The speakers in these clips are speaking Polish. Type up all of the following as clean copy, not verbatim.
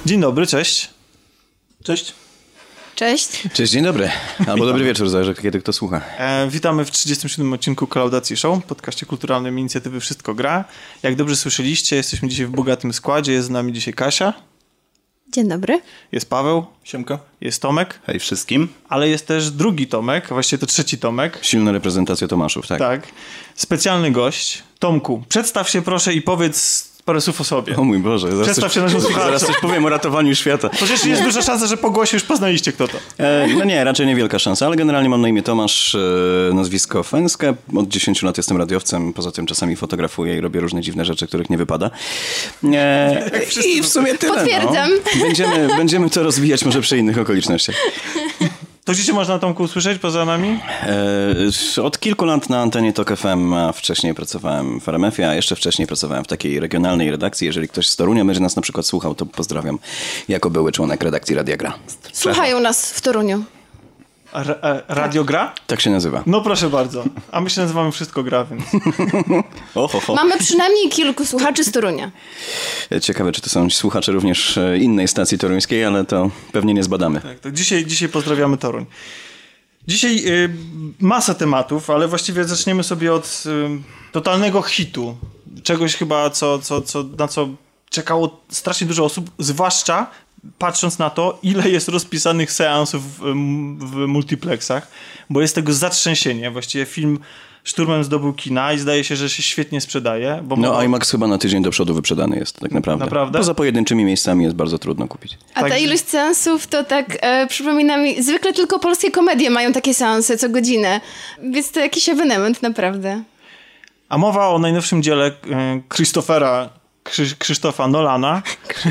Dzień dobry, cześć. Cześć. Cześć. Cześć, dzień dobry. Albo dobry wieczór, zależy kiedy kto słucha. Witamy w 37. odcinku Kolaudacji Show, podcaście kulturalnym inicjatywy Wszystko Gra. Jak dobrze słyszeliście, jesteśmy dzisiaj w bogatym składzie. Jest z nami dzisiaj Kasia. Dzień dobry. Jest Paweł. Siemka. Jest Tomek. Hej wszystkim. Ale jest też drugi Tomek, a właściwie to trzeci Tomek. Silna reprezentacja Tomaszów, tak. Tak. Specjalny gość. Tomku, przedstaw się proszę i powiedz parę słów o sobie. O mój Boże. Przedstaw się naszym słuchaczom. Zaraz coś powiem o ratowaniu świata. Chociaż jest duża szansa, że po głosie już poznaliście kto to. No nie, raczej niewielka szansa, ale generalnie mam na imię Tomasz, nazwisko Fęskę. Od 10 lat jestem radiowcem, poza tym czasami fotografuję i robię różne dziwne rzeczy, których nie wypada. I w sumie tyle. Potwierdzam. No. Będziemy to rozwijać może przy innych okolicznościach. To gdzie się można, Tomku, usłyszeć poza nami? Od kilku lat na antenie TOK FM, a wcześniej pracowałem w RMF-ie, a jeszcze wcześniej pracowałem w takiej regionalnej redakcji. Jeżeli ktoś z Torunia będzie nas na przykład słuchał, to pozdrawiam jako były członek redakcji Radia Gra. Słuchają nas w Toruniu. Radio Gra? Tak się nazywa. No proszę bardzo. A my się nazywamy Wszystko Gra, więc... Mamy przynajmniej kilku słuchaczy z Torunia. Ciekawe, czy to są słuchacze również innej stacji toruńskiej, ale to pewnie nie zbadamy. Tak, to dzisiaj pozdrawiamy Toruń. Dzisiaj masa tematów, ale właściwie zaczniemy sobie od totalnego hitu. Czegoś chyba, na co czekało strasznie dużo osób, zwłaszcza patrząc na to, ile jest rozpisanych seansów w multiplexach, bo jest tego zatrzęsienie. Właściwie film szturmem zdobył kina i zdaje się, że się świetnie sprzedaje. Bo IMAX chyba na tydzień do przodu wyprzedany jest, tak naprawdę. Naprawdę? Poza pojedynczymi miejscami jest bardzo trudno kupić. A ta ilość seansów to tak przypomina mi, zwykle tylko polskie komedie mają takie seansy co godzinę, więc to jakiś ewenement naprawdę. A mowa o najnowszym dziele Krzysztofa Nolana.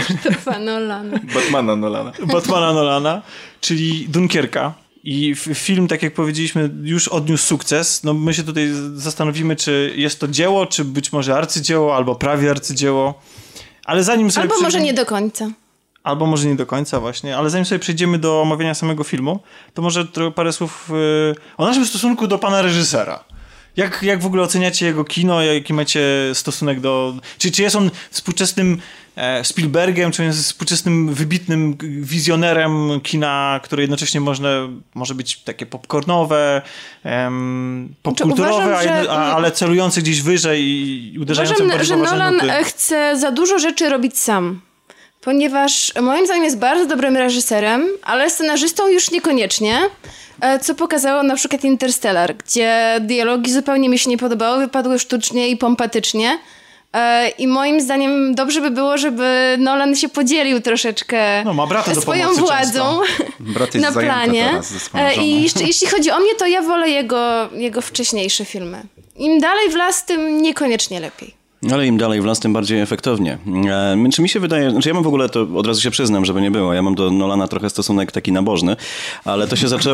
Batmana Nolana, czyli Dunkierka. I film, tak jak powiedzieliśmy, już odniósł sukces. No my się tutaj zastanowimy, czy jest to dzieło, czy być może arcydzieło, albo prawie arcydzieło. Ale zanim sobie może nie do końca. Albo może nie do końca właśnie. Ale zanim sobie przejdziemy do omawiania samego filmu, to może parę słów o naszym stosunku do pana reżysera. Jak w ogóle oceniacie jego kino? Jaki macie stosunek do... Czy jest on współczesnym Spielbergiem, czy jest współczesnym, wybitnym wizjonerem kina, które jednocześnie może być takie popcornowe, popkulturowe, ale celujące gdzieś wyżej i uderzające w bardzo ważne Nolan nuty? chce za dużo rzeczy robić sam. Ponieważ moim zdaniem jest bardzo dobrym reżyserem, ale scenarzystą już niekoniecznie. Co pokazało na przykład Interstellar, gdzie dialogi zupełnie mi się nie podobały, wypadły sztucznie i pompatycznie. I moim zdaniem dobrze by było, żeby Nolan się podzielił troszeczkę swoją władzą na planie. I jeśli chodzi o mnie, to ja wolę jego wcześniejsze filmy. Im dalej w las, tym niekoniecznie lepiej. Ale im dalej w las, tym bardziej efektownie. Czy mi się wydaje, ja mam w ogóle, to od razu się przyznam, żeby nie było, ja mam do Nolana trochę stosunek taki nabożny, ale to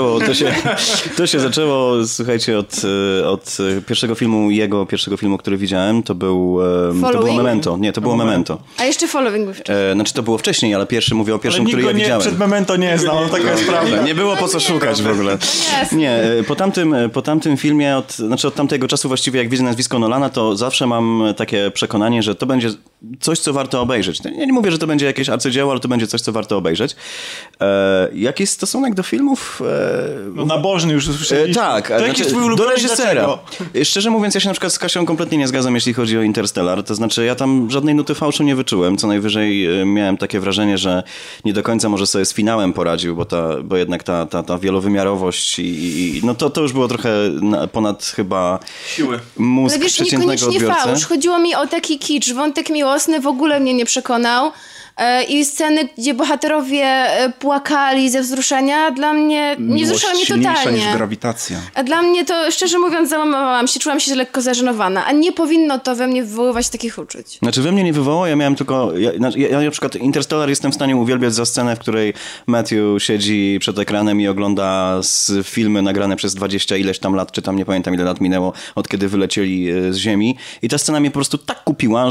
się zaczęło, słuchajcie, od pierwszego filmu, który widziałem, to było Memento. Nie, to było Memento. A jeszcze Following był wcześniej. To było wcześniej, ale mówię o pierwszym, który ja widziałem. Przed Memento nie znał, taka jest prawda. Nie było po co szukać w ogóle. Nie, po tamtym filmie, od tamtego czasu właściwie, jak widzę nazwisko Nolana, to zawsze mam takie przekonanie, że to będzie coś, co warto obejrzeć. Ja nie mówię, że to będzie jakieś arcydzieło, ale to będzie coś, co warto obejrzeć. Jaki jest stosunek do filmów? Nabożny już usłyszeliśmy. Tak, do reżysera. Szczerze mówiąc, ja się na przykład z Kasią kompletnie nie zgadzam, jeśli chodzi o Interstellar. To znaczy, ja tam żadnej nuty fałszu nie wyczułem. Co najwyżej miałem takie wrażenie, że nie do końca może sobie z finałem poradził, bo jednak ta wielowymiarowość to już było trochę ponad chyba siły. Mózg przeciętnego odbiorcy. Fałsz. Chodziło mi o taki kicz, wątek miłosny w ogóle mnie nie przekonał. I sceny, gdzie bohaterowie płakali ze wzruszenia, dla mnie nie wzruszały mnie totalnie. Niż grawitacja. A dla mnie to, szczerze mówiąc, załamałam się, czułam się lekko zażenowana, a nie powinno to we mnie wywoływać takich uczuć. Znaczy we mnie nie wywołało, ja miałem tylko... Ja na przykład Interstellar jestem w stanie uwielbiać za scenę, w której Matthew siedzi przed ekranem i ogląda filmy nagrane przez 20 ileś tam lat, nie pamiętam ile lat minęło, od kiedy wylecieli z Ziemi. I ta scena mnie po prostu tak kupiła, że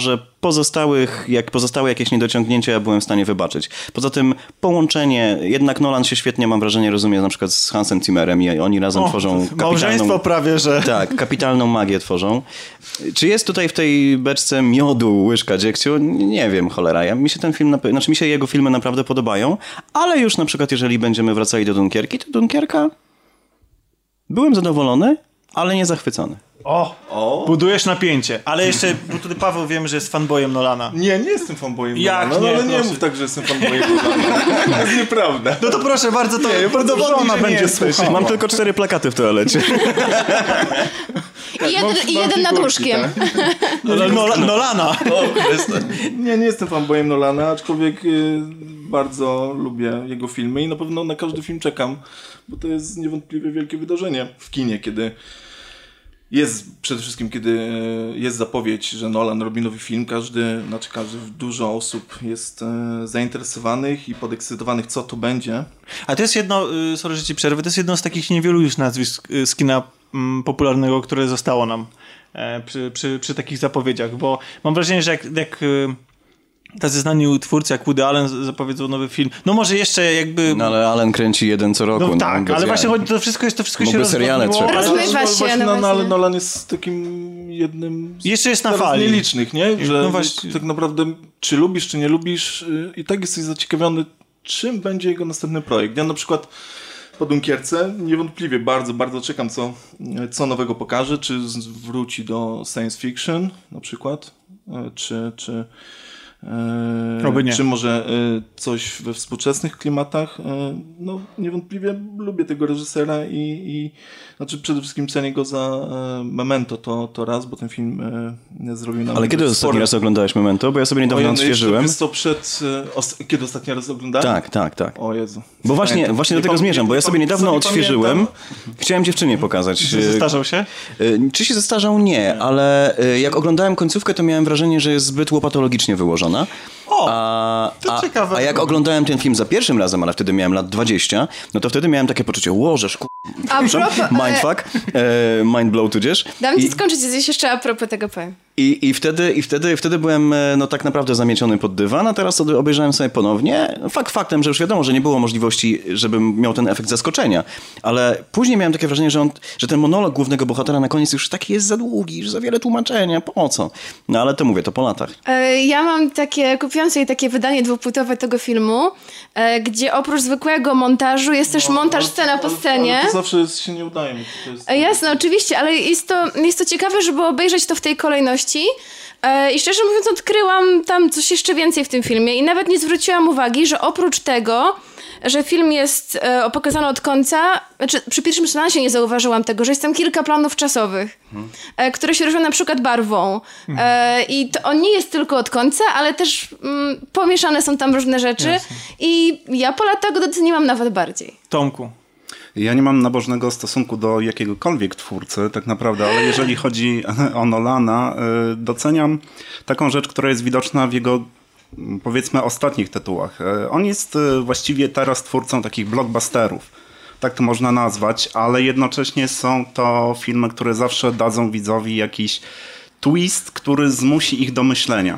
pozostałe jakieś niedociągnięcia ja byłem w stanie wybaczyć. Poza tym połączenie, jednak Nolan się świetnie, mam wrażenie, rozumie na przykład z Hansem Zimmerem i oni razem tworzą małżeństwo prawie, że... Tak, kapitalną magię tworzą. Czy jest tutaj w tej beczce miodu łyżka dziegciu? Nie wiem, cholera. Mi się jego filmy naprawdę podobają, ale już na przykład jeżeli będziemy wracali do Dunkierki, to Dunkierka byłem zadowolony, ale nie zachwycony. Budujesz napięcie. Ale jeszcze, bo tutaj Paweł wiem, że jest fanboyem Nolana. Nie jestem fanboyem Jak Nolana, nie? ale nie Proszę. mów tak, że jestem fanboyem Nolana. To jest nieprawda. No to proszę bardzo, to udowodnij, że nie jesteś. Mam tylko 4 plakaty w toalecie. I jeden nad łóżkiem. Nolana. Nie jestem fanboyem Nolana, aczkolwiek bardzo lubię jego filmy i na pewno na każdy film czekam, bo to jest niewątpliwie wielkie wydarzenie w kinie, kiedy przede wszystkim, kiedy jest zapowiedź, że Nolan robi nowy film, dużo osób jest zainteresowanych i podekscytowanych, co to będzie. A to jest jedno, sorry, że ci przerwę, to jest jedno z takich niewielu już nazwisk z kina popularnego, które zostało nam przy takich zapowiedziach, bo mam wrażenie, że jak tacy znani twórcy jak Woody Allen zapowiedzą nowy film, no może jeszcze jakby... No ale Allen kręci jeden co roku. No tak, ale właśnie chodzi, to wszystko się seriale rozwodniło. Rozmywa się, ale Nolan jest takim jednym z jeszcze jest na fali. nielicznych, nie? Że no właśnie. tak naprawdę czy lubisz, czy nie lubisz i tak jesteś zaciekawiony, czym będzie jego następny projekt. Ja na przykład po Dunkierce niewątpliwie bardzo, bardzo czekam, co nowego pokaże, czy wróci do science fiction na przykład, czy może coś we współczesnych klimatach. No niewątpliwie lubię tego reżysera i znaczy przede wszystkim cenię go za Memento to raz, bo ten film zrobił nam... Ale kiedy ostatni raz oglądałeś Memento? Bo ja sobie niedawno odświeżyłem. Kiedy ostatni raz oglądałem? Tak. O Jezu. Bo właśnie do tego zmierzam, bo ja sobie niedawno odświeżyłem. Chciałem dziewczynie pokazać. Czy zestarzał się? Czy się zestarzał? Nie, ale jak oglądałem końcówkę, to miałem wrażenie, że jest zbyt łopatologicznie wyłożona. To ciekawe. A jak oglądałem ten film za pierwszym razem, ale wtedy miałem lat 20, no to wtedy miałem takie poczucie, łożesz, mindfuck, mindblow tudzież. Dam ci skończyć, coś jeszcze a propos tego powiem. I wtedy byłem no tak naprawdę zamieciony pod dywan, a teraz obejrzałem sobie ponownie. Faktem, że już wiadomo, że nie było możliwości, żebym miał ten efekt zaskoczenia, ale później miałem takie wrażenie, że ten monolog głównego bohatera na koniec już taki jest za długi, już za wiele tłumaczenia, po co? No ale to mówię, to po latach. Ja mam kupiłam sobie takie wydanie dwupłytowe tego filmu, gdzie oprócz zwykłego montażu jest też montaż scena po scenie. Ale to zawsze się nie udaje. Jasne, oczywiście, ale jest to ciekawe, żeby obejrzeć to w tej kolejności. I szczerze mówiąc odkryłam tam coś jeszcze więcej w tym filmie i nawet nie zwróciłam uwagi, że oprócz tego, że film jest pokazany od końca, znaczy przy pierwszym seansie nie zauważyłam tego, że jest tam kilka planów czasowych, które się różnią na przykład barwą. I to on nie jest tylko od końca, ale też pomieszane są tam różne rzeczy. Jasne. I ja po latach go doceniłam nawet bardziej. Tomku. Ja nie mam nabożnego stosunku do jakiegokolwiek twórcy, tak naprawdę, ale jeżeli chodzi o Nolana, doceniam taką rzecz, która jest widoczna w jego, powiedzmy, ostatnich tytułach. On jest właściwie teraz twórcą takich blockbusterów, tak to można nazwać, ale jednocześnie są to filmy, które zawsze dadzą widzowi jakiś twist, który zmusi ich do myślenia.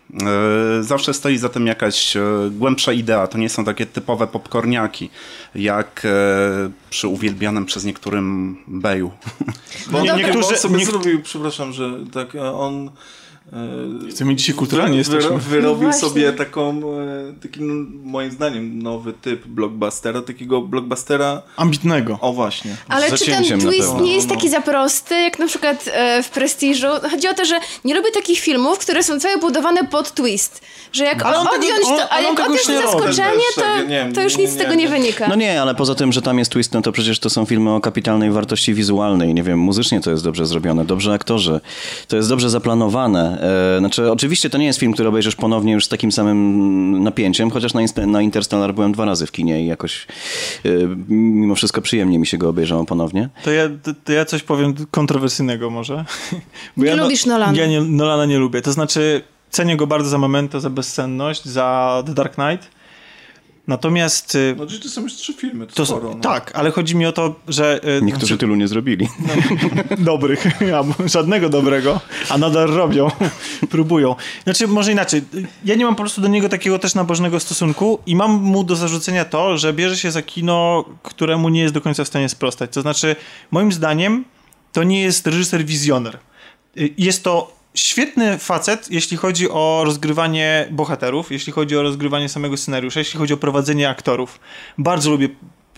Zawsze stoi za tym jakaś głębsza idea. To nie są takie typowe popcorniaki, jak przy uwielbianym przez niektórym Bayu. Bo niektórzy sobie zrobił, przepraszam, że tak on Chcę mieć dzisiaj kulturalnie jesteśmy. Wyrobił No sobie taki moim zdaniem nowy typ blockbustera, takiego blockbustera ambitnego. O właśnie. Ale czy ten twist nie jest taki za prosty, jak na przykład w Prestiżu? Chodzi o to, że nie lubię takich filmów, które są całe budowane pod twist. Że jak odjąć to zaskoczenie, to już nic z tego nie wynika. No nie, ale poza tym, że tam jest twist, no to przecież to są filmy o kapitalnej wartości wizualnej. Nie wiem, muzycznie to jest dobrze zrobione, dobrze aktorzy. To jest dobrze zaplanowane. Znaczy, oczywiście to nie jest film, który obejrzysz ponownie już z takim samym napięciem, chociaż na Interstellar byłem 2 razy w kinie i jakoś mimo wszystko przyjemnie mi się go obejrzało ponownie. To ja coś powiem kontrowersyjnego może. Bo nie lubisz Nolana. Ja Nolana nie lubię. To znaczy cenię go bardzo za Memento, za Bezsenność, za The Dark Knight. Natomiast... No to są już 3 filmy, to to sporo. No. Tak, ale chodzi mi o to, że... Niektórzy tylu nie zrobili. Dobrych, żadnego dobrego, a nadal robią, próbują. Znaczy, może inaczej, ja nie mam po prostu do niego takiego też nabożnego stosunku i mam mu do zarzucenia to, że bierze się za kino, któremu nie jest do końca w stanie sprostać. To znaczy, moim zdaniem, to nie jest reżyser wizjoner. Jest to świetny facet, jeśli chodzi o rozgrywanie bohaterów, jeśli chodzi o rozgrywanie samego scenariusza, jeśli chodzi o prowadzenie aktorów. Bardzo lubię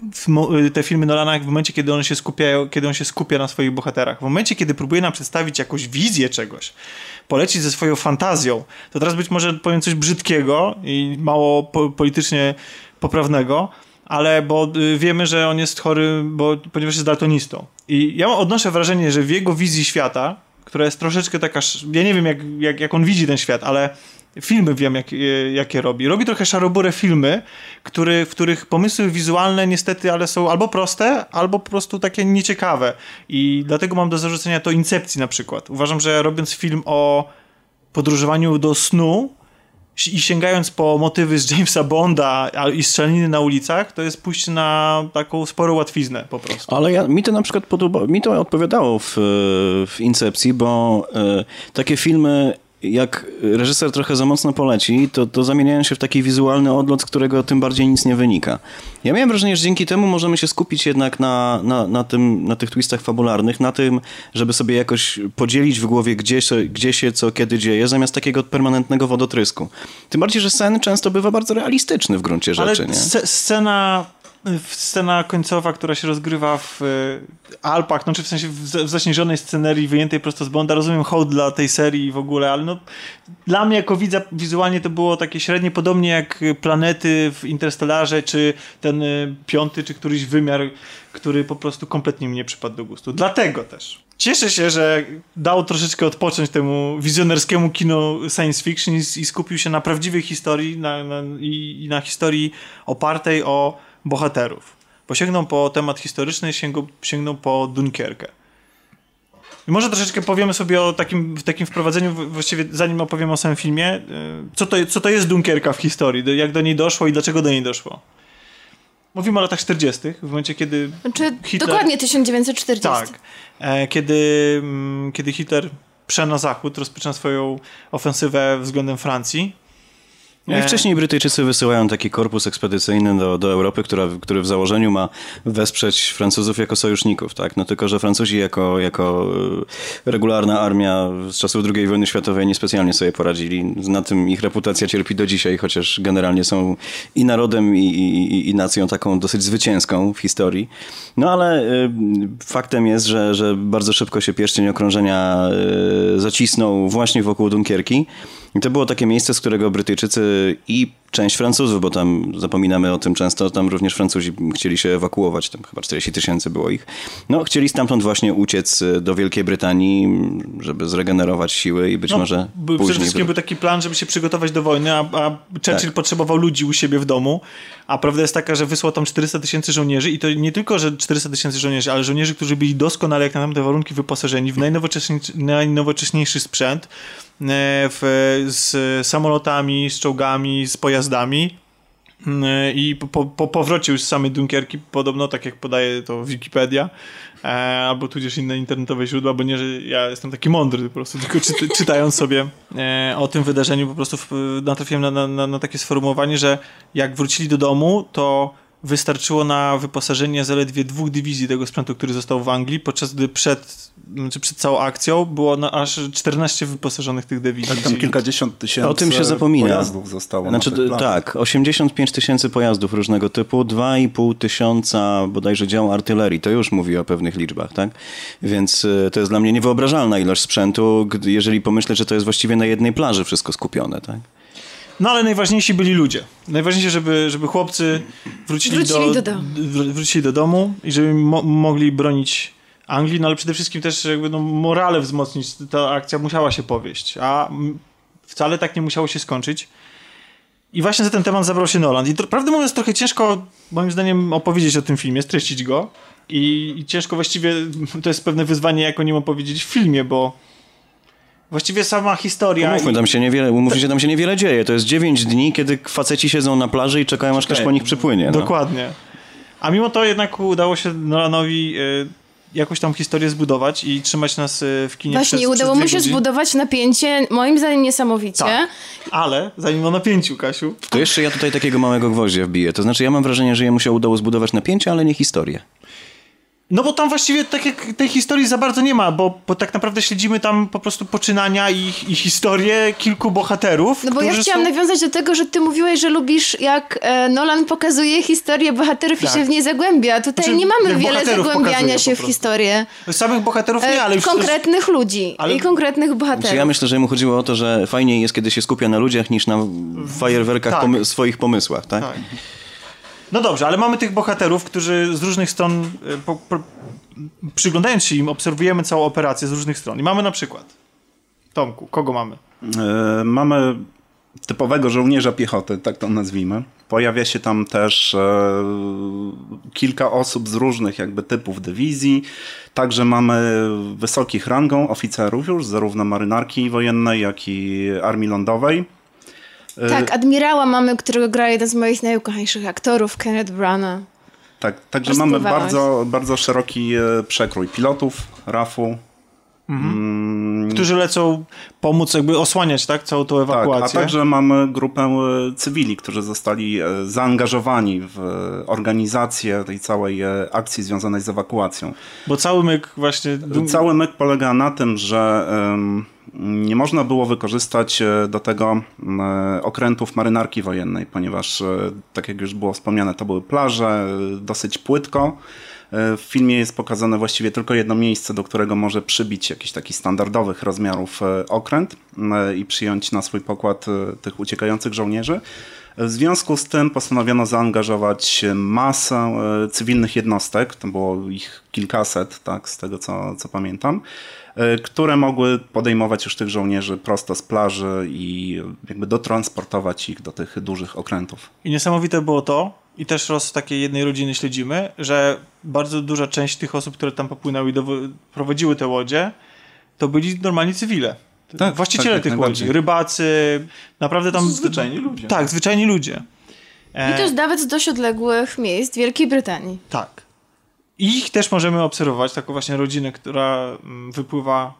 te filmy Nolana w momencie, kiedy on się skupia na swoich bohaterach. W momencie, kiedy próbuje nam przedstawić jakąś wizję czegoś, polecić ze swoją fantazją, to teraz być może powiem coś brzydkiego i mało politycznie poprawnego, ale bo wiemy, że on jest chory, ponieważ jest daltonistą. I ja odnoszę wrażenie, że w jego wizji świata, która jest troszeczkę taka... Ja nie wiem, jak on widzi ten świat, ale filmy wiem, jakie robi. Robi trochę szaroburę filmy, w których pomysły wizualne niestety, ale są albo proste, albo po prostu takie nieciekawe. I dlatego mam do zarzucenia to Incepcji na przykład. Uważam, że robiąc film o podróżowaniu do snu i sięgając po motywy z Jamesa Bonda i strzelaniny na ulicach, to jest pójście na taką sporą łatwiznę po prostu. Ale mi to na przykład mi to odpowiadało w Incepcji, bo takie filmy, jak reżyser trochę za mocno poleci, to zamieniają się w taki wizualny odlot, z którego tym bardziej nic nie wynika. Ja miałem wrażenie, że dzięki temu możemy się skupić jednak na tych twistach fabularnych, na tym, żeby sobie jakoś podzielić w głowie, gdzie się co kiedy dzieje, zamiast takiego permanentnego wodotrysku. Tym bardziej, że sen często bywa bardzo realistyczny w gruncie rzeczy. Ale nie? Scena końcowa, która się rozgrywa w Alpach, no czy w sensie w zaśnieżonej scenerii wyjętej prosto z Bonda, rozumiem hołd dla tej serii i w ogóle, ale no dla mnie jako widza wizualnie to było takie średnie, podobnie jak planety w Interstellarze, czy ten 5, czy któryś wymiar, który po prostu kompletnie mi nie przypadł do gustu. Dlatego też cieszę się, że dał troszeczkę odpocząć temu wizjonerskiemu kinu science fiction i skupił się na prawdziwej historii i na historii opartej o bohaterów. Bo sięgną po temat historyczny, sięgną po Dunkierkę. I może troszeczkę powiemy sobie o takim wprowadzeniu, właściwie zanim opowiem o samym filmie, co to jest Dunkierka w historii, jak do niej doszło i dlaczego do niej doszło. Mówimy o latach 40., w momencie, kiedy Hitler... Dokładnie 1940. Tak. Kiedy Hitler prze na zachód, rozpoczyna swoją ofensywę względem Francji. No i wcześniej Brytyjczycy wysyłają taki korpus ekspedycyjny do Europy, który w założeniu ma wesprzeć Francuzów jako sojuszników, tak? No tylko, że Francuzi jako regularna armia z czasów II wojny światowej niespecjalnie sobie poradzili. Na tym ich reputacja cierpi do dzisiaj, chociaż generalnie są i narodem, i nacją taką dosyć zwycięską w historii. No ale faktem jest, że bardzo szybko się pierścień okrążenia zacisnął właśnie wokół Dunkierki. I to było takie miejsce, z którego Brytyjczycy i część Francuzów, bo tam zapominamy o tym często, tam również Francuzi chcieli się ewakuować, tam chyba 40 000 było ich. No, chcieli stamtąd właśnie uciec do Wielkiej Brytanii, żeby zregenerować siły i być może później... Przede wszystkim był taki plan, żeby się przygotować do wojny, a Churchill potrzebował ludzi u siebie w domu, a prawda jest taka, że wysłał tam 400 000 żołnierzy i to nie tylko, że 400 000 żołnierzy, ale żołnierzy, którzy byli doskonale jak na tamte warunki wyposażeni w najnowocześniejszy sprzęt, z samolotami, z czołgami, z pojazdami i po powrocie już z samej Dunkierki, podobno tak jak podaje to Wikipedia, albo tudzież inne internetowe źródła, bo nie, że ja jestem taki mądry po prostu, tylko czytając sobie o tym wydarzeniu po prostu natrafiłem na takie sformułowanie, że jak wrócili do domu, to wystarczyło na wyposażenie zaledwie 2 dywizji tego sprzętu, który został w Anglii, podczas gdy przed całą akcją było aż 14 wyposażonych tych dywizji. Tak, tam kilkadziesiąt tysięcy o tym się zapomina. Pojazdów zostało. Znaczy, tak, 85 000 pojazdów różnego typu, 2,5 tysiąca bodajże dział artylerii. To już mówi o pewnych liczbach, tak? Więc to jest dla mnie niewyobrażalna ilość sprzętu, jeżeli pomyślę, że to jest właściwie na jednej plaży wszystko skupione, tak? No ale najważniejsi byli ludzie. Najważniejsze, żeby chłopcy wrócili do domu i żeby mogli bronić Anglii, no ale przede wszystkim też jakby morale wzmocnić. Ta akcja musiała się powieść, a wcale tak nie musiało się skończyć. I właśnie za ten temat zabrał się Nolan. I prawdę mówiąc, trochę ciężko moim zdaniem opowiedzieć o tym filmie, streścić go. I ciężko właściwie, to jest pewne wyzwanie, jak o nim opowiedzieć w filmie, bo Właściwie sama historia... Umówmy się, tam się niewiele dzieje. To jest 9 dni, kiedy faceci siedzą na plaży i czekają, aż ktoś po nich przypłynie. No. Dokładnie. A mimo to jednak udało się Nolanowi jakoś tam historię zbudować i trzymać nas w kinie Właśnie, udało mu się zbudować napięcie, moim zdaniem niesamowicie. Tak. Ale zanim o napięciu, Kasiu... To jeszcze ja tutaj takiego małego gwoździa wbiję. To znaczy ja mam wrażenie, że jemu się udało zbudować napięcie, ale nie historię. No bo tam właściwie tak jak tej historii za bardzo nie ma, bo tak naprawdę śledzimy tam po prostu poczynania i historię kilku bohaterów. No bo ja chciałam nawiązać do tego, że ty mówiłeś, że lubisz jak Nolan pokazuje historię bohaterów i się w nie zagłębia. Tutaj nie mamy wiele zagłębiania się w historię. Samych bohaterów nie, ale już... Konkretnych ludzi i konkretnych bohaterów. Znaczy ja myślę, że mu chodziło o to, że fajniej jest, kiedy się skupia na ludziach, niż na fajerwerkach swoich pomysłach, tak? No dobrze, ale mamy tych bohaterów, którzy z różnych stron, przyglądając się im, obserwujemy całą operację z różnych stron. I mamy na przykład, Tomku, kogo mamy? Mamy typowego żołnierza piechoty, tak to nazwijmy. Pojawia się tam też kilka osób z różnych jakby typów dywizji. Także mamy wysokich rangą oficerów już, zarówno marynarki wojennej, jak i armii lądowej. Tak, admirała mamy, którego gra jeden z moich najukochańszych aktorów, Kenneth Branagh. Tak, także mamy bardzo, bardzo szeroki przekrój pilotów, RAF-u. Którzy lecą pomóc jakby osłaniać całą tą ewakuację. Tak, a także mamy grupę cywili, którzy zostali zaangażowani w organizację tej całej akcji związanej z ewakuacją. Bo cały myk właśnie... Cały myk polega na tym, że nie można było wykorzystać do tego okrętów marynarki wojennej, ponieważ, tak jak już było wspomniane, to były plaże, dosyć płytko. W filmie jest pokazane właściwie tylko jedno miejsce, do którego może przybić jakiś taki standardowych rozmiarów okręt i przyjąć na swój pokład tych uciekających żołnierzy. W związku z tym postanowiono zaangażować masę cywilnych jednostek, to było ich kilkaset, tak, z tego co pamiętam, które mogły podejmować już tych żołnierzy prosto z plaży i jakby dotransportować ich do tych dużych okrętów. I niesamowite było to, i też los takiej jednej rodziny śledzimy, że bardzo duża część tych osób, które tam popłynęły i prowadziły te łodzie, to byli normalni cywile. Tak, właściciele tych łodzi, rybacy, naprawdę tam... Zwyczajni ludzie. Tak, zwyczajni ludzie. I też nawet z dość odległych miejsc Wielkiej Brytanii. Tak. I ich też możemy obserwować, taką właśnie rodzinę, która wypływa,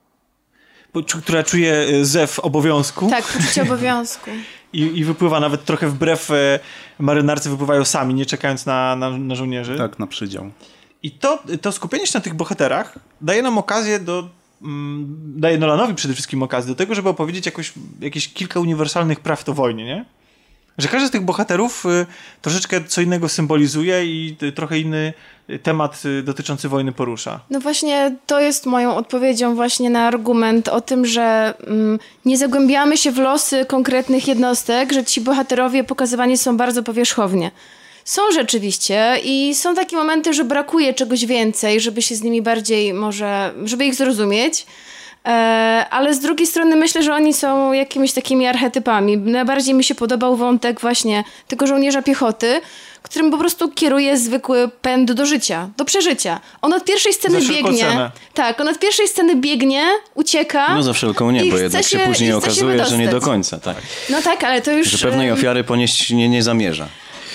która czuje zew obowiązku. Tak, poczucie obowiązku. I wypływa nawet trochę wbrew marynarce, wypływają sami, nie czekając na żołnierzy. Tak, na przydział. I to skupienie się na tych bohaterach daje nam okazję daje Nolanowi przede wszystkim okazję do tego, żeby opowiedzieć jakieś kilka uniwersalnych prawd o wojnie, nie? Że każdy z tych bohaterów troszeczkę co innego symbolizuje i trochę inny temat dotyczący wojny porusza. No właśnie to jest moją odpowiedzią właśnie na argument o tym, że nie zagłębiamy się w losy konkretnych jednostek, że ci bohaterowie pokazywani są bardzo powierzchownie. Są rzeczywiście i są takie momenty, że brakuje czegoś więcej, żeby się z nimi bardziej żeby ich zrozumieć. Ale z drugiej strony myślę, że oni są jakimiś takimi archetypami. Najbardziej mi się podobał wątek właśnie tego żołnierza piechoty, którym po prostu kieruje zwykły pęd do życia, do przeżycia. On od pierwszej sceny biegnie. Tak, on od pierwszej sceny biegnie, ucieka. No za wszelką nie, bo jednak się później okazuje, że nie do końca. Tak. No tak, ale to już... Że pewnej ofiary ponieść nie zamierza.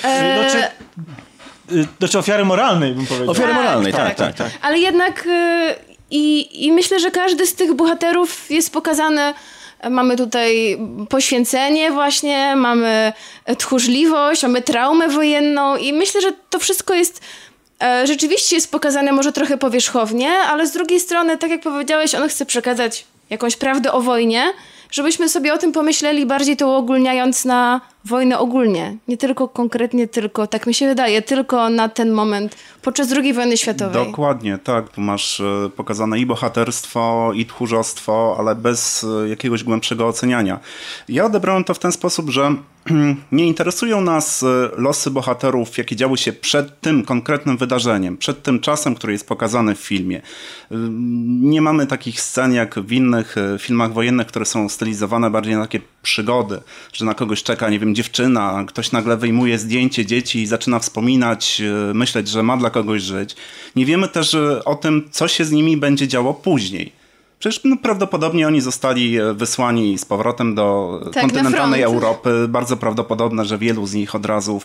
Znaczy ofiary moralnej, bym powiedział. Ofiary moralnej, tak. Ale jednak i myślę, że każdy z tych bohaterów jest pokazany. Mamy tutaj poświęcenie właśnie, mamy tchórzliwość, mamy traumę wojenną i myślę, że to wszystko jest rzeczywiście jest pokazane może trochę powierzchownie, ale z drugiej strony, tak jak powiedziałeś, on chce przekazać jakąś prawdę o wojnie, żebyśmy sobie o tym pomyśleli bardziej to uogólniając na wojnę ogólnie. Nie tylko konkretnie, tylko, tak mi się wydaje, tylko na ten moment podczas II wojny światowej. Dokładnie, tak. Tu masz pokazane i bohaterstwo, i tchórzostwo, ale bez jakiegoś głębszego oceniania. Ja odebrałem to w ten sposób, że nie interesują nas losy bohaterów, jakie działy się przed tym konkretnym wydarzeniem, przed tym czasem, który jest pokazany w filmie. Nie mamy takich scen jak w innych filmach wojennych, które są stylizowane bardziej na takie przygody, że na kogoś czeka, nie wiem, dziewczyna, ktoś nagle wyjmuje zdjęcie dzieci i zaczyna wspominać, myśleć, że ma dla kogoś żyć. Nie wiemy też o tym, co się z nimi będzie działo później. Przecież prawdopodobnie oni zostali wysłani z powrotem do Tak, kontynentalnej na front. Europy. Bardzo prawdopodobne, że wielu z nich od razu w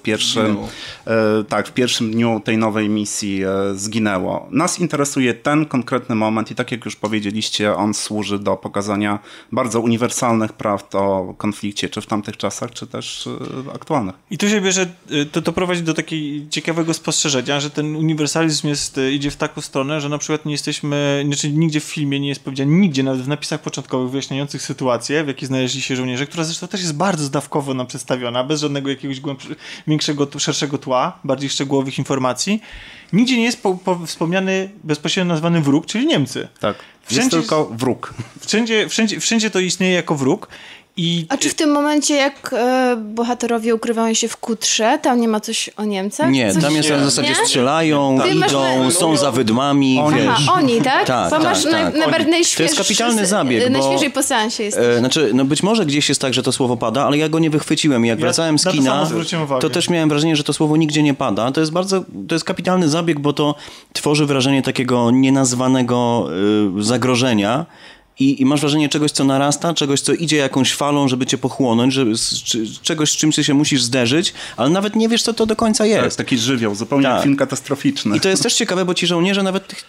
pierwszym dniu tej nowej misji zginęło. Nas interesuje ten konkretny moment i tak jak już powiedzieliście, on służy do pokazania bardzo uniwersalnych prawd o konflikcie, czy w tamtych czasach, czy też aktualnych. I tu się bierze, to prowadzi do takiego ciekawego spostrzeżenia, że ten uniwersalizm idzie w taką stronę, że na przykład nie jesteśmy, znaczy nigdzie w filmie nie jest powiedziane, nigdzie, nawet w napisach początkowych wyjaśniających sytuację, w jakiej znaleźli się żołnierze, która zresztą też jest bardzo zdawkowo nam przedstawiona, bez żadnego jakiegoś większego, szerszego tła, bardziej szczegółowych informacji. Nigdzie nie jest wspomniany, bezpośrednio nazwany wróg, czyli Niemcy. Tak, Wszędzie jest tylko wróg. Wszędzie to istnieje jako wróg. A czy w tym momencie, jak bohaterowie ukrywają się w kutrze, tam nie ma coś o Niemcach? Nie, coś... tam jest na zasadzie nie? strzelają, Ty masz idą, są za wydmami, wiesz. Aha, oni, tak? Tak, Bo masz tak. najświeższy... To jest kapitalny zabieg, Najświeżej bo... po seansie jest. Znaczy, no być może gdzieś jest tak, że to słowo pada, ale ja go nie wychwyciłem i jak wracałem z na to kina, samo zwróciłem uwagę. to też miałem wrażenie, że to słowo nigdzie nie pada. To jest kapitalny zabieg, bo to tworzy wrażenie takiego nienazwanego zagrożenia. I masz wrażenie czegoś, co narasta, czegoś, co idzie jakąś falą, żeby cię pochłonąć, czegoś, z czym ty się musisz zderzyć, ale nawet nie wiesz, co to do końca To jest. jest taki żywioł, zupełnie jak film katastroficzny. I to jest też ciekawe, bo ci żołnierze nawet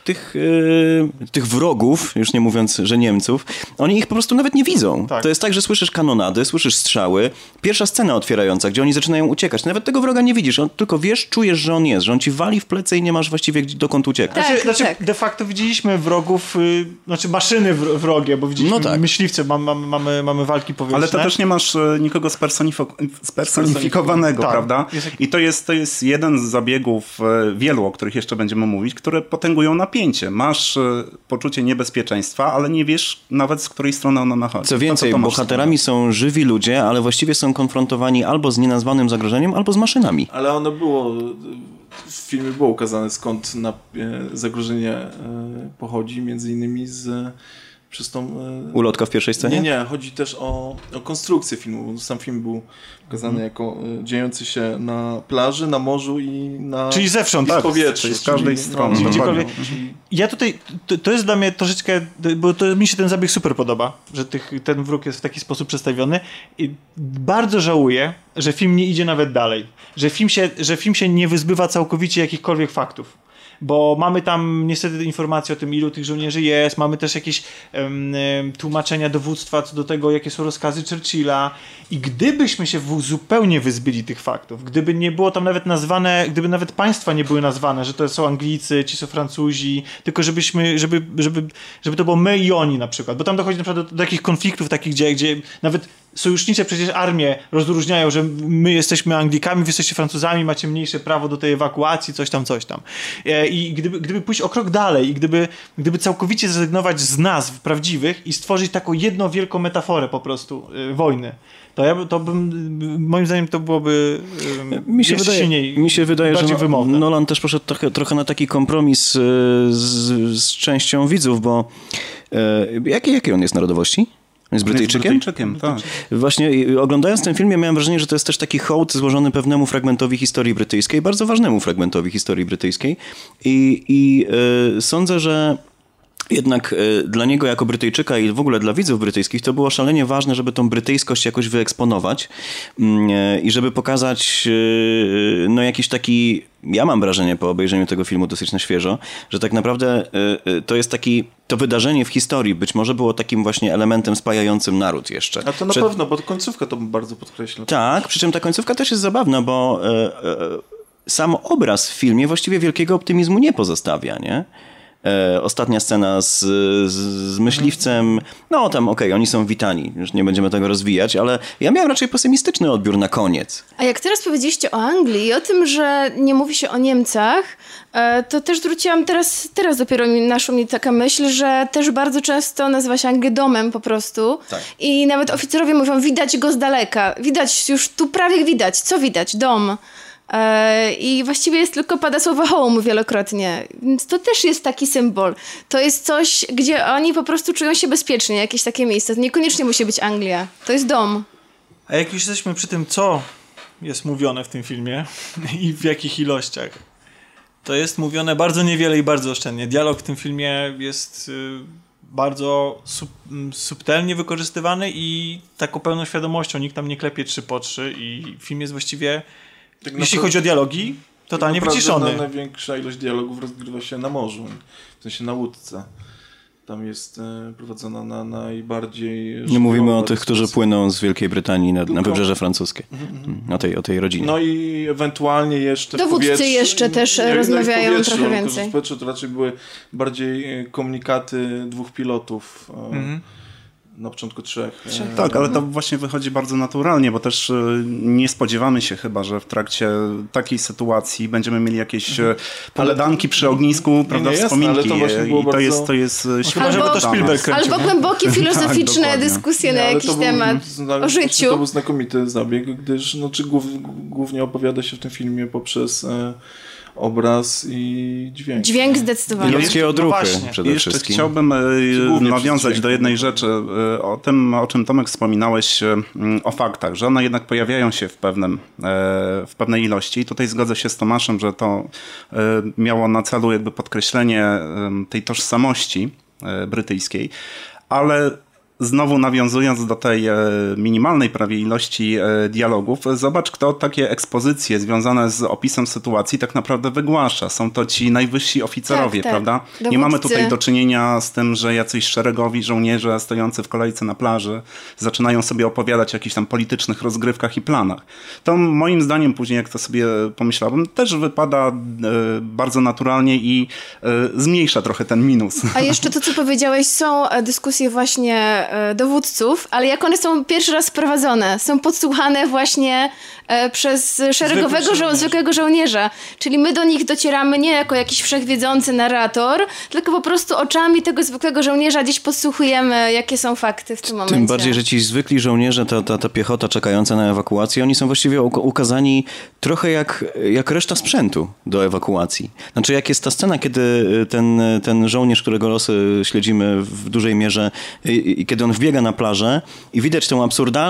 tych wrogów, już nie mówiąc, że Niemców, oni ich po prostu nawet nie widzą. Tak. To jest tak, że słyszysz kanonady, słyszysz strzały, pierwsza scena otwierająca, gdzie oni zaczynają uciekać. Nawet tego wroga nie widzisz, tylko wiesz, czujesz, że on jest, że on ci wali w plecy i nie masz właściwie dokąd uciekać. Tak, Znaczy, tak. de facto widzieliśmy wrogów, znaczy maszyny wrogie, bo widzieliśmy myśliwce, mamy walki powietrzne. Ale to też nie masz nikogo spersonifikowanego, Tak. prawda? I to jest jeden z zabiegów wielu, o których jeszcze będziemy mówić, które potęgują napięcie. Masz poczucie niebezpieczeństwa, ale nie wiesz nawet, z której strony ono nachodzi. Co więcej, to masz bohaterami są żywi ludzie, ale właściwie są konfrontowani albo z nienazwanym zagrożeniem, albo z maszynami. Ale ono było, w filmie było ukazane, skąd zagrożenie pochodzi, między innymi przez tą... Ulotka w pierwszej scenie? Nie, chodzi też o konstrukcję filmu. Sam film był pokazany jako dziejący się na plaży, na morzu i na... Czyli zewsząd. w powietrzu. Czyli z każdej strony. Gdziekolwiek. Ja tutaj, to jest dla mnie troszeczkę, bo to mi się ten zabieg super podoba, że ten wróg jest w taki sposób przedstawiony i bardzo żałuję, że film nie idzie nawet dalej. Że film się nie wyzbywa całkowicie jakichkolwiek faktów. Bo mamy tam niestety informacje o tym, ilu tych żołnierzy jest, mamy też jakieś tłumaczenia dowództwa co do tego, jakie są rozkazy Churchilla i gdybyśmy się zupełnie wyzbyli tych faktów, gdyby nie było tam nawet nazwane, gdyby nawet państwa nie były nazwane, że to są Anglicy, ci są Francuzi, tylko żeby to było my i oni na przykład, bo tam dochodzi na przykład do takich konfliktów takich, gdzie nawet sojusznicze przecież armie rozróżniają, że my jesteśmy Anglikami, wy jesteście Francuzami, macie mniejsze prawo do tej ewakuacji, coś tam. I gdyby pójść o krok dalej i gdyby całkowicie zrezygnować z nazw prawdziwych i stworzyć taką jedną wielką metaforę po prostu wojny, to moim zdaniem to byłoby mi się wydaje, bardziej że wymowne. Nolan też poszedł trochę na taki kompromis z częścią widzów, bo jakiej on jest narodowości? On jest Brytyjczykiem? Brytyjczykiem, tak. Właśnie oglądając ten film, ja miałem wrażenie, że to jest też taki hołd złożony pewnemu fragmentowi historii brytyjskiej, bardzo ważnemu fragmentowi historii brytyjskiej i sądzę, że jednak dla niego jako Brytyjczyka i w ogóle dla widzów brytyjskich to było szalenie ważne, żeby tą brytyjskość jakoś wyeksponować i żeby pokazać no jakiś taki, ja mam wrażenie po obejrzeniu tego filmu dosyć na świeżo, że tak naprawdę to jest to wydarzenie w historii być może było takim właśnie elementem spajającym naród jeszcze. A to na pewno, bo końcówka to bardzo podkreśla. Tak, przy czym ta końcówka też jest zabawna, bo sam obraz w filmie właściwie wielkiego optymizmu nie pozostawia, nie? Ostatnia scena z myśliwcem, no tam okej, oni są witani, już nie będziemy tego rozwijać, ale ja miałem raczej pesymistyczny odbiór na koniec. A jak teraz powiedzieliście o Anglii i o tym, że nie mówi się o Niemcach, to też zwróciłam teraz dopiero naszła mi taka myśl, że też bardzo często nazywa się Anglię domem po prostu. Tak. I nawet oficerowie mówią, widać go z daleka. Widać, już tu prawie widać. Co widać? Dom. I właściwie pada słowo home wielokrotnie, więc to też jest taki symbol. To jest coś, gdzie oni po prostu czują się bezpiecznie, jakieś takie miejsce. To niekoniecznie musi być Anglia, to jest dom. A jak już jesteśmy przy tym, co jest mówione w tym filmie i w jakich ilościach, to jest mówione bardzo niewiele i bardzo oszczędnie. Dialog w tym filmie jest bardzo subtelnie wykorzystywany i taką pełną świadomością. Nikt tam nie klepie 3x3 i film jest właściwie, jeśli chodzi o dialogi, totalnie wyciszony. Największa ilość dialogów rozgrywa się na morzu, w sensie na łódce. Tam jest prowadzona na najbardziej... Nie mówimy o tych, którzy płyną z Wielkiej Brytanii na wybrzeże francuskie. O tej rodzinie. No i ewentualnie jeszcze dowódcy jeszcze też rozmawiają trochę więcej. W powietrzu to raczej były bardziej komunikaty 2 pilotów. Na początku 3. Tak, ale to właśnie wychodzi bardzo naturalnie, bo też nie spodziewamy się chyba, że w trakcie takiej sytuacji będziemy mieli jakieś poledanki przy ognisku, prawda, wspominki. Ale to właśnie było to jest świetne. Żeby to Spielberg kręcił. Albo głębokie filozoficzne dyskusje na jakiś temat o życiu. To był znakomity zabieg, gdyż głównie opowiada się w tym filmie poprzez obraz i dźwięk. Dźwięk zdecydowanie. Ludzkie odruchy przede Jeszcze wszystkim. chciałbym nawiązać do jednej rzeczy, o tym, o czym Tomek wspominałeś, o faktach, że one jednak pojawiają się w pewnej ilości. I tutaj zgodzę się z Tomaszem, że to miało na celu jakby podkreślenie tej tożsamości brytyjskiej, ale znowu nawiązując do tej minimalnej prawie ilości dialogów, zobacz, kto takie ekspozycje związane z opisem sytuacji tak naprawdę wygłasza. Są to ci najwyżsi oficerowie, tak. prawda? Dowódcy. Nie mamy tutaj do czynienia z tym, że jacyś szeregowi żołnierze stojący w kolejce na plaży zaczynają sobie opowiadać o jakichś tam politycznych rozgrywkach i planach. To moim zdaniem później, jak to sobie pomyślałem, też wypada bardzo naturalnie i zmniejsza trochę ten minus. A jeszcze to, co powiedziałeś, są dyskusje właśnie dowódców, ale jak one są pierwszy raz wprowadzone, są podsłuchane właśnie przez szeregowego, zwykłego żołnierza. Czyli my do nich docieramy nie jako jakiś wszechwiedzący narrator, tylko po prostu oczami tego zwykłego żołnierza gdzieś podsłuchujemy, jakie są fakty w tym momencie. Tym bardziej, że ci zwykli żołnierze, ta piechota czekająca na ewakuację, oni są właściwie ukazani trochę jak reszta sprzętu do ewakuacji. Znaczy, jak jest ta scena, kiedy ten żołnierz, którego losy śledzimy w dużej mierze, i kiedy on wbiega na plażę i widać tą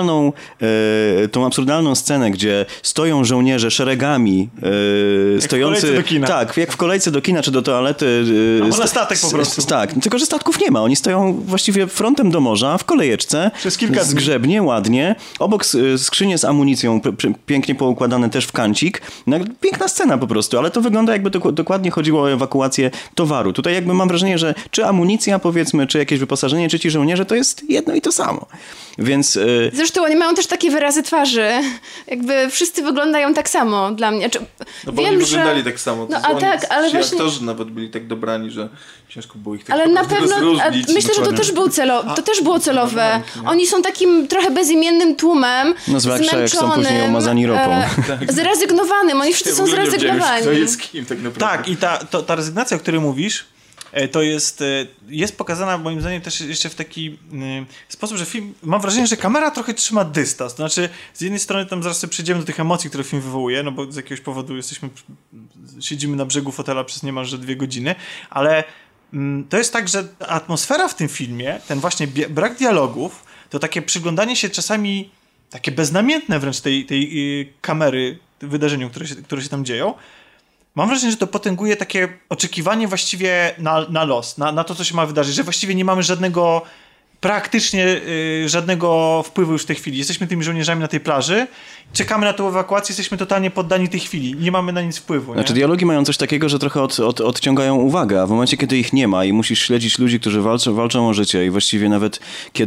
absurdalną scenę, gdzie stoją żołnierze szeregami stojący... w kolejce do kina. Tak, jak w kolejce do kina czy do toalety. Albo na statek po prostu. Tak, tylko że statków nie ma. Oni stoją właściwie frontem do morza, w kolejeczce. Przez kilka dni. Zgrzebnie, ładnie. Obok skrzynie z amunicją, pięknie poukładane też w kancik. No, piękna scena po prostu, ale to wygląda jakby dokładnie chodziło o ewakuację towaru. Tutaj jakby mam wrażenie, że czy amunicja, powiedzmy, czy jakieś wyposażenie, czy ci żołnierze, to jest jedno i to samo. Więc... Zresztą oni mają też takie wyrazy twarzy. Jakby wszyscy wyglądają tak samo dla mnie. No bo oni wyglądali tak samo. No, a tak, ale ci właśnie... aktorzy nawet byli tak dobrani, że ciężko było ich tak ale na pewno, myślę, że to też było celowe. Oni są takim trochę bezimiennym tłumem, no zwłaszcza jak są później omazani ropą. Zrezygnowanym. Oni wszyscy są zrezygnowani. To jest kim tak naprawdę. Tak, i ta rezygnacja, o której mówisz, to jest pokazana moim zdaniem też jeszcze w taki sposób, że film, mam wrażenie, że kamera trochę trzyma dystans. To znaczy, z jednej strony tam zaraz sobie przejdziemy do tych emocji, które film wywołuje, no bo z jakiegoś powodu siedzimy na brzegu fotela przez niemalże 2 godziny, ale to jest tak, że atmosfera w tym filmie, ten właśnie brak dialogów, to takie przyglądanie się czasami, takie beznamiętne wręcz tej kamery, wydarzeniom, które się tam dzieją. Mam wrażenie, że to potęguje takie oczekiwanie właściwie na los, na to, co się ma wydarzyć, że właściwie nie mamy praktycznie żadnego wpływu już w tej chwili. Jesteśmy tymi żołnierzami na tej plaży, czekamy na tę ewakuację, jesteśmy totalnie poddani tej chwili. Nie mamy na nic wpływu. Znaczy dialogi mają coś takiego, że trochę odciągają uwagę, a w momencie, kiedy ich nie ma i musisz śledzić ludzi, którzy walczą o życie i właściwie nawet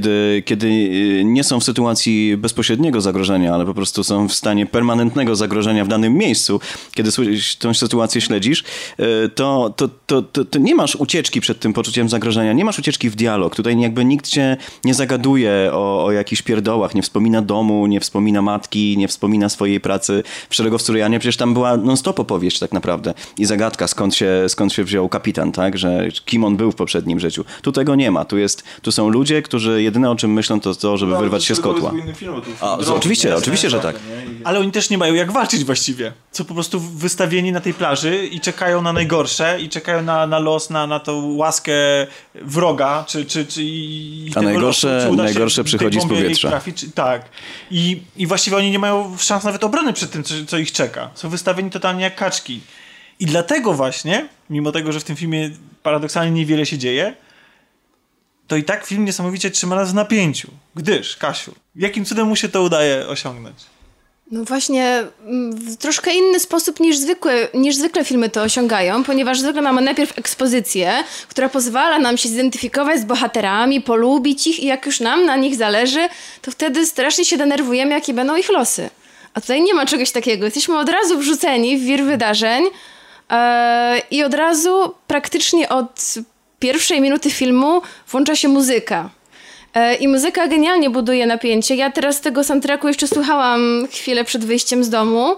kiedy nie są w sytuacji bezpośredniego zagrożenia, ale po prostu są w stanie permanentnego zagrożenia w danym miejscu, kiedy tę sytuację śledzisz, to nie masz ucieczki przed tym poczuciem zagrożenia, nie masz ucieczki w dialog. Tutaj jakby nikt cię nie zagaduje o jakichś pierdołach, nie wspomina domu, nie wspomina matki, nie wspomina swojej pracy w szeregowcu Ryanie. Przecież tam była non-stop opowieść tak naprawdę i zagadka, skąd się wziął kapitan, tak? Że kim on był w poprzednim życiu. Tu tego nie ma. Tu są ludzie, którzy jedyne o czym myślą to żeby wyrwać się z kotła. Oczywiście, że tak. Ale oni też nie mają jak walczyć właściwie. Są po prostu wystawieni na tej plaży i czekają na najgorsze i czekają na los, na tą łaskę wroga, a najgorsze przychodzi z powietrza. Trafić, tak. I właściwie oni nie mają szans nawet obrony przed tym, co ich czeka. Są wystawieni totalnie jak kaczki. I dlatego właśnie, mimo tego, że w tym filmie paradoksalnie niewiele się dzieje, to i tak film niesamowicie trzyma nas w napięciu. Gdyż, Kasiu, jakim cudem mu się to udaje osiągnąć? No właśnie, w troszkę inny sposób niż zwykle filmy to osiągają, ponieważ zwykle mamy najpierw ekspozycję, która pozwala nam się zidentyfikować z bohaterami, polubić ich i jak już nam na nich zależy, to wtedy strasznie się denerwujemy, jakie będą ich losy. A tutaj nie ma czegoś takiego. Jesteśmy od razu wrzuceni w wir wydarzeń i od razu praktycznie od pierwszej minuty filmu włącza się muzyka. I muzyka genialnie buduje napięcie. Ja teraz tego soundtracku jeszcze słuchałam chwilę przed wyjściem z domu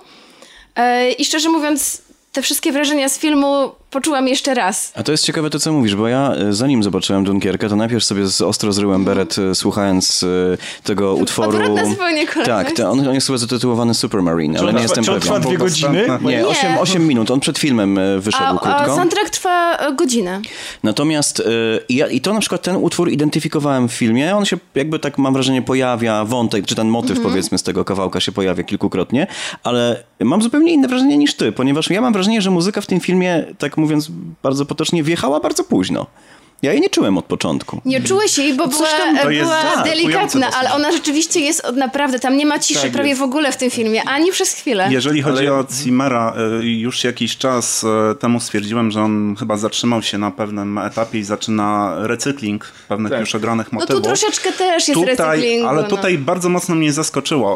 i szczerze mówiąc te wszystkie wrażenia z filmu poczułam jeszcze raz. A to jest ciekawe to, co mówisz, bo ja zanim zobaczyłem Dunkierkę, to najpierw sobie ostro zryłem beret, słuchając tego utworu. Odwrotna zupełnie kolejność. Tak, on jest chyba zatytułowany Supermarine, ale nie jestem pewien. Czy on trwa 2 godziny? Nie, 8 minut. On przed filmem wyszedł krótko. A soundtrack trwa godzinę. Natomiast i to na przykład ten utwór identyfikowałem w filmie. On się jakby tak, mam wrażenie, pojawia, wątek, czy ten motyw powiedzmy z tego kawałka się pojawia kilkukrotnie, ale mam zupełnie inne wrażenie niż ty, ponieważ ja mam wrażenie, że muzyka w tym filmie, tak mówiąc bardzo potocznie, wjechała bardzo późno. Ja jej nie czułem od początku. Nie czułeś jej, bo była delikatna, ale ona rzeczywiście jest naprawdę, tam nie ma ciszy Tak prawie jest. w ogóle w tym filmie, ani przez chwilę. Jeżeli chodzi o Zimmera, już jakiś czas temu stwierdziłem, że on chyba zatrzymał się na pewnym etapie i zaczyna recykling pewnych już ogranych No motywów. tu troszeczkę też jest recyklingu. Ale tutaj bardzo mocno mnie zaskoczyło.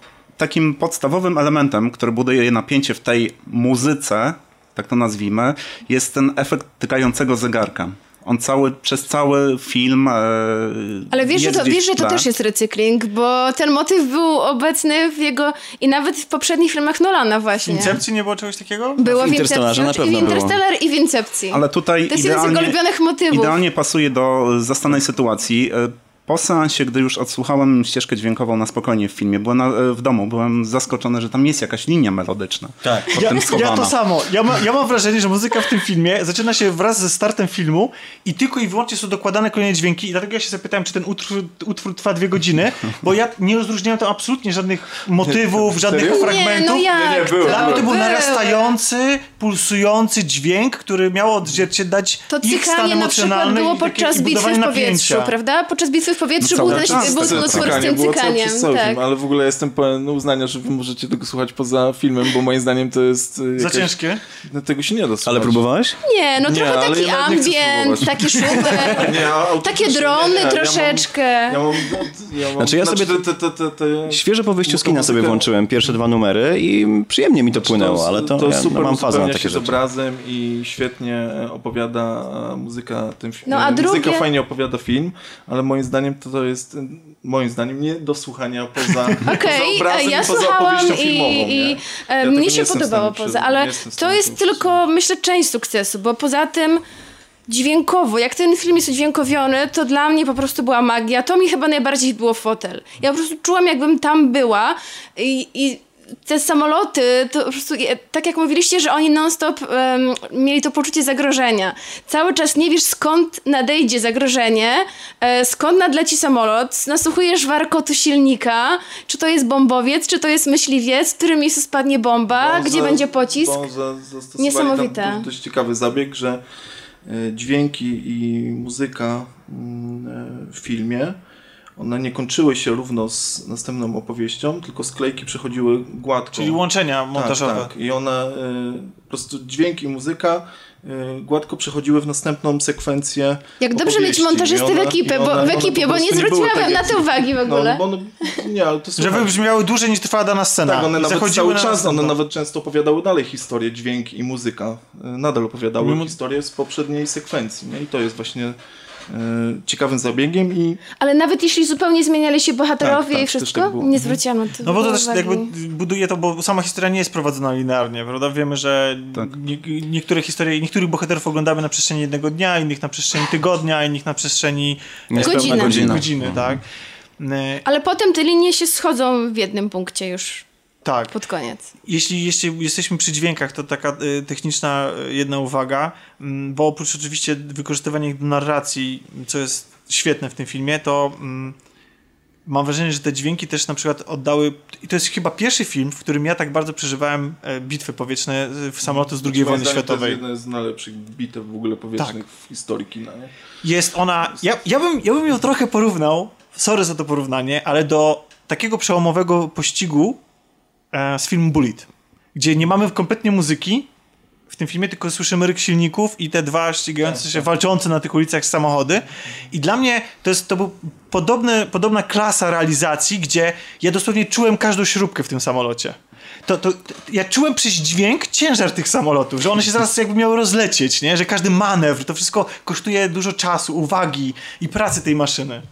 Takim podstawowym elementem, który buduje napięcie w tej muzyce, tak to nazwijmy, jest ten efekt tykającego zegarka. On przez cały film Ale wiesz, jest że to też jest recykling, bo ten motyw był obecny w jego i nawet w poprzednich filmach Nolana właśnie. W Incepcji nie było czegoś takiego? Było W w Interstellarze Incepcji, na pewno i w Interstellar i w Incepcji. Ale tutaj To jest jeden z jego ulubionych motywów. idealnie pasuje do zastanej sytuacji. Po seansie, gdy już odsłuchałem ścieżkę dźwiękową na spokojnie w filmie, byłem w domu, byłem zaskoczony, że tam jest jakaś linia melodyczna. Tak. Ja to samo. Ja mam wrażenie, że muzyka w tym filmie zaczyna się wraz ze startem filmu i tylko i wyłącznie są dokładane kolejne dźwięki i dlatego ja się zapytałem, czy ten utwór trwa 2 godziny, bo ja nie rozróżniałem tam absolutnie żadnych motywów, żadnych Serio? fragmentów. Nie, no jak było. Dla mnie to był Były. narastający, pulsujący dźwięk, który miał odzwierciedlać To ich stan cykanie na przykład emocjonalny było i takie- podczas i bitwy budowanie w powietrzu, napięcia. prawda? Podczas bitwy w powietrzu No był cały czas ten utwór z tym było cykaniem. przez cały Tak. film, ale w ogóle jestem pełen uznania, że wy możecie tego słuchać poza filmem, bo moim zdaniem to jest Za ciężkie? No, tego się nie da słuchać. Ale próbowałeś? Nie, no Nie, trochę ale taki ja nawet nie chcę ambient, spróbować. takie szumy, Nie, takie autentycznie drony nie, troszeczkę. Ja mam Znaczy ja sobie Świeżo po wyjściu z kina sobie włączyłem pierwsze 2 numery i przyjemnie mi to płynęło, ale to ja super mam fazę na uzupełnia takie się z rzeczy. obrazem i świetnie opowiada muzyka tym filmie. No, a Muzyka drugie- fajnie opowiada film, ale moim zdaniem to jest nie do słuchania poza Okej, obrazem ja i poza słuchałam opowieścią filmową. i nie? Ja tego mnie nie się jestem w podobało stanie poza, nie ale jestem w to stanie jest tylko, myślę, część sukcesu, bo poza tym dźwiękowo, jak ten film jest udźwiękowiony, to dla mnie po prostu była magia. To mi chyba najbardziej było fotel. Ja po prostu czułam, jakbym tam była i te samoloty, to po prostu, tak jak mówiliście, że oni non-stop mieli to poczucie zagrożenia. Cały czas nie wiesz, skąd nadejdzie zagrożenie, skąd nadleci samolot, nasłuchujesz warkotu silnika, czy to jest bombowiec, czy to jest myśliwiec, w którym miejscu spadnie bomba, gdzie będzie pocisk. Zastosowali Niesamowite. tam dość ciekawy zabieg, że dźwięki i muzyka w filmie, one nie kończyły się równo z następną opowieścią, tylko sklejki przechodziły gładko. Czyli łączenia montażowe. Tak. I one, po prostu dźwięk i muzyka gładko przechodziły w następną sekwencję Jak dobrze mieć opowieści. montażystę w ekipie, bo nie zwróciłam na to uwagi w ogóle. Nie, ale to Że wybrzmiały dłużej niż trwała dana scena. tak, one I nawet zachodziły cały na czas, następną. one nawet często opowiadały dalej historię, dźwięk i muzyka. Nadal opowiadały historię z poprzedniej sekwencji. Nie? I to jest właśnie ciekawym zabiegiem i Ale nawet jeśli zupełnie zmieniali się bohaterowie Tak, i też wszystko, tak było. nie zwróciłam na to No bo to też uwagi. jakby buduje to, bo sama historia nie jest prowadzona linearnie, prawda? Wiemy, że niektóre historie, niektórych bohaterów oglądamy na przestrzeni 1 dnia, innych na przestrzeni tygodnia, innych na przestrzeni godziny, tak? Ale potem te linie się schodzą w jednym punkcie już Tak. pod koniec. Jeśli jesteśmy przy dźwiękach, to taka techniczna jedna uwaga, bo oprócz oczywiście wykorzystywania ich do narracji, co jest świetne w tym filmie, to mam wrażenie, że te dźwięki też na przykład oddały... I to jest chyba pierwszy film, w którym ja tak bardzo przeżywałem bitwy powietrzne w samolotu z II wojny światowej. To jest jedna z najlepszych bitew w ogóle powietrznych w historii kina. Nie? Jest ona... Ja bym ją trochę porównał, sorry za to porównanie, ale do takiego przełomowego pościgu z filmu Bullitt, gdzie nie mamy kompletnie muzyki w tym filmie, tylko słyszymy ryk silników i te dwa ścigające się, walczące na tych ulicach samochody. I dla mnie to był podobna klasa realizacji, gdzie ja dosłownie czułem każdą śrubkę w tym samolocie. Ja czułem przez dźwięk ciężar tych samolotów, że one się zaraz jakby miały rozlecieć, nie? Że każdy manewr, to wszystko kosztuje dużo czasu, uwagi i pracy tej maszyny.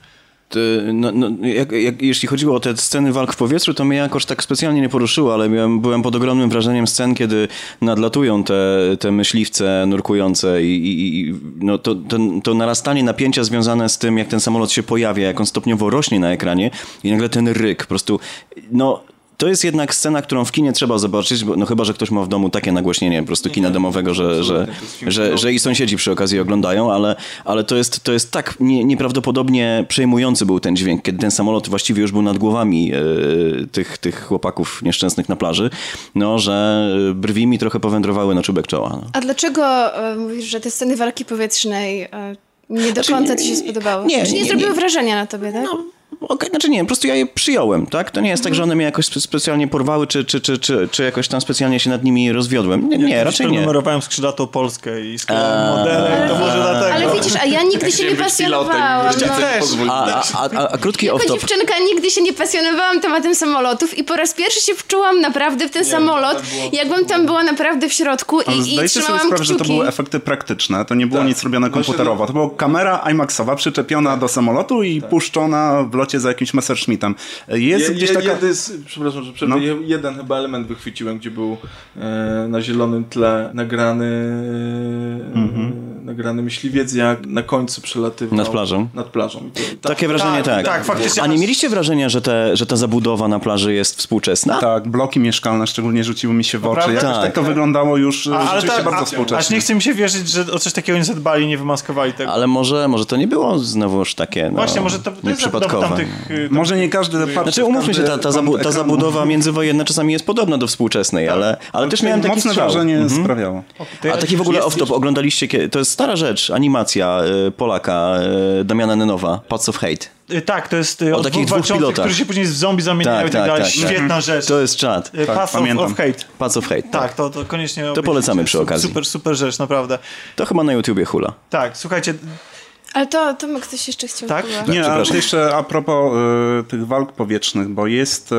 Jeśli chodziło o te sceny walk w powietrzu, to mnie jakoś tak specjalnie nie poruszyło, ale byłem pod ogromnym wrażeniem scen, kiedy nadlatują te myśliwce nurkujące i to narastanie napięcia związane z tym, jak ten samolot się pojawia, jak on stopniowo rośnie na ekranie i nagle ten ryk, po prostu, to jest jednak scena, którą w kinie trzeba zobaczyć, bo chyba, że ktoś ma w domu takie nagłośnienie po prostu kina domowego, że i sąsiedzi przy okazji oglądają, ale to jest tak nieprawdopodobnie przejmujący był ten dźwięk, kiedy ten samolot właściwie już był nad głowami tych chłopaków nieszczęsnych na plaży, że brwi mi trochę powędrowały na czubek czoła. A dlaczego mówisz, że te sceny walki powietrznej nie do końca ci się spodobały? Nie zrobiły wrażenia na tobie, tak? Nie, po prostu ja je przyjąłem, tak? To nie jest tak, że one mnie jakoś specjalnie porwały, czy jakoś tam specjalnie się nad nimi rozwiodłem. Nie, raczej nie. Numerowałem skrzydlatą Polskę i składałem modele, to może dlatego. Ale widzisz, a ja nigdy się nie pasjonowałam. A krótki jako off-top. dziewczynka nigdy się nie pasjonowałam tematem samolotów i po raz pierwszy się wczułam naprawdę w ten samolot, jakbym tam była naprawdę w środku i zdajcie trzymałam sobie sprawę, że to kciuki. były efekty praktyczne, to nie było nic robione komputerowo. To była kamera IMAX-owa przyczepiona do samolotu i puszczona w locie za jakimś Messerschmittem. Jest gdzieś taka... Przepraszam, że przerwę. Jeden chyba element wychwyciłem, gdzie był na zielonym tle nagrany myśliwiec, jak na końcu przelatywał nad plażą. Takie wrażenie, tak. Tak, faktycznie. A nie mieliście wrażenia, że ta zabudowa na plaży jest współczesna? Tak, bloki mieszkalne szczególnie rzuciły mi się w oczy. Jakoś tak to wyglądało już rzeczywiście bardzo współcześnie. Aż nie chce mi się wierzyć, że o coś takiego nie zadbali, nie wymaskowali tego. Ale może to nie było znowuż takie Właśnie, może to jest nieprzypadkowe. Może nie każdy patrzy. Znaczy umówmy się, ta zabudowa międzywojenna czasami jest podobna do współczesnej, ale też miałem taki mocne strzał. wrażenie sprawiało. A taki w ogóle off-top, oglądaliście, to jest stara rzecz, animacja Polaka, Damiana Nenowa, Paths of Hate. Tak, to jest o takich dwóch pilotach, którzy się później w zombie zamieniają i tak dalej. Świetna rzecz. To jest czad. Paths of Hate. Paths of Hate. Tak, to koniecznie... To polecamy przy okazji. Super rzecz, naprawdę. To chyba na YouTubie hula. Tak, słuchajcie... Ale Tomek ktoś jeszcze chciał powiedzieć. Nie, a jeszcze a propos tych walk powietrznych, bo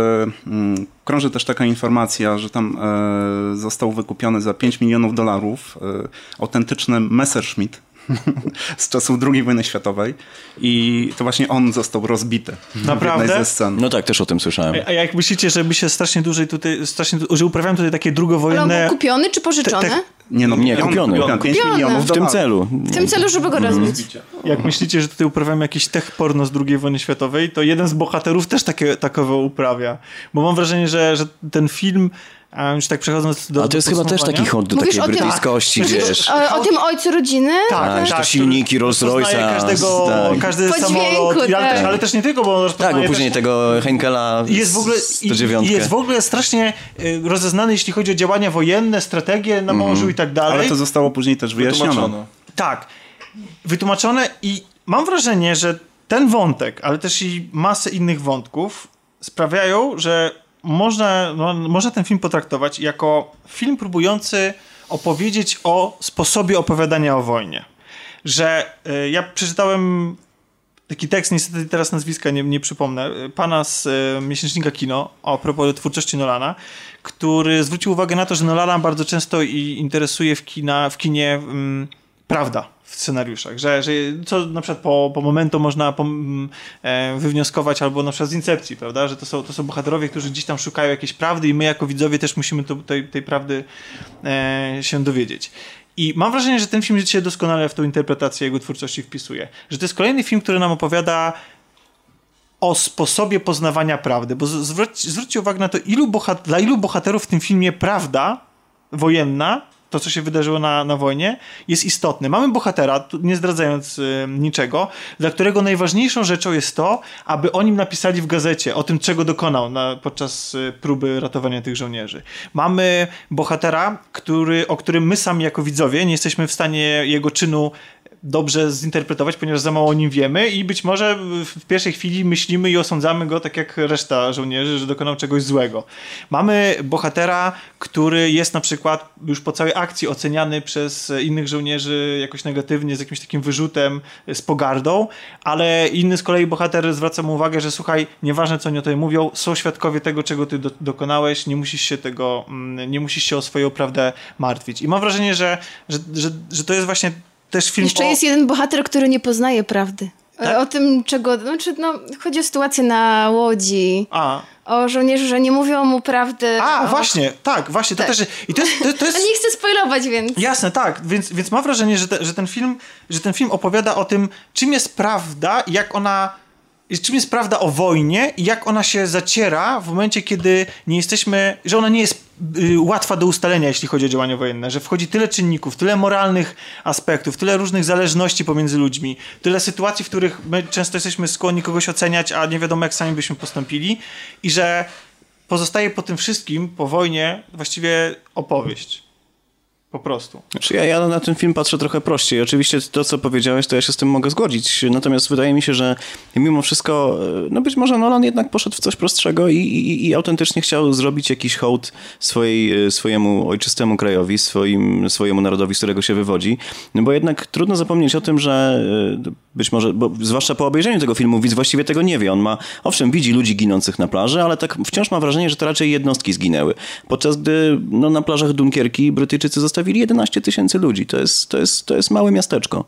krąży też taka informacja, że tam został wykupiony za $5 milionów autentyczny Messerschmitt z czasów II wojny światowej i to właśnie on został rozbity. Naprawdę? W jednej ze scen. No tak, też o tym słyszałem. A jak myślicie, że by się strasznie dłużej tutaj, że uprawiałem tutaj takie drugowojenne... Ale on był kupiony czy pożyczony? Nie, kupiony. 5 milionów w tym celu. W tym celu, żeby go rozbić. Jak myślicie, że tutaj uprawiam jakiś tech porno z II wojny światowej, to jeden z bohaterów też takowo uprawia. Bo mam wrażenie, że ten film... A już tak przechodząc do... Ale to jest chyba też taki hod do Mówisz takiej brytyjskości, wiesz. O tym ojcu rodziny? Tak, to silniki Rolls Royce'a. Każdy Po samolot, dźwięku, tak. ale też nie tylko, bo... Tak, bo później tego Henkela jest w ogóle strasznie rozeznany, jeśli chodzi o działania wojenne, strategie na morzu i tak dalej. Ale to zostało później też wyjaśnione. Tak, wytłumaczone i mam wrażenie, że ten wątek, ale też i masę innych wątków sprawiają, że można ten film potraktować jako film próbujący opowiedzieć o sposobie opowiadania o wojnie. Że ja przeczytałem taki tekst, niestety teraz nazwiska nie przypomnę, pana z miesięcznika Kino a propos twórczości Nolana, który zwrócił uwagę na to, że Nolana bardzo często interesuje w kinie prawda w scenariuszach, że co na przykład po momentu można wywnioskować, albo na przykład z Incepcji, prawda, że to są bohaterowie, którzy gdzieś tam szukają jakiejś prawdy i my jako widzowie też musimy tej prawdy się dowiedzieć. I mam wrażenie, że ten film się doskonale w tą interpretację jego twórczości wpisuje. Że to jest kolejny film, który nam opowiada o sposobie poznawania prawdy, bo zwróćcie uwagę na to, dla ilu bohaterów w tym filmie prawda wojenna to, co się wydarzyło na wojnie, jest istotne. Mamy bohatera, nie zdradzając niczego, dla którego najważniejszą rzeczą jest to, aby o nim napisali w gazecie, o tym, czego dokonał podczas próby ratowania tych żołnierzy. Mamy bohatera, o którym my sami jako widzowie nie jesteśmy w stanie jego czynu dobrze zinterpretować, ponieważ za mało o nim wiemy i być może w pierwszej chwili myślimy i osądzamy go tak jak reszta żołnierzy, że dokonał czegoś złego. Mamy bohatera, który jest na przykład już po całej akcji oceniany przez innych żołnierzy jakoś negatywnie, z jakimś takim wyrzutem, z pogardą, ale inny z kolei bohater zwraca mu uwagę, że słuchaj, nieważne co oni o tobie mówią, są świadkowie tego, czego ty dokonałeś, nie musisz się o swoją prawdę martwić. I mam wrażenie, że to jest właśnie też film Jeszcze jest jeden bohater, który nie poznaje prawdy. Tak? O tym, czego... chodzi o sytuację na Łodzi. O żołnierzu, że nie mówią mu prawdy. Właśnie. To też... I to jest... Nie chcę spoilować, więc... Jasne, tak. Więc mam wrażenie, że ten film opowiada o tym, czym jest prawda i czym jest prawda o wojnie i jak ona się zaciera w momencie, kiedy że ona nie jest łatwa do ustalenia, jeśli chodzi o działania wojenne, że wchodzi tyle czynników, tyle moralnych aspektów, tyle różnych zależności pomiędzy ludźmi, tyle sytuacji, w których my często jesteśmy skłonni kogoś oceniać, a nie wiadomo, jak sami byśmy postąpili i że pozostaje po tym wszystkim, po wojnie, właściwie opowieść. Po prostu. Znaczy ja na ten film patrzę trochę prościej. Oczywiście to, co powiedziałeś, to ja się z tym mogę zgodzić. Natomiast wydaje mi się, że mimo wszystko, być może Nolan jednak poszedł w coś prostszego i autentycznie chciał zrobić jakiś hołd swojemu ojczystemu krajowi, swojemu narodowi, z którego się wywodzi. No bo jednak trudno zapomnieć o tym, że być może, bo zwłaszcza po obejrzeniu tego filmu, widz właściwie tego nie wie. On owszem, widzi ludzi ginących na plaży, ale tak wciąż ma wrażenie, że to raczej jednostki zginęły. Podczas gdy na plażach Dunkierki Brytyjczycy zostawili 11 000 ludzi. To jest małe miasteczko.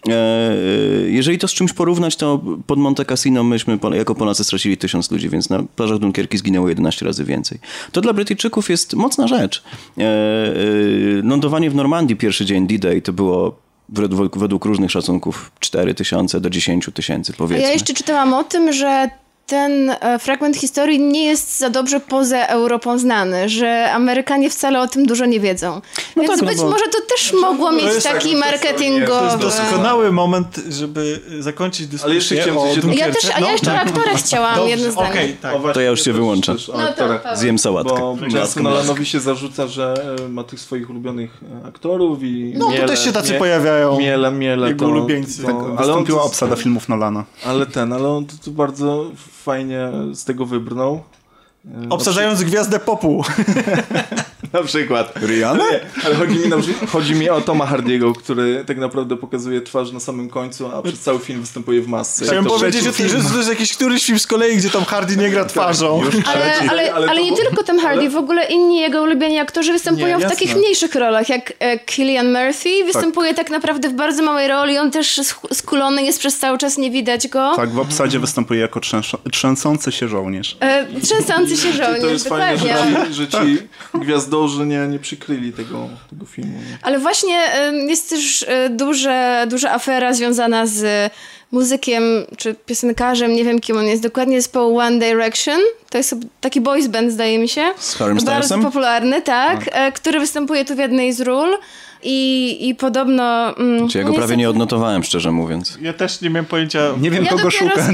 Jeżeli to z czymś porównać, to pod Monte Cassino myśmy jako Polacy stracili 1000 ludzi, więc na plażach Dunkierki zginęło 11 razy więcej. To dla Brytyjczyków jest mocna rzecz. Lądowanie w Normandii pierwszy dzień D-Day to było według różnych szacunków 4000 do 10 000, powiedzmy. Ja jeszcze czytałam o tym, że ten fragment historii nie jest za dobrze poza Europą znany, że Amerykanie wcale o tym dużo nie wiedzą. Więc być może to też mogło mieć taki marketingowy... To jest doskonały moment, żeby zakończyć dyskusję o Dunkerce. Ja jeszcze o aktorach chciałam jedno zdanie. Okay, tak. To ja już się wyłączę. Zjem sałatkę. Bo często Nolanowi się zarzuca, że ma tych swoich ulubionych aktorów i to też się tacy pojawiają. Miele jego ulubieńcy. Wystąpiła obsada filmów Nolana. Ale on to bardzo fajnie z tego wybrnął. Obsadzając gwiazdę popu. Na przykład. Rihanna? Ale chodzi mi o Toma Hardiego, który tak naprawdę pokazuje twarz na samym końcu, a przez cały film występuje w masce. Chciałem powiedzieć, że to jest jakiś któryś film z kolei, gdzie Tom Hardy nie gra twarzą. Ale nie tylko Tom Hardy, w ogóle inni jego ulubieni aktorzy występują w takich mniejszych rolach, jak Cillian Murphy występuje tak naprawdę w bardzo małej roli, on też skulony jest przez cały czas, nie widać go. Tak, w obsadzie występuje jako trzęsący się żołnierz. Trzęsący się żołnierz, to jest dokładnie. fajne, że ci gwiazdorzy nie przykryli tego filmu. Nie? Ale właśnie jest też duża afera związana z muzykiem czy piosenkarzem, nie wiem kim on jest dokładnie, zespołu One Direction. To jest taki boys band, zdaje mi się. Z Harrym bardzo Stylesem? popularny, tak. Który występuje tu w jednej z ról. I podobno... Ja go prawie nie odnotowałem, szczerze mówiąc. Ja też nie miałem pojęcia... Nie wiem, kogo szukać.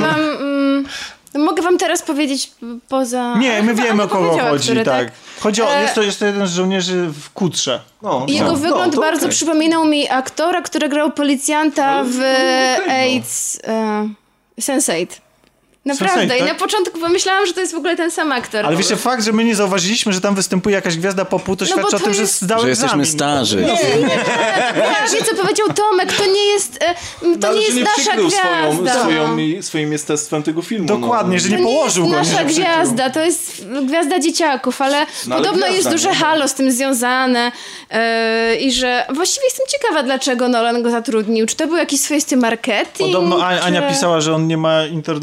Mogę wam teraz powiedzieć poza... Nie, my wiemy, o kogo chodzi. który, tak. Chodzi o... Jest to jeden z żołnierzy w kutrze. Jego wygląd bardzo przypominał mi aktora, który grał policjanta w Sense8. Naprawdę. Sense8, tak? I na początku pomyślałam, że to jest w ogóle ten sam aktor. Ale wiecie, fakt, że my nie zauważyliśmy, że tam występuje jakaś gwiazda popu, to świadczy o tym, że zdał Że egzamin. jesteśmy starzy. Wie, co powiedział Tomek, to nie jest nasza gwiazda. Swoim jestestwem tego filmu. Dokładnie, że nie położył go. Nasza gwiazda, to jest gwiazda dzieciaków, ale podobno jest duże halo z tym związane i że właściwie jestem ciekawa, dlaczego Nolan go zatrudnił. Czy to był jakiś swoisty marketing? Podobno Ania pisała, że on nie ma internetu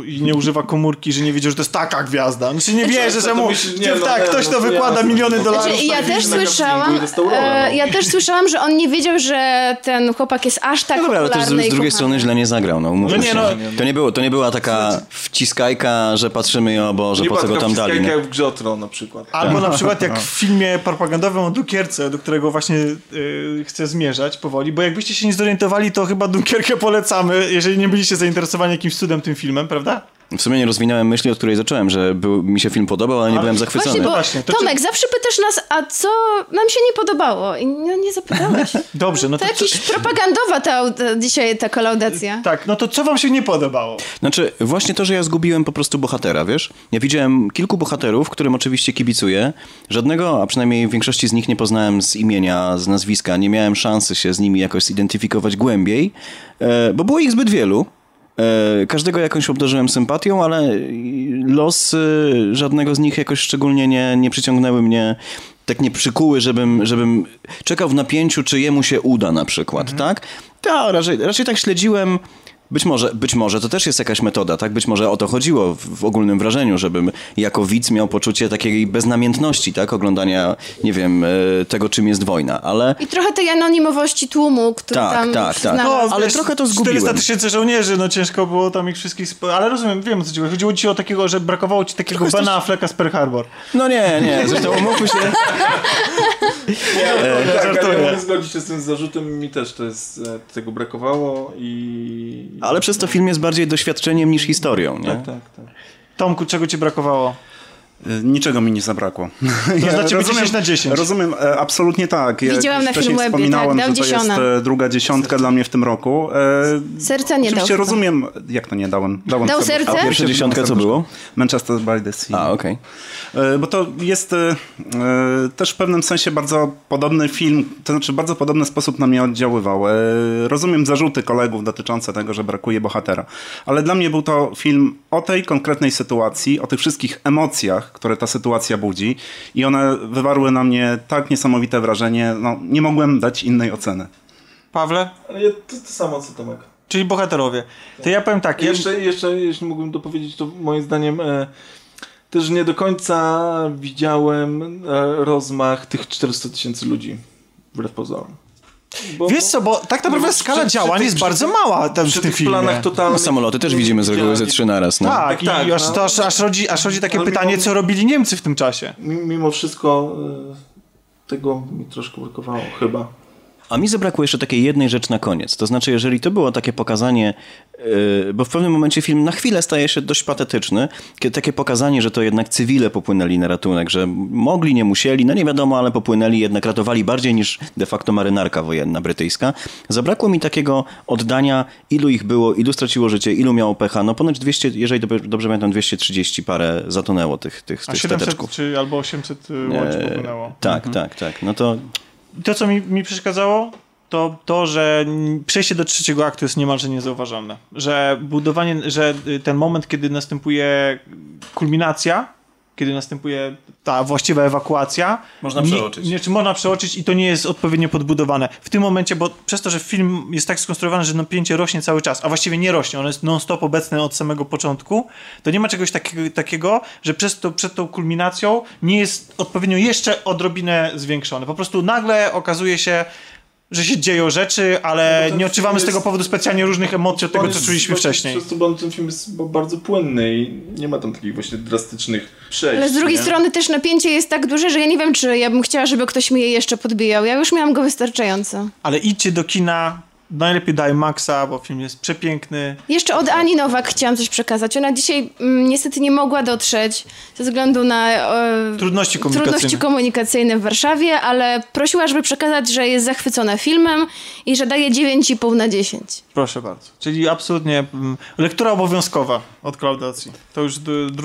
i nie używa komórki, że nie wiedział, że to jest taka gwiazda. Znaczy nie wierzę, że mu ktoś to no, wykłada miliony dolarów. Znaczy, ja też słyszałam, że on nie wiedział, że ten chłopak jest aż tak dobra, ale popularny. też z drugiej strony źle nie zagrał. No, umówmy się. To nie była taka wciskajka, że patrzymy, o Boże, po co go tam dali. Jak w Grze o Tron na przykład. Albo na przykład jak w filmie propagandowym o Dunkierce, do którego właśnie chcę zmierzać powoli, bo jakbyście się nie zorientowali, to chyba Dunkierkę polecamy, jeżeli nie byliście zainteresowani jakimś cudem tym filmem, prawda? W sumie nie rozwinąłem myśli, od której zacząłem, że mi się film podobał, ale nie byłem zachwycony. Właśnie, Tomek, zawsze pytasz nas, a co nam się nie podobało? I nie zapytałeś. Dobrze, no to jakiś propagandowa dzisiaj ta kolaudacja. Tak, no to co wam się nie podobało? Znaczy, właśnie to, że ja zgubiłem po prostu bohatera, wiesz? Ja widziałem kilku bohaterów, którym oczywiście kibicuję. Żadnego, a przynajmniej w większości z nich nie poznałem z imienia, z nazwiska. Nie miałem szansy się z nimi jakoś zidentyfikować głębiej, bo było ich zbyt wielu. Każdego jakąś obdarzyłem sympatią, ale losy żadnego z nich jakoś szczególnie nie przyciągnęły mnie, tak nie przykuły, żebym czekał w napięciu, czy jemu się uda na przykład, tak? Ja raczej tak śledziłem. Być może to też jest jakaś metoda, tak? Być może o to chodziło w ogólnym wrażeniu, żebym jako widz miał poczucie takiej beznamiętności, tak? Oglądania, nie wiem, tego, czym jest wojna, ale... I trochę tej anonimowości tłumu, który tam no, ale trochę to zgubiłem. 400 tysięcy żołnierzy, no ciężko było tam ich wszystkich... Ale rozumiem, wiem o co ci chodzi. Chodziło ci o takiego, że brakowało ci takiego Bena Afflecka z Pearl Harbor. No nie, zresztą umówmy się... Ja mogę zgodzić się z tym zarzutem, mi też tego brakowało i... Ale przez to film jest bardziej doświadczeniem niż historią, nie? Tak. Tomku, czego ci brakowało? Niczego mi nie zabrakło. To znaczy być 10 na 10. Rozumiem, absolutnie tak. Widziałam na Filmwebie, wspominałem, tak, dał że to 10. jest druga dziesiątka dla mnie w tym roku. Serca nie dał. Oczywiście rozumiem, jak to nie dałem. Dał serce? A pierwsza dziesiątka co było? Manchester by the Sea. A, okej. Bo to jest też w pewnym sensie bardzo podobny film, to znaczy bardzo podobny sposób na mnie oddziaływał. Rozumiem zarzuty kolegów dotyczące tego, że brakuje bohatera, ale dla mnie był to film o tej konkretnej sytuacji, o tych wszystkich emocjach, które ta sytuacja budzi i one wywarły na mnie tak niesamowite wrażenie, no nie mogłem dać innej oceny. Pawle? Ale to samo co Tomek. Czyli bohaterowie. To ja powiem tak. Jeszcze jeśli mógłbym dopowiedzieć, to moim zdaniem też nie do końca widziałem rozmach tych 400 tysięcy ludzi, wbrew pozorom. Wiesz co, bo tak naprawdę skala działań jest bardzo mała w tym filmie. No, samoloty też widzimy z reguły ze 3 naraz. No. Tak, i aż rodzi takie pytanie, co robili Niemcy w tym czasie. Mimo wszystko tego mi troszkę brakowało, chyba. A mi zabrakło jeszcze takiej jednej rzeczy na koniec. To znaczy, jeżeli to było takie pokazanie, bo w pewnym momencie film na chwilę staje się dość patetyczny, takie pokazanie, że to jednak cywile popłynęli na ratunek, że mogli, nie musieli, no nie wiadomo, ale popłynęli, jednak ratowali bardziej niż de facto marynarka wojenna brytyjska. Zabrakło mi takiego oddania, ilu ich było, ilu straciło życie, ilu miało pecha. No ponoć 200, jeżeli dobrze pamiętam, 230 parę zatonęło tych 700 stateczków. czy albo 800 łodzi popłynęło. Tak. No to... To, co mi przeszkadzało, to, że przejście do trzeciego aktu jest niemalże niezauważalne. Że ten moment, kiedy następuje kulminacja, kiedy następuje ta właściwa ewakuacja, można przeoczyć. Można przeoczyć i to nie jest odpowiednio podbudowane. W tym momencie, bo przez to, że film jest tak skonstruowany, że napięcie rośnie cały czas, a właściwie nie rośnie, ono jest non-stop obecne od samego początku, to nie ma czegoś takiego, że przed tą kulminacją nie jest odpowiednio jeszcze odrobinę zwiększone. Po prostu nagle okazuje się, że się dzieją rzeczy, ale nie odczuwamy z tego powodu specjalnie różnych emocji od tego, co czuliśmy wcześniej. Przez to, bo ten film jest bardzo płynny i nie ma tam takich właśnie drastycznych przejść. Ale z drugiej strony też napięcie jest tak duże, że ja nie wiem, czy ja bym chciała, żeby ktoś mi je jeszcze podbijał. Ja już miałam go wystarczająco. Ale idźcie do kina, najlepiej do IMAXa, bo film jest przepiękny. Jeszcze od Ani Nowak chciałam coś przekazać. Ona dzisiaj niestety nie mogła dotrzeć ze względu na trudności komunikacyjne w Warszawie, ale prosiła, żeby przekazać, że jest zachwycona filmem i że daje 9,5 na 10. Proszę bardzo. Czyli absolutnie lektura obowiązkowa od Klaudacji. To już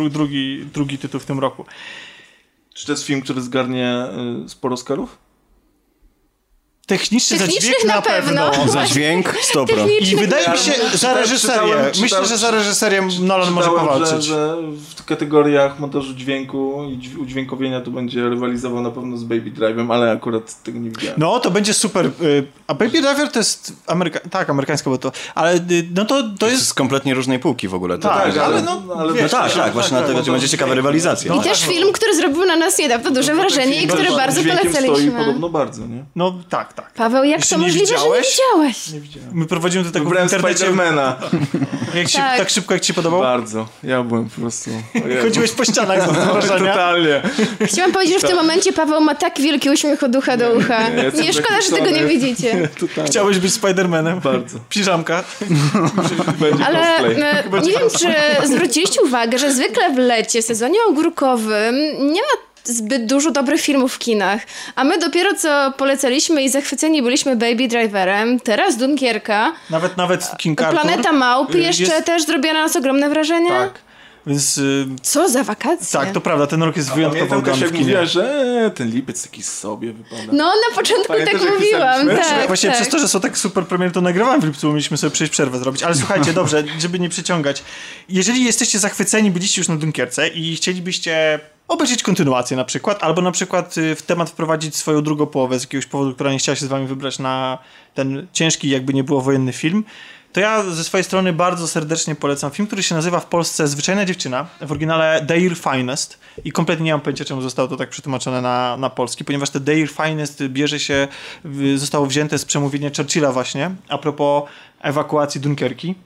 drugi tytuł w tym roku. Czy to jest film, który zgarnie sporo Oscarów? Technicznych za Technicznych dźwięk na pewno. Za dźwięk 100%. I wydaje mi się, za reżyserię. Myślę, że za reżyserię Nolan może powalczyć. Że w kategoriach montażu dźwięku i udźwiękowienia to będzie rywalizował na pewno z Baby Drive'em, ale akurat tego nie widziałem. No, to będzie super. A Baby Driver to jest amerykańska, bo to, ale no to jest... Z kompletnie różnej półki w ogóle. To Tak, wiesz, ale wiesz, tak, właśnie dlatego to będzie ciekawa rywalizacja. I też film, który zrobił na nas niedawno duże wrażenie i który bardzo polecaliśmy. Stoi podobno bardzo, nie? No, tak. Paweł, jak Jeśli to nie możliwe, że nie widziałeś? Nie widziałem. My prowadzimy do tego w Wybrałem internecie. Spidermana. Tak szybko, jak ci się podobał? Bardzo. Ja byłem po prostu... Chodziłeś po ścianach z wrażenia. Totalnie. Chciałam powiedzieć, że w tym momencie Paweł ma tak wielki uśmiech od ucha do ucha. Nie szkoda, że tego nie widzicie. Totalnie. Chciałeś być Spidermanem. Bardzo. Piżamka. Będzie Ale cosplay. nie wiem, czy zwróciliście uwagę, że zwykle w lecie, sezonie ogórkowym nie ma zbyt dużo dobrych filmów w kinach. A my dopiero co polecaliśmy i zachwyceni byliśmy Baby Driverem, teraz Dunkierka, Nawet King Arthur. Planeta Małp jeszcze też zrobiła na nas ogromne wrażenie. Tak. Więc Co za wakacje. tak, to prawda, ten rok jest wyjątkowo Pamiętam, udany Kasia w kinie. mówiła, że ten lipiec taki sobie wypada. No, na początku Pamiętasz, tak jak mówiłam. pisaliśmy? Tak, Właśnie tak. przez to, że są tak super premiery, to nagrywałem w lipcu, mieliśmy sobie przejść przerwę zrobić. Ale słuchajcie, dobrze, żeby nie przeciągać. Jeżeli jesteście zachwyceni, byliście już na Dunkierce i chcielibyście obejrzeć kontynuację na przykład, albo na przykład w temat wprowadzić swoją drugą połowę z jakiegoś powodu, która nie chciała się z wami wybrać na ten ciężki, jakby nie było, wojenny film, to ja ze swojej strony bardzo serdecznie polecam film, który się nazywa w Polsce Zwyczajna dziewczyna, w oryginale Their Finest i kompletnie nie mam pojęcia, czemu zostało to tak przetłumaczone na polski, ponieważ te Their Finest zostało wzięte z przemówienia Churchilla właśnie, a propos ewakuacji Dunkierki.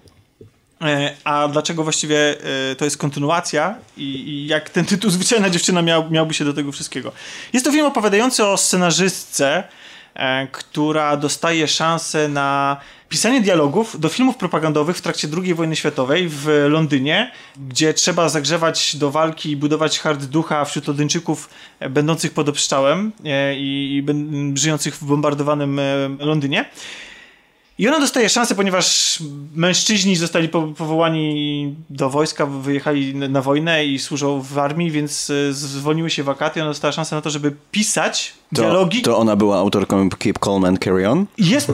A dlaczego właściwie to jest kontynuacja i jak ten tytuł Zwyczajna dziewczyna miałby się do tego wszystkiego? Jest to film opowiadający o scenarzystce, która dostaje szansę na pisanie dialogów do filmów propagandowych w trakcie II wojny światowej w Londynie, gdzie trzeba zagrzewać do walki i budować hard ducha wśród Londyńczyków będących pod obstrzałem i żyjących w bombardowanym Londynie. I ona dostaje szansę, ponieważ mężczyźni zostali powołani do wojska, wyjechali na wojnę i służą w armii, więc zwolniły się wakaty i ona dostała szansę na to, żeby pisać dialogi. To ona była autorką Keep Calm and Carry On?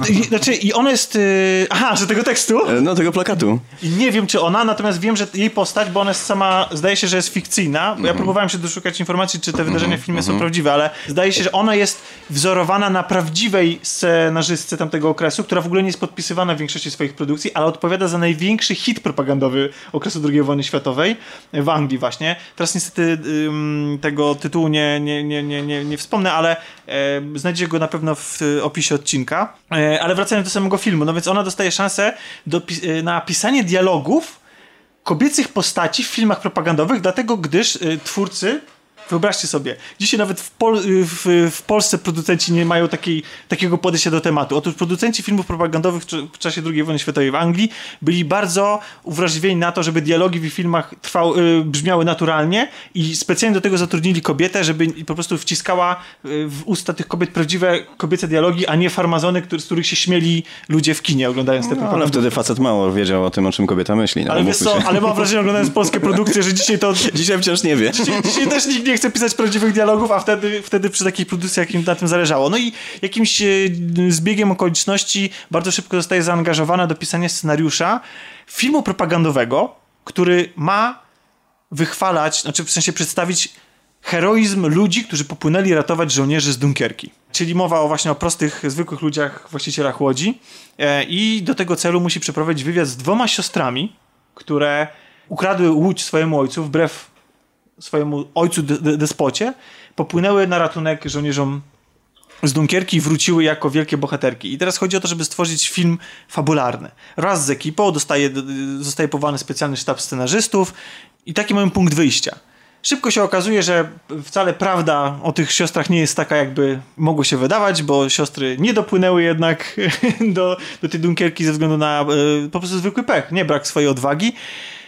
I ona jest... że tego tekstu? No, tego plakatu. I nie wiem, czy ona, natomiast wiem, że jej postać, bo ona jest sama, zdaje się, że jest fikcyjna. Ja próbowałem się doszukać informacji, czy te wydarzenia w filmie są prawdziwe, ale zdaje się, że ona jest wzorowana na prawdziwej scenarzystce tamtego okresu, która w ogóle nie jest podpisywana w większości swoich produkcji, ale odpowiada za największy hit propagandowy okresu II wojny światowej w Anglii właśnie. Teraz niestety tego tytułu nie wspomnę, ale znajdziecie go na pewno w opisie odcinka. Ale wracając do samego filmu, no więc ona dostaje szansę na pisanie dialogów kobiecych postaci w filmach propagandowych, dlatego gdyż twórcy, wyobraźcie sobie, dzisiaj nawet w Polsce producenci nie mają takiego podejścia do tematu. Otóż producenci filmów propagandowych w czasie II wojny światowej w Anglii byli bardzo uwrażliwieni na to, żeby dialogi w ich filmach brzmiały naturalnie i specjalnie do tego zatrudnili kobietę, żeby po prostu wciskała w usta tych kobiet prawdziwe kobiece dialogi, a nie farmazony, z których się śmieli ludzie w kinie oglądając te propagandy. Ale wtedy facet mało wiedział o tym, o czym kobieta myśli. No, ale wiesz co, ale mam wrażenie, oglądając polskie produkcje, że Dzisiaj wciąż nie wie. Dzisiaj też nikt nie chce pisać prawdziwych dialogów, a wtedy przy takich produkcjach im na tym zależało. No i jakimś zbiegiem okoliczności bardzo szybko zostaje zaangażowana do pisania scenariusza filmu propagandowego, który ma wychwalać, znaczy w sensie przedstawić heroizm ludzi, którzy popłynęli ratować żołnierzy z Dunkierki. Czyli mowa właśnie o prostych, zwykłych ludziach, właścicielach łodzi. I do tego celu musi przeprowadzić wywiad z 2 siostrami, które ukradły łódź swojemu ojcu wbrew swojemu ojcu despocie, popłynęły na ratunek żołnierzom z Dunkierki i wróciły jako wielkie bohaterki. I teraz chodzi o to, żeby stworzyć film fabularny. Wraz z ekipą zostaje powołany specjalny sztab scenarzystów i taki mamy punkt wyjścia. Szybko się okazuje, że wcale prawda o tych siostrach nie jest taka, jakby mogło się wydawać, bo siostry nie dopłynęły jednak do tej Dunkierki ze względu na po prostu zwykły pech, nie brak swojej odwagi.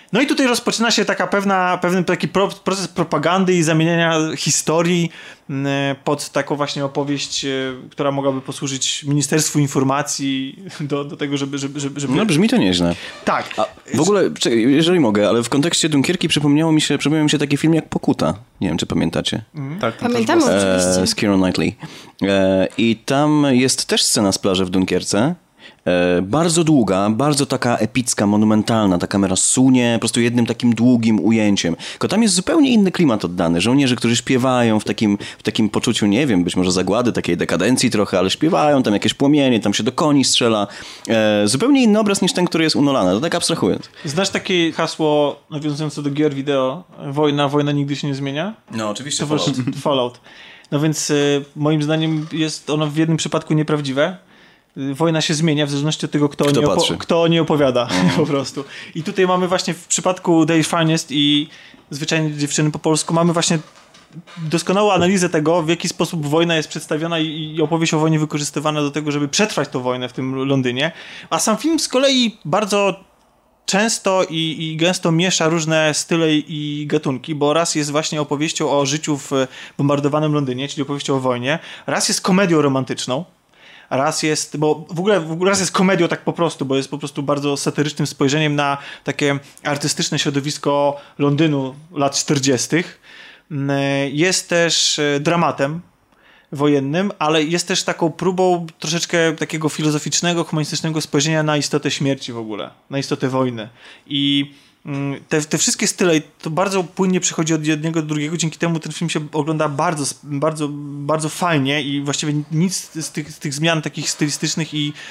No i tutaj rozpoczyna się pewien taki proces propagandy i zamieniania historii pod taką właśnie opowieść, która mogłaby posłużyć Ministerstwu Informacji do tego, żeby... No brzmi to nieźle. Tak. A w ogóle, jeżeli mogę, ale w kontekście Dunkierki przypomniał mi się taki film jak Pokuta. Nie wiem, czy pamiętacie. Tak, Pamiętamy oczywiście. Z Keirą Knightley. I tam jest też scena z plaży w Dunkierce. Bardzo długa, bardzo taka epicka, monumentalna. Ta kamera sunie po prostu jednym takim długim ujęciem. Tylko tam jest zupełnie inny klimat oddany. Żołnierze, którzy śpiewają w takim poczuciu, nie wiem, być może zagłady, takiej dekadencji trochę, ale śpiewają, tam jakieś płomienie, tam się do koni strzela. Zupełnie inny obraz niż ten, który jest u Nolana. To tak abstrahując. Znasz takie hasło nawiązujące do gier wideo? Wojna nigdy się nie zmienia? No, oczywiście. Fallout. No więc moim zdaniem jest ono w jednym przypadku nieprawdziwe. Wojna się zmienia w zależności od tego, kto o niej opowiada po prostu. I tutaj mamy właśnie w przypadku Their Finest i Zwyczajne dziewczyny po polsku mamy właśnie doskonałą analizę tego, w jaki sposób wojna jest przedstawiona i opowieść o wojnie wykorzystywana do tego, żeby przetrwać tę wojnę w tym Londynie. A sam film z kolei bardzo często i gęsto miesza różne style i gatunki, bo raz jest właśnie opowieścią o życiu w bombardowanym Londynie, czyli opowieścią o wojnie, raz jest komedią romantyczną, raz jest, bo w ogóle raz jest komedią tak po prostu, bo jest po prostu bardzo satyrycznym spojrzeniem na takie artystyczne środowisko Londynu lat 40. Jest też dramatem wojennym, ale jest też taką próbą troszeczkę takiego filozoficznego, humanistycznego spojrzenia na istotę śmierci w ogóle, na istotę wojny. I te wszystkie style to bardzo płynnie przechodzi od jednego do drugiego, dzięki temu ten film się ogląda bardzo, bardzo, bardzo fajnie i właściwie nic z tych zmian takich stylistycznych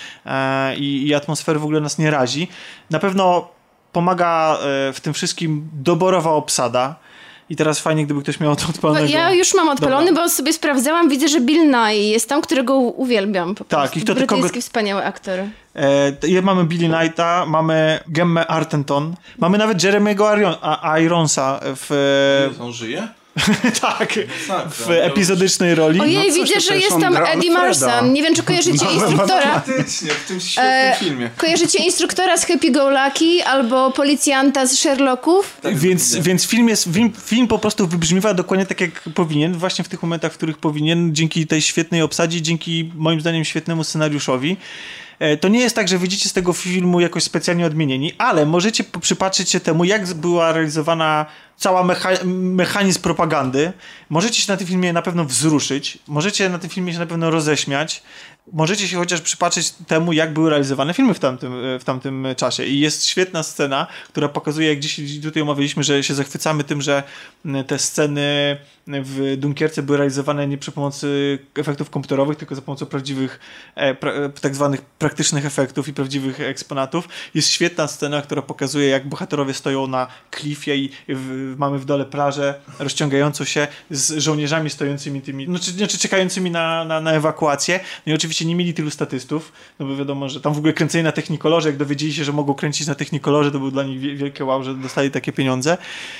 i atmosfery w ogóle nas nie razi. Na pewno pomaga w tym wszystkim doborowa obsada. I teraz fajnie, gdyby ktoś miał to odpalonego. Ja już mam odpalony, bo sobie sprawdzałam, widzę, że Bill Nye jest tam, którego uwielbiam. Tak, i kto tylko... Brytyjski wspaniały aktor. Mamy Billy Knighta, mamy Gemmę Arterton, mamy nawet Jeremy'ego Ironsa w... On żyje? Tak, w epizodycznej roli. Ojej, widzę, że jest tam Eddie Marsan. Nie wiem, czy kojarzycie instruktora. Faktycznie, w tym świetnym filmie. Kojarzycie instruktora z Happy Go Lucky albo policjanta z Sherlocków? Tak, więc film po prostu wybrzmiewa dokładnie tak, jak powinien, właśnie w tych momentach, w których powinien, dzięki tej świetnej obsadzie, dzięki moim zdaniem świetnemu scenariuszowi. To nie jest tak, że wyjdziecie z tego filmu jakoś specjalnie odmienieni, ale możecie przypatrzyć się temu, jak była realizowana cała mechanizm propagandy. Możecie się na tym filmie na pewno wzruszyć, możecie na tym filmie się na pewno roześmiać, możecie się chociaż przypatrzyć temu, jak były realizowane filmy w tamtym czasie. I jest świetna scena, która pokazuje, jak dzisiaj tutaj omawialiśmy, że się zachwycamy tym, że te sceny w Dunkierce były realizowane nie przy pomocy efektów komputerowych, tylko za pomocą prawdziwych, tak zwanych praktycznych efektów i prawdziwych eksponatów. Jest świetna scena, która pokazuje, jak bohaterowie stoją na klifie i mamy w dole plażę rozciągającą się z żołnierzami stojącymi tymi, znaczy czekającymi na ewakuację. No i oczywiście nie mieli tylu statystów, no bo wiadomo, że tam w ogóle kręcili na Technicolorze, jak dowiedzieli się, że mogą kręcić na Technicolorze, to był dla nich wielkie wow, że dostali takie pieniądze.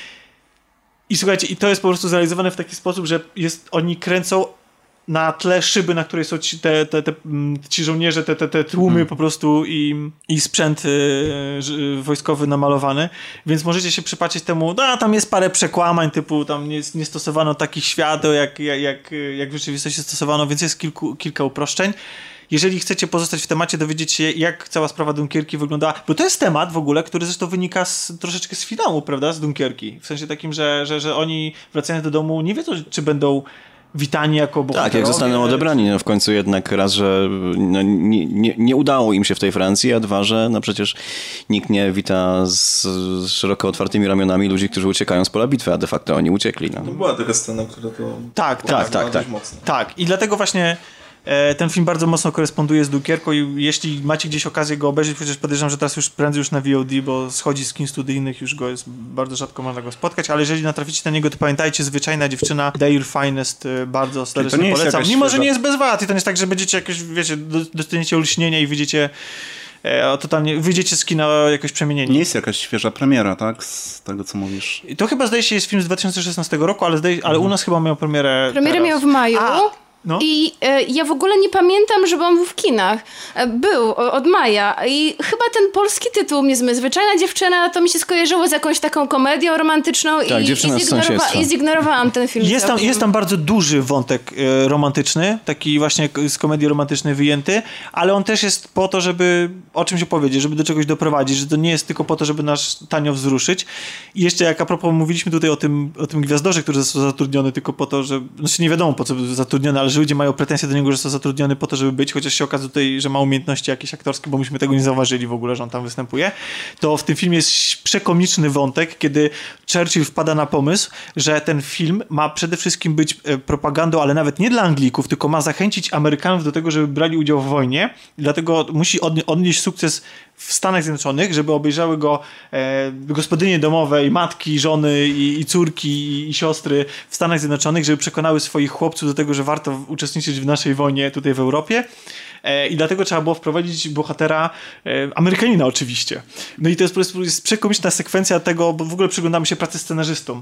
I słuchajcie, i to jest po prostu zrealizowane w taki sposób, że oni kręcą na tle szyby, na której są ci żołnierze, te tłumy po prostu i sprzęt wojskowy namalowany, więc możecie się przypatrzeć temu, tam jest parę przekłamań, typu tam nie stosowano takich świateł, jak w rzeczywistości stosowano, więc jest kilka uproszczeń. Jeżeli chcecie pozostać w temacie, dowiedzieć się, jak cała sprawa Dunkierki wyglądała, bo to jest temat w ogóle, który zresztą wynika troszeczkę z finału, prawda, z Dunkierki. W sensie takim, że oni wracając do domu nie wiedzą, czy będą witani jako bohaterowie. Tak, jak zostaną odebrani, w końcu jednak raz, że nie udało im się w tej Francji, a dwa, że przecież nikt nie wita z szeroko otwartymi ramionami ludzi, którzy uciekają z pola bitwy, a de facto oni uciekli. To była taka scena, która to... Tak. Tak, i dlatego właśnie ten film bardzo mocno koresponduje z Dunkierką i jeśli macie gdzieś okazję go obejrzeć, przecież podejrzewam, że teraz już prędzej już na VOD, bo schodzi z kin studyjnych, już go jest bardzo rzadko można go spotkać, ale jeżeli natraficie na niego, to pamiętajcie, Zwyczajna dziewczyna, Their Finest, bardzo serdecznie polecam. Mimo, że nie jest bez wad i to nie jest tak, że będziecie jakoś, wiecie, dostaniecie olśnienia i wyjdziecie totalnie, wyjdziecie z kina jakoś przemienieni. Nie jest jakaś świeża premiera, tak? Z tego, co mówisz. To chyba zdaje się jest film z 2016 roku, ale u nas chyba miał premierę Premierę miał w maju. No. I ja w ogóle nie pamiętam, żeby on był w kinach. Był od maja i chyba ten polski tytuł mnie zmysł. Zwyczajna dziewczyna, to mi się skojarzyło z jakąś taką komedią romantyczną Tak, dziewczyna z sąsiedztwa. i zignorowałam ten film. Jest tam bardzo duży wątek romantyczny, taki właśnie z komedii romantycznej wyjęty, ale on też jest po to, żeby o czymś opowiedzieć, żeby do czegoś doprowadzić, że to nie jest tylko po to, żeby nas tanio wzruszyć. I jeszcze jak a propos mówiliśmy tutaj o tym gwiazdorze, który został zatrudniony tylko po to, że znaczy nie wiadomo po co był zatrudniony, ale że ludzie mają pretensje do niego, że został zatrudniony po to, żeby być, chociaż się okazuje tutaj, że ma umiejętności jakieś aktorskie, bo myśmy tego nie zauważyli w ogóle, że on tam występuje, to w tym filmie jest przekomiczny wątek, kiedy Churchill wpada na pomysł, że ten film ma przede wszystkim być propagandą, ale nawet nie dla Anglików, tylko ma zachęcić Amerykanów do tego, żeby brali udział w wojnie. Dlatego musi odnieść sukces w Stanach Zjednoczonych, żeby obejrzały go gospodynie domowe i matki, żony i córki i siostry w Stanach Zjednoczonych, żeby przekonały swoich chłopców do tego, że warto uczestniczyć w naszej wojnie tutaj w Europie. I dlatego trzeba było wprowadzić bohatera Amerykanina oczywiście. No i to jest po prostu przekomiczna sekwencja tego, bo w ogóle przyglądamy się pracy scenarzystom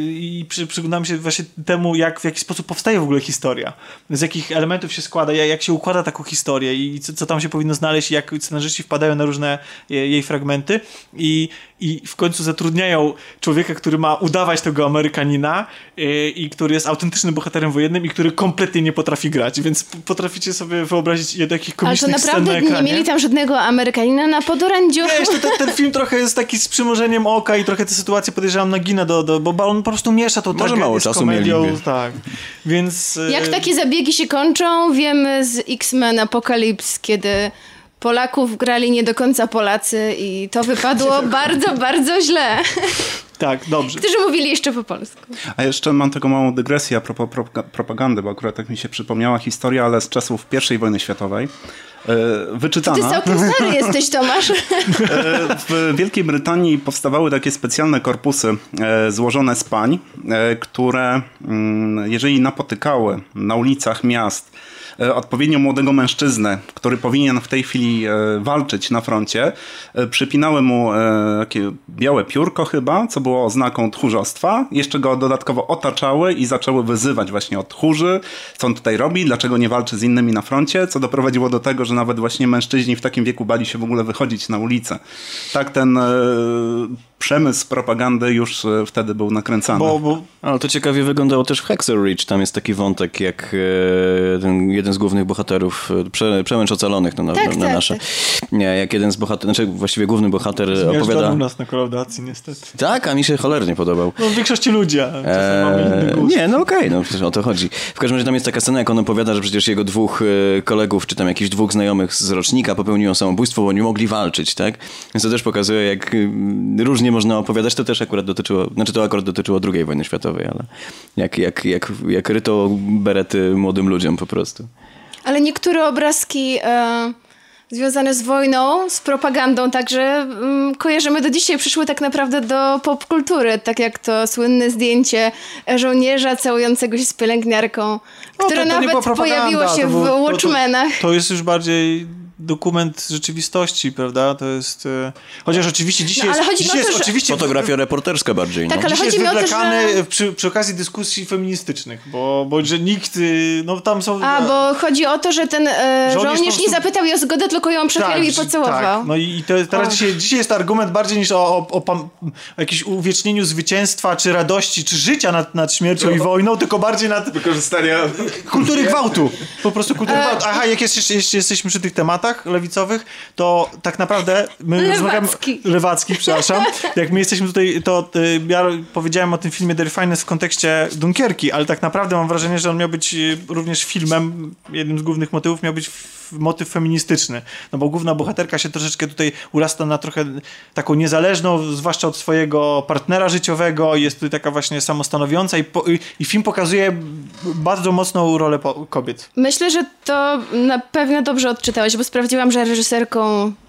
i przyglądamy się właśnie temu, w jaki sposób powstaje w ogóle historia, z jakich elementów się składa, jak się układa taką historię i co tam się powinno znaleźć i jak scenarzyści wpadają na różne jej fragmenty i w końcu zatrudniają człowieka, który ma udawać tego Amerykanina i który jest autentycznym bohaterem wojennym i który kompletnie nie potrafi grać, więc potraficie sobie wyobrazić jakich komicznych scen na ekranie. Ale to naprawdę nie mieli tam żadnego Amerykanina na podorędziu? Nie, jeszcze ten film trochę jest taki z przymrużeniem oka i trochę tę sytuację podejrzewam nagina, bo on po prostu miesza tą tragedię z komedią. Mieli, tak. Więc, jak takie zabiegi się kończą, wiemy z X-Men Apokalips, kiedy Polaków grali nie do końca Polacy i to wypadło bardzo, bardzo źle. Tak, dobrze. Którzy mówili jeszcze po polsku. A jeszcze mam taką małą dygresję a propos propagandy, bo akurat tak mi się przypomniała historia, ale z czasów I wojny światowej. Wyczytana. Ty całkiem stary jesteś, Tomasz. W Wielkiej Brytanii powstawały takie specjalne korpusy złożone z pań, które jeżeli napotykały na ulicach miast odpowiednio młodego mężczyznę, który powinien w tej chwili walczyć na froncie, przypinały mu takie białe piórko chyba, co było oznaką tchórzostwa. Jeszcze go dodatkowo otaczały i zaczęły wyzywać właśnie od tchórzy, co on tutaj robi, dlaczego nie walczy z innymi na froncie, co doprowadziło do tego, że nawet właśnie mężczyźni w takim wieku bali się w ogóle wychodzić na ulicę. Tak ten przemysł propagandy już wtedy był nakręcany. Ale to ciekawie wyglądało też w Hacksaw Ridge. Tam jest taki wątek, jak jeden z głównych bohaterów, Przemęcz Ocalonych na nasze. Nie, jak jeden z bohaterów, znaczy właściwie główny bohater opowiada... u nas na kolaudacji niestety. Tak, a mi się cholernie podobał. No w większości ludzie. Nie, no okej, no przecież o to chodzi. W każdym razie tam jest taka scena, jak on opowiada, że przecież jego dwóch kolegów, czy tam jakichś dwóch znajomych z rocznika popełniło samobójstwo, bo nie mogli walczyć, tak? Więc to też pokazuje, jak różnie można opowiadać. To też akurat dotyczyło II wojny światowej, ale jak ryto berety młodym ludziom po prostu. Ale niektóre obrazki związane z wojną, z propagandą także kojarzymy do dzisiaj, przyszły tak naprawdę do popkultury, tak jak to słynne zdjęcie żołnierza całującego się z pielęgniarką, które nawet pojawiło się w Watchmenach. To jest już bardziej dokument rzeczywistości, prawda? To jest... Chociaż oczywiście dzisiaj jest oczywiście fotografia reporterska bardziej. Tak, no. ale chodzi mi o to, że... przy okazji dyskusji feministycznych, bo że nikt... No tam są... bo chodzi o to, że ten żołnierz nie zapytał jej o zgodę, tylko ją przechylił i pocałował. Tak. No i teraz dzisiaj jest argument bardziej niż o jakimś uwiecznieniu zwycięstwa, czy radości, czy życia nad śmiercią i wojną, tylko bardziej nad... Wykorzystania... Kultury gwałtu. Po prostu kultury gwałtu. Aha, jak jesteśmy przy tych tematach lewicowych, to tak naprawdę my Lewacki, przepraszam. Jak my jesteśmy tutaj, to ja powiedziałem o tym filmie The Refiners w kontekście Dunkierki, ale tak naprawdę mam wrażenie, że on miał być również filmem, jednym z głównych motywów miał być motyw feministyczny. No bo główna bohaterka się troszeczkę tutaj urasta na trochę taką niezależną, zwłaszcza od swojego partnera życiowego, jest tutaj taka właśnie samostanowiąca i film pokazuje bardzo mocną rolę kobiet. Myślę, że to na pewno dobrze odczytałeś, bo sprawdziłam, że reżyserką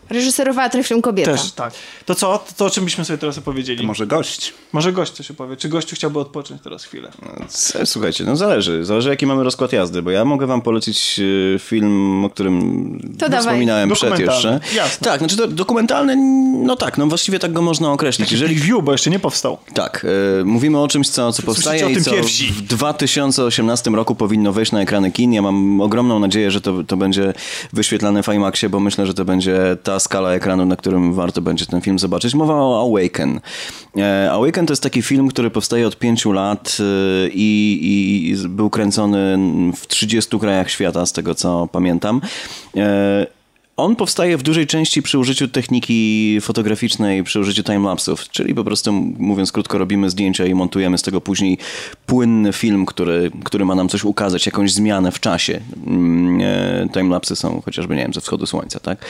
Reżyserowała ten film kobieta. Też, tak. To co? To o czym byśmy sobie teraz opowiedzieli? To może gość. Może gość coś opowie. Czy gościu chciałby odpocząć teraz chwilę? Słuchajcie, no zależy jaki mamy rozkład jazdy, bo ja mogę wam polecić film, o którym wspominałem przed jeszcze. Jasne. Tak, znaczy dokumentalny, no tak, no właściwie tak go można określić. Jeżeli View, bo jeszcze nie powstał. Tak, mówimy o czymś, co powstaje i co w 2018 roku powinno wejść na ekrany kin. Ja mam ogromną nadzieję, że to będzie wyświetlane w IMAXie, bo myślę, że to będzie ta skala ekranu, na którym warto będzie ten film zobaczyć. Mowa o Awaken. Awaken to jest taki film, który powstaje od 5 lat i był kręcony w 30 krajach świata, z tego co pamiętam. On powstaje w dużej części przy użyciu techniki fotograficznej, przy użyciu timelapsów, czyli po prostu, mówiąc krótko, robimy zdjęcia i montujemy z tego później płynny film, który ma nam coś ukazać, jakąś zmianę w czasie. Timelapsy są chociażby, nie wiem, ze wschodu słońca, tak?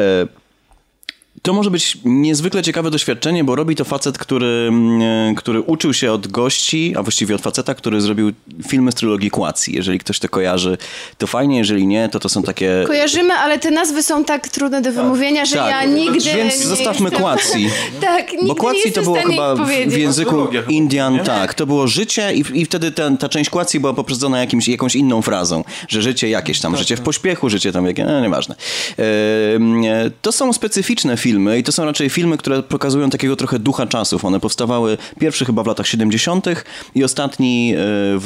To może być niezwykle ciekawe doświadczenie, bo robi to facet, który uczył się od gości, a właściwie od faceta, który zrobił filmy z trylogii Kłacji. Jeżeli ktoś to kojarzy, to fajnie, jeżeli nie, to są takie... Kojarzymy, ale te nazwy są tak trudne do wymówienia, że ja nigdy... Więc zostawmy Kłacji. Tak, nigdy bo Kłacji to było chyba w języku Indian, tak. To było życie i wtedy ta część Kłacji była poprzedzona jakąś inną frazą, że życie jakieś tam, życie w pośpiechu, życie tam jakieś... nieważne. To są specyficzne filmy i to są raczej filmy, które pokazują takiego trochę ducha czasów. One powstawały pierwszy chyba w latach 70. i ostatni w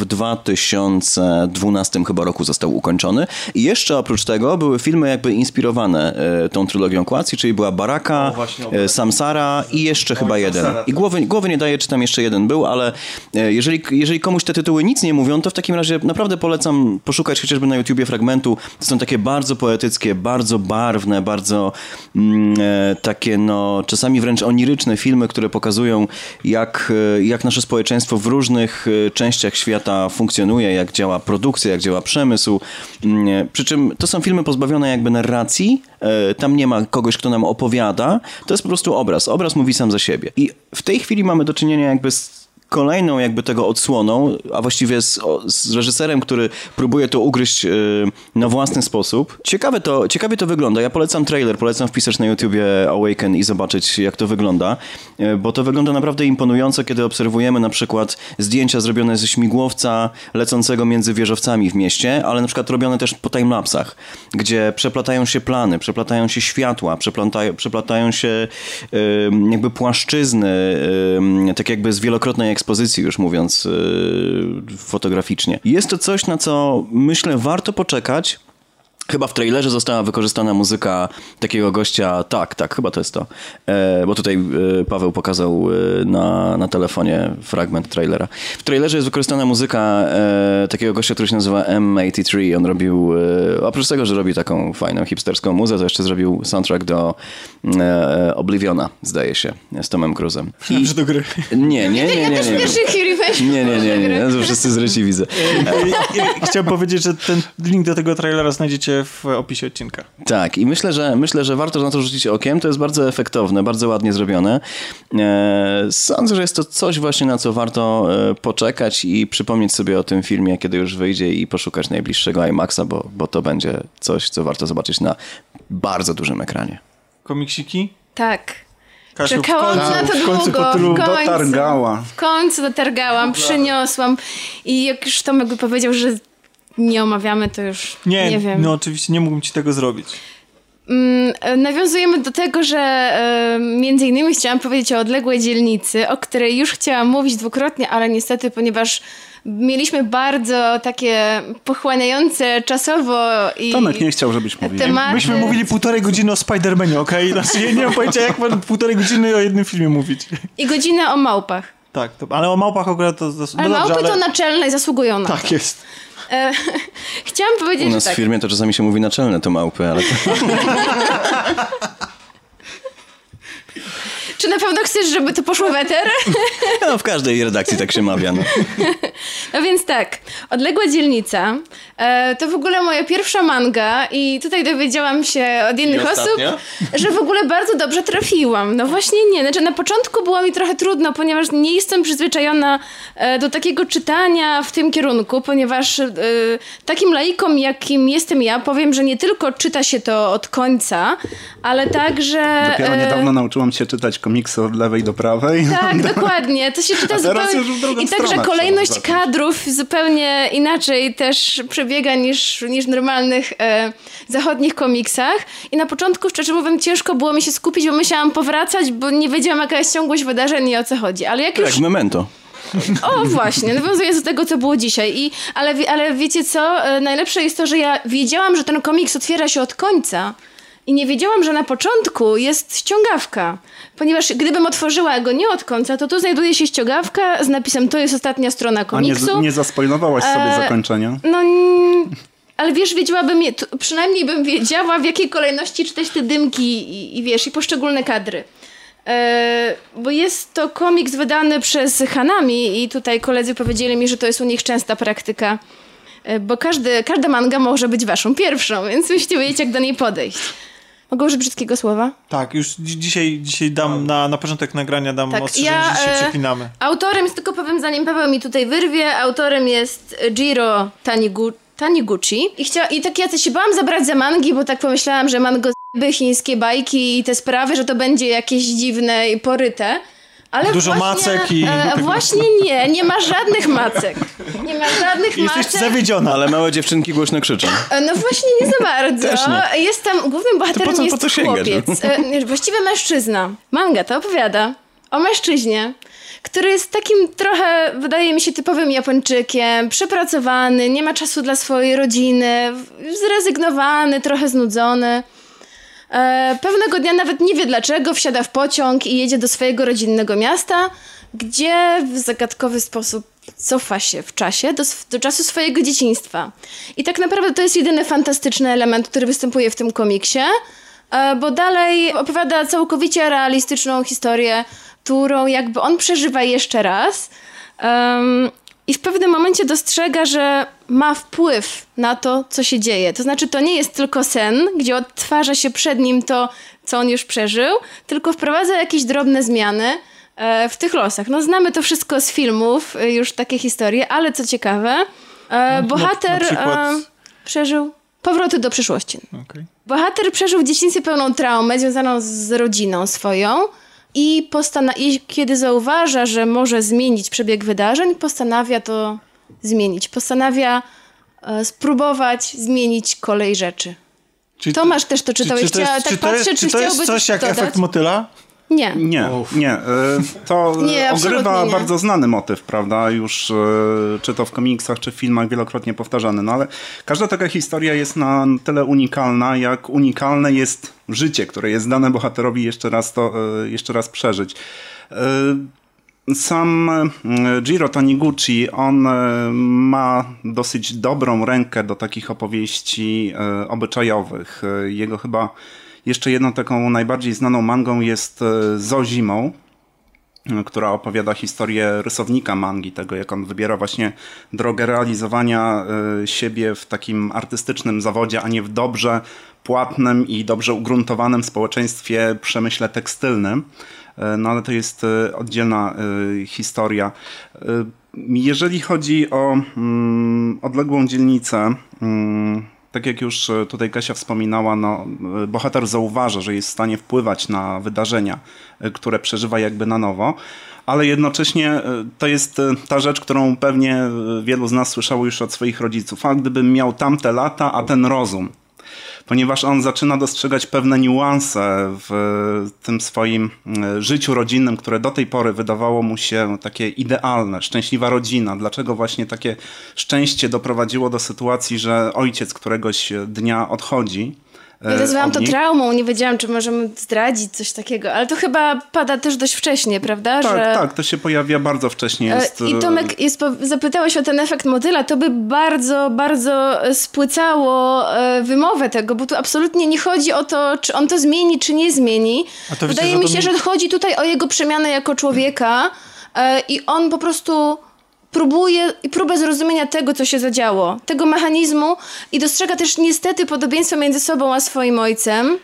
2012 chyba roku został ukończony. I jeszcze oprócz tego były filmy jakby inspirowane tą trylogią Kłacji, czyli była Baraka, Samsara i jeszcze chyba jeden. I głowy nie daję, czy tam jeszcze jeden był, ale jeżeli komuś te tytuły nic nie mówią, to w takim razie naprawdę polecam poszukać chociażby na YouTubie fragmentu. To są takie bardzo poetyckie, bardzo barwne, bardzo takie czasami wręcz oniryczne filmy, które pokazują jak nasze społeczeństwo w różnych częściach świata funkcjonuje, jak działa produkcja, jak działa przemysł. Przy czym to są filmy pozbawione jakby narracji, tam nie ma kogoś, kto nam opowiada, to jest po prostu obraz. Obraz mówi sam za siebie. I w tej chwili mamy do czynienia jakby z kolejną jakby tego odsłoną, a właściwie z reżyserem, który próbuje to ugryźć na własny sposób. Ciekawie to wygląda. Ja polecam trailer, polecam wpisać na YouTubie Awaken i zobaczyć, jak to wygląda, bo to wygląda naprawdę imponująco, kiedy obserwujemy na przykład zdjęcia zrobione ze śmigłowca lecącego między wieżowcami w mieście, ale na przykład robione też po timelapsach, gdzie przeplatają się plany, przeplatają się światła, przeplatają się jakby płaszczyzny, tak jakby z wielokrotnej ekspozycji, już mówiąc fotograficznie. Jest to coś, na co myślę warto poczekać. Chyba w trailerze została wykorzystana muzyka takiego gościa, tak, chyba to jest to, bo tutaj Paweł pokazał na telefonie fragment trailera. W trailerze jest wykorzystana muzyka takiego gościa, który się nazywa M83. On robił, oprócz tego, że robi taką fajną hipsterską muzę, to jeszcze zrobił soundtrack do Obliviona, zdaje się, z Tomem Cruise'em. Dobrze do gry. Nie. Nie, to wszyscy zryci widzę. Chciałem powiedzieć, że ten link do tego trailera znajdziecie w opisie odcinka. Tak, i myślę, że warto na to rzucić okiem. To jest bardzo efektowne, bardzo ładnie zrobione. Sądzę, że jest to coś właśnie, na co warto poczekać i przypomnieć sobie o tym filmie, kiedy już wyjdzie, i poszukać najbliższego IMAXa, bo to będzie coś, co warto zobaczyć na bardzo dużym ekranie. Komiksiki? Tak. Kasiu, Czekałam na to długo. W końcu dotargałam, przyniosłam. I jak już Tomek by powiedział, że nie omawiamy, to już nie wiem. No oczywiście nie mógłbym ci tego zrobić. Nawiązujemy do tego, że między innymi chciałam powiedzieć o Odległej dzielnicy, o której już chciałam mówić dwukrotnie, ale niestety, ponieważ mieliśmy bardzo takie pochłaniające czasowo i Tomek nie chciał, żebyś mówił. Myśmy mówili 1,5 godziny o Spider-Manie, okej? Znaczy, ja nie mam pojęcia, jak można 1,5 godziny o jednym filmie mówić. I godzinę o małpach. Tak, ale o małpach akurat to... Ale małpy to naczelne i zasługują na to. Tak jest. Chciałam powiedzieć, u nas że tak. W firmie to czasami się mówi naczelne to małpy, ale to... Czy na pewno chcesz, żeby to poszło w eter? No, w każdej redakcji tak się mawia. No. No więc tak, Odległa dzielnica to w ogóle moja pierwsza manga i tutaj dowiedziałam się od innych osób, że w ogóle bardzo dobrze trafiłam. No właśnie nie, znaczy na początku było mi trochę trudno, ponieważ nie jestem przyzwyczajona do takiego czytania w tym kierunku, ponieważ takim laikom, jakim jestem ja, powiem, że nie tylko czyta się to od końca, ale także... Dopiero niedawno nauczyłam się czytać komiksy od lewej do prawej. Tak, dokładnie. To się czyta zupełnie... I także kolejność kadrów zupełnie inaczej też przebiega niż w normalnych zachodnich komiksach. I na początku, szczerze mówiąc, ciężko było mi się skupić, bo musiałam powracać, bo nie wiedziałam, jaka jest ciągłość wydarzeń i o co chodzi. Ale jak już... Jak Memento. O, właśnie, nawiązuję do tego, co było dzisiaj. Ale wiecie co? Najlepsze jest to, że ja wiedziałam, że ten komiks otwiera się od końca i nie wiedziałam, że na początku jest ściągawka. Ponieważ gdybym otworzyła go nie od końca, to tu znajduje się ściągawka z napisem to jest ostatnia strona komiksu. A nie zaspoilowałaś sobie zakończenia? No... Ale wiesz, przynajmniej bym wiedziała, w jakiej kolejności czytać te dymki i wiesz, i poszczególne kadry. Bo jest to komiks wydany przez Hanami i tutaj koledzy powiedzieli mi, że to jest u nich częsta praktyka, bo każda manga może być waszą pierwszą, więc musicie wiedzieć, jak do niej podejść. Mogę użyć brzydkiego słowa? Tak, już dzisiaj dam na początek nagrania dam ostrzeżenie, że się przeklinamy. Autorem jest, tylko powiem, zanim Paweł mi tutaj wyrwie, autorem jest Jiro Taniguchi. I tak ja się bałam zabrać za mangi, bo tak pomyślałam, że mango chińskie bajki i te sprawy, że to będzie jakieś dziwne i poryte. Ale dużo macek i... Właśnie nie ma żadnych macek. Nie ma żadnych macek. Jesteś zawiedziona. Ale małe dziewczynki głośno krzyczą. No właśnie nie za bardzo. Jest tam, głównym bohaterem jest chłopiec. Właściwie mężczyzna. Manga to opowiada o mężczyźnie, który jest takim trochę, wydaje mi się, typowym Japończykiem, przepracowany, nie ma czasu dla swojej rodziny, zrezygnowany, trochę znudzony. Pewnego dnia nawet nie wie dlaczego, wsiada w pociąg i jedzie do swojego rodzinnego miasta, gdzie w zagadkowy sposób cofa się w czasie do czasu swojego dzieciństwa. I tak naprawdę to jest jedyny fantastyczny element, który występuje w tym komiksie, bo dalej opowiada całkowicie realistyczną historię, którą jakby on przeżywa jeszcze raz i w pewnym momencie dostrzega, że ma wpływ na to, co się dzieje. To znaczy, to nie jest tylko sen, gdzie odtwarza się przed nim to, co on już przeżył, tylko wprowadza jakieś drobne zmiany w tych losach. No, znamy to wszystko z filmów, już takie historie, ale co ciekawe, bohater na przykład... przeżył powroty do przyszłości. Okay. Bohater przeżył w dzieciństwie pełną traumę związaną z rodziną swoją i kiedy zauważa, że może zmienić przebieg wydarzeń, postanawia to zmienić. Postanawia spróbować zmienić kolej rzeczy. Tomasz też to czytałeś. Czy to jest coś jak dodać? Efekt motyla? Nie. To ogrywa nie. bardzo znany motyw, prawda? Już czy to w komiksach, czy w filmach wielokrotnie powtarzany. No ale każda taka historia jest na tyle unikalna, jak unikalne jest życie, które jest dane bohaterowi jeszcze raz przeżyć. Sam Jiro Taniguchi, on ma dosyć dobrą rękę do takich opowieści obyczajowych. Jego chyba jeszcze jedną taką najbardziej znaną mangą jest Zozimą, która opowiada historię rysownika mangi, tego jak on wybiera właśnie drogę realizowania siebie w takim artystycznym zawodzie, a nie w dobrze płatnym i dobrze ugruntowanym społeczeństwie przemyśle tekstylnym. No ale to jest oddzielna historia. Jeżeli chodzi o Odległą dzielnicę, tak jak już tutaj Kasia wspominała, no, bohater zauważa, że jest w stanie wpływać na wydarzenia, które przeżywa jakby na nowo, ale jednocześnie to jest ta rzecz, którą pewnie wielu z nas słyszało już od swoich rodziców. A gdybym miał tamte lata, a ten rozum. Ponieważ on zaczyna dostrzegać pewne niuanse w tym swoim życiu rodzinnym, które do tej pory wydawało mu się takie idealne, szczęśliwa rodzina. Dlaczego właśnie takie szczęście doprowadziło do sytuacji, że ojciec któregoś dnia odchodzi Ja nazywałam to ognik. traumą, nie wiedziałam, czy możemy zdradzić coś takiego, ale to chyba pada też dość wcześnie, prawda? Tak, to się pojawia bardzo wcześnie. Jest, I Tomek, zapytałeś o ten efekt motyla, to by bardzo, bardzo spłycało wymowę tego, bo tu absolutnie nie chodzi o to, czy on to zmieni, czy nie zmieni. Wydaje mi się, że chodzi tutaj o jego przemianę jako człowieka i on po prostu próbę zrozumienia tego, co się zadziało, tego mechanizmu i dostrzega też niestety podobieństwo między sobą a swoim ojcem.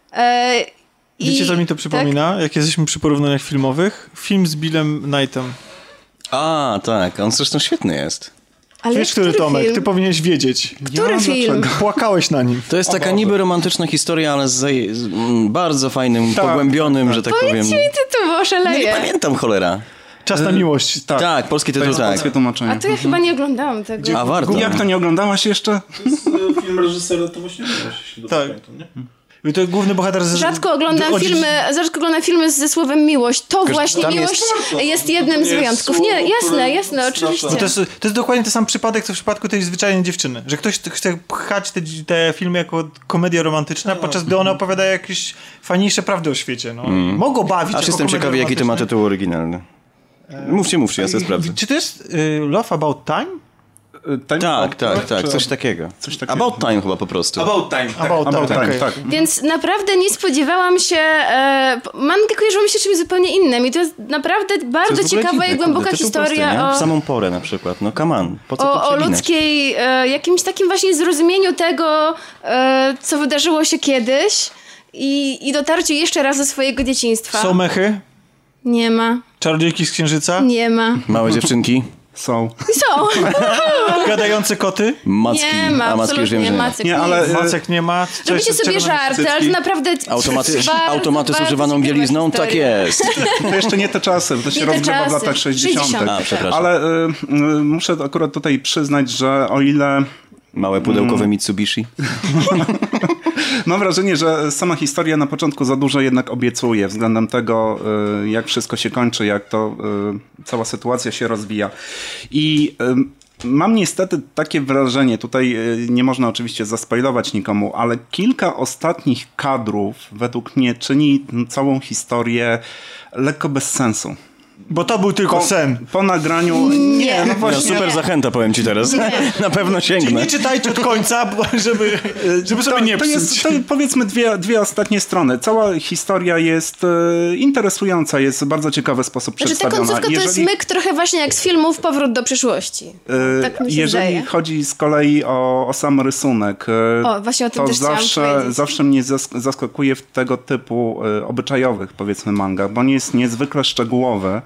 Wiecie, co mi to przypomina? Tak? Jak jesteśmy przy porównaniach filmowych? Film z Billem Knightem. A, tak, on zresztą świetny jest. Ale Wiesz, który Tomek? film? Ty powinieneś wiedzieć. Który film? Płakałeś na nim. To jest taka niby romantyczna historia, ale z bardzo fajnym, pogłębionym, że tak powiem. Powiedz mi tytuł, bo Nie szaleję. pamiętam, cholera. Czas na miłość. Tak, polski To tytuł, jest tak. polskie tłumaczenie. A to ja chyba nie oglądałam tego. A warto. Jak to nie oglądałaś jeszcze? To jest film reżysera, to właśnie jeśli dobrze Tak. pamiętam, nie? I to główny bohater... Rzadko oglądam filmy ze słowem miłość. To właśnie tam miłość jest- jest jednym z jest wyjątków. słowo, Nie, które jasne, oczywiście. Bo to jest dokładnie ten sam przypadek, co w przypadku tej zwyczajnej dziewczyny. Że ktoś chce pchać te filmy jako komedie romantyczne, podczas gdy one opowiadają jakieś fajniejsze prawdy o świecie. No. Mogą bawić Aż jako jestem komedie ciekawy, jaki to ma romantyczne. tytuł oryginalny. Mówcie, ja sobie sprawdzę. Czy to jest Love About Time? Tak, coś takiego. Coś takiego. About Time chyba po prostu. About Time. Tak. About Time, okej. tak. Więc naprawdę nie spodziewałam się... Mangę kojarzyło mi się czymś zupełnie innym i to jest naprawdę To bardzo jest w ogóle ciekawa dziwne, i głęboka kurde, tytuł historia prosty, nie? o... W samą porę na przykład. No come on, po co to o przeginać? ludzkiej, jakimś takim właśnie zrozumieniu tego, co wydarzyło się kiedyś i dotarciu jeszcze raz do swojego dzieciństwa. Są mechy? Nie ma. Czarodziejki z Księżyca? Nie ma. Małe dziewczynki, Są. Są. Gadające koty? macki, Nie ma, a macki już wiem, absolutnie że nie ma. macek. Nie, nic. ale- Macek nie ma? Coś, Robicie sobie czego nam- żarty, ale to naprawdę... Automaty z używaną bielizną? Tak jest. To jeszcze nie te czasy, to się Nie te rozgrywa w czasy. latach 60. 60. A, przepraszam. Ale muszę akurat tutaj przyznać, że o ile Małe pudełkowe Mitsubishi. mam wrażenie, że sama historia na początku za dużo jednak obiecuje względem tego, jak wszystko się kończy, jak to cała sytuacja się rozwija. I mam niestety takie wrażenie, tutaj nie można oczywiście zaspoilować nikomu, ale kilka ostatnich kadrów według mnie czyni całą historię lekko bez sensu. Bo to był tylko sen. Po nagraniu... Nie. no właśnie. Super zachęta, powiem ci teraz. Na pewno sięgnę. Nie czytajcie od końca, żeby sobie nie To psuć. jest powiedzmy dwie ostatnie strony. Cała historia jest interesująca, jest w bardzo ciekawy sposób Znaczy ta przedstawiona. końcówka to jest myk trochę właśnie jak z filmów Powrót do przyszłości. Tak mi się jeżeli wydaje. chodzi z kolei o sam rysunek, O, właśnie o tym to też chciałam powiedzieć. zawsze mnie zaskakuje w tego typu obyczajowych, powiedzmy, mangach, bo on jest niezwykle szczegółowy.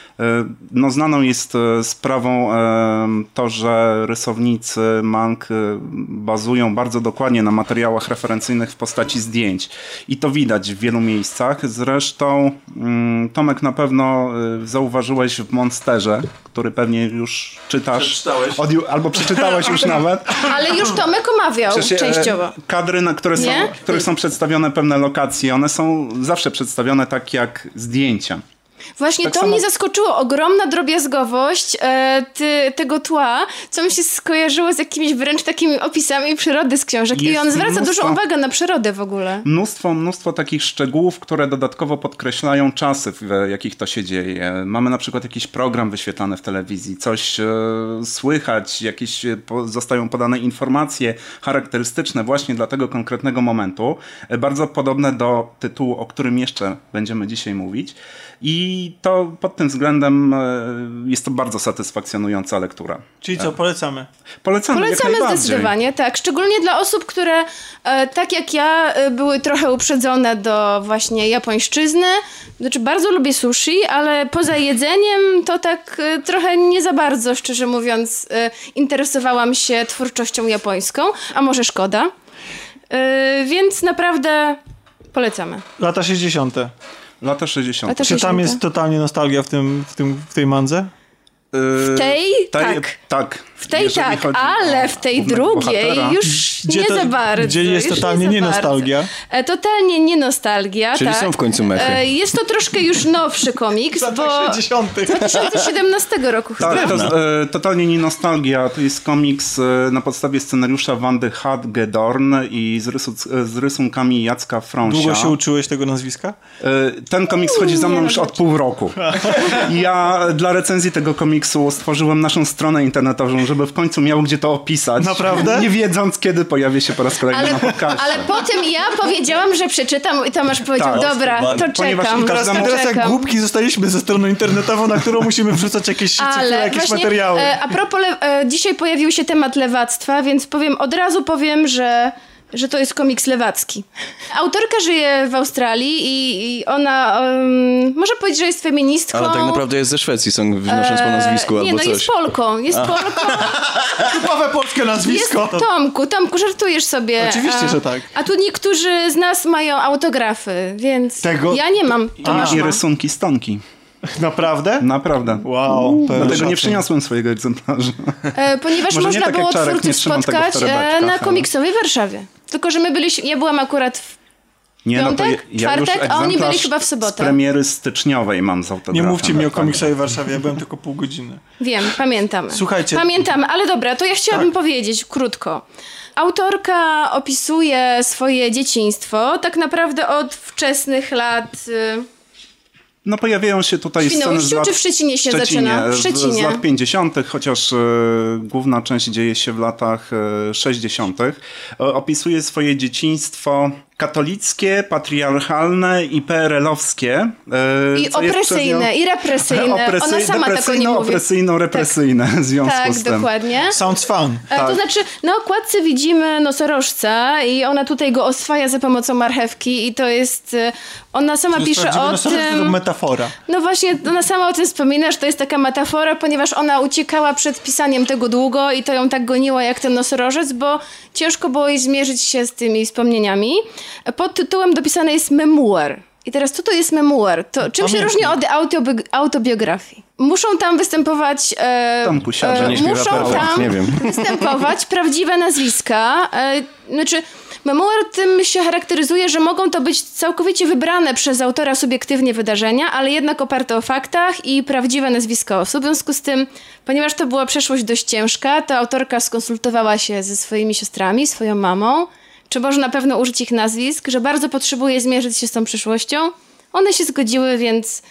No, znaną jest sprawą to, że rysownicy mang bazują bardzo dokładnie na materiałach referencyjnych w postaci zdjęć. I to widać w wielu miejscach. Zresztą Tomek, na pewno zauważyłeś w Monsterze, który pewnie już czytasz. Przeczytałeś. Albo przeczytałeś już nawet. Ale już Tomek omawiał Przecież, częściowo. kadry, na które Nie? w których są przedstawione pewne lokacje, one są zawsze przedstawione tak jak zdjęcia. Właśnie tak to samo- mnie zaskoczyło. Ogromna drobiazgowość tego tła, co mi się skojarzyło z jakimiś wręcz takimi opisami przyrody z książek. I Jest on zwraca mnóstwo- dużą uwagę na przyrodę w ogóle. Mnóstwo takich szczegółów, które dodatkowo podkreślają czasy, w jakich to się dzieje. Mamy na przykład jakiś program wyświetlany w telewizji, coś słychać, jakieś zostają podane informacje charakterystyczne właśnie dla tego konkretnego momentu. Bardzo podobne do tytułu, o którym jeszcze będziemy dzisiaj mówić. I to pod tym względem jest to bardzo satysfakcjonująca lektura. Czyli co, polecamy? Polecamy jak Polecamy najbardziej. zdecydowanie, tak. Szczególnie dla osób, które tak jak ja były trochę uprzedzone do właśnie japońszczyzny. Znaczy bardzo lubię sushi, ale poza jedzeniem to tak trochę nie za bardzo, szczerze mówiąc, interesowałam się twórczością japońską, a może szkoda. Więc naprawdę polecamy. Lata 60. Lata 60. Lata Czy tam 60. jest totalnie nostalgia w tej mandze? W tej tak. Tak. W tej Jeżeli tak, chodzi ale o w tej głównego drugiej bohatera. już nie za bardzo. Gdzie jest już totalnie za nie bardzo. nostalgia. Totalnie nie nostalgia, Czyli tak. są w końcu mechy. Jest to troszkę już nowszy komiks, bo 60. 2017 roku chyba. Tak, totalnie nie nostalgia. To jest komiks na podstawie scenariusza Wandy Hagedorn i z rysunkami Jacka Frąsia. Długo się uczyłeś tego nazwiska? Ten komiks chodzi za mną nie już od pół roku. Ja dla recenzji tego komiksu stworzyłem naszą stronę internetową, żeby w końcu miał gdzie to opisać. Naprawdę? Nie wiedząc, kiedy pojawię się po raz kolejny na podcaście. Ale potem ja powiedziałam, że przeczytam i Tomasz powiedział, Tak. dobra, to Ponieważ czekam. Teraz jak głupki zostaliśmy ze stroną internetową, na którą musimy wrzucać jakieś materiały. A propos, dzisiaj pojawił się temat lewactwa, więc od razu powiem, że to jest komiks lewacki. Autorka żyje w Australii i ona, może powiedzieć, że jest feministką. Ale tak naprawdę jest ze Szwecji, są wnosząc po nazwisku nie, albo no coś. jest Polką. Typowe polskie nazwisko. Jest Tomku, żartujesz sobie. Oczywiście, że tak. A tu niektórzy z nas mają autografy, więc Tego? ja nie mam. Tomasz I ma. rysunki stonki. Naprawdę? Naprawdę. Wow. pełen Dlatego szacun. nie przyniosłem swojego egzemplarza. Ponieważ Może nie można tak było jak Czarek, nie twórców trzymam tego w spotkać torebeczkach, na ale- komiksowej Warszawie. Tylko, że ja byłam akurat w Nie, piątek, czwartek, a oni byli chyba w sobotę. Z premiery styczniowej mam z autografem. Nie mówcie mi o Tak. komiksowej Warszawie, ja byłem tylko pół godziny. Wiem, pamiętamy. Słuchajcie. Pamiętamy, ale dobra, to ja chciałabym powiedzieć krótko. Autorka opisuje swoje dzieciństwo tak naprawdę od wczesnych lat... No pojawiają się tutaj sceny z Świnoujściu lat... czy w Szczecinie się zaczyna? W Szczecinie. Z lat 50., chociaż główna część dzieje się w latach 60. Opisuje swoje dzieciństwo katolickie, patriarchalne i PRL-owskie. I opresyjne, i represyjne. Ona sama tak o nim mówi. Opresyjno-represyjne w związku Tak, z tym. dokładnie. Sounds fun. To znaczy, na okładce widzimy nosorożca i ona tutaj go oswaja za pomocą marchewki i to jest... Ona sama pisze o To tym... metafora. No właśnie, ona sama o tym wspomina, że to jest taka metafora, ponieważ ona uciekała przed pisaniem tego długo i to ją tak goniło jak ten nosorożec, bo ciężko było jej zmierzyć się z tymi wspomnieniami. Pod tytułem dopisane jest memuar. I teraz co to jest memuar? To czym się różni od autobiografii? Muszą tam występować... Tomku, siadł, nie śpiewa muszą perfekt, tam nie wiem. występować prawdziwe nazwiska. Znaczy, memuar tym się charakteryzuje, że mogą to być całkowicie wybrane przez autora subiektywnie wydarzenia, ale jednak oparte o faktach i prawdziwe nazwiska osób. W związku z tym, ponieważ to była przeszłość dość ciężka, to autorka skonsultowała się ze swoimi siostrami, swoją mamą, czy może na pewno użyć ich nazwisk, że bardzo potrzebuje zmierzyć się z tą przyszłością. One się zgodziły, więc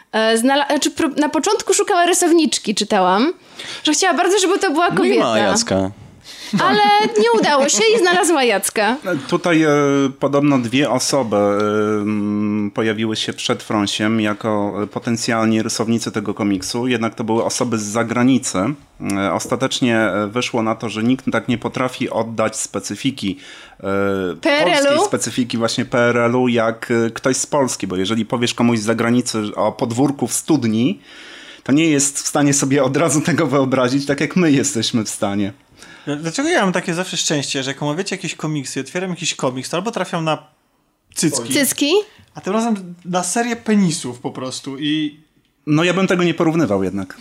na początku szukała rysowniczki, czytałam, że chciała bardzo, żeby to była kobieta. Nie ma Jacka. Ale nie udało się i znalazła Jacka. Tutaj podobno dwie osoby pojawiły się przed Frąsiem jako potencjalni rysownicy tego komiksu, jednak to były osoby z zagranicy. Ostatecznie wyszło na to, że nikt tak nie potrafi oddać specyfiki polskiej specyfiki właśnie PRL-u jak ktoś z Polski, bo jeżeli powiesz komuś z zagranicy o podwórku w studni, to nie jest w stanie sobie od razu tego wyobrazić, tak jak my jesteśmy w stanie. Dlaczego ja mam takie zawsze szczęście, że jak omawiacie jakieś komiksy, otwieram jakiś komiks, to albo trafiam na cycki, a tym razem na serię penisów po prostu i... No ja bym tego nie porównywał jednak.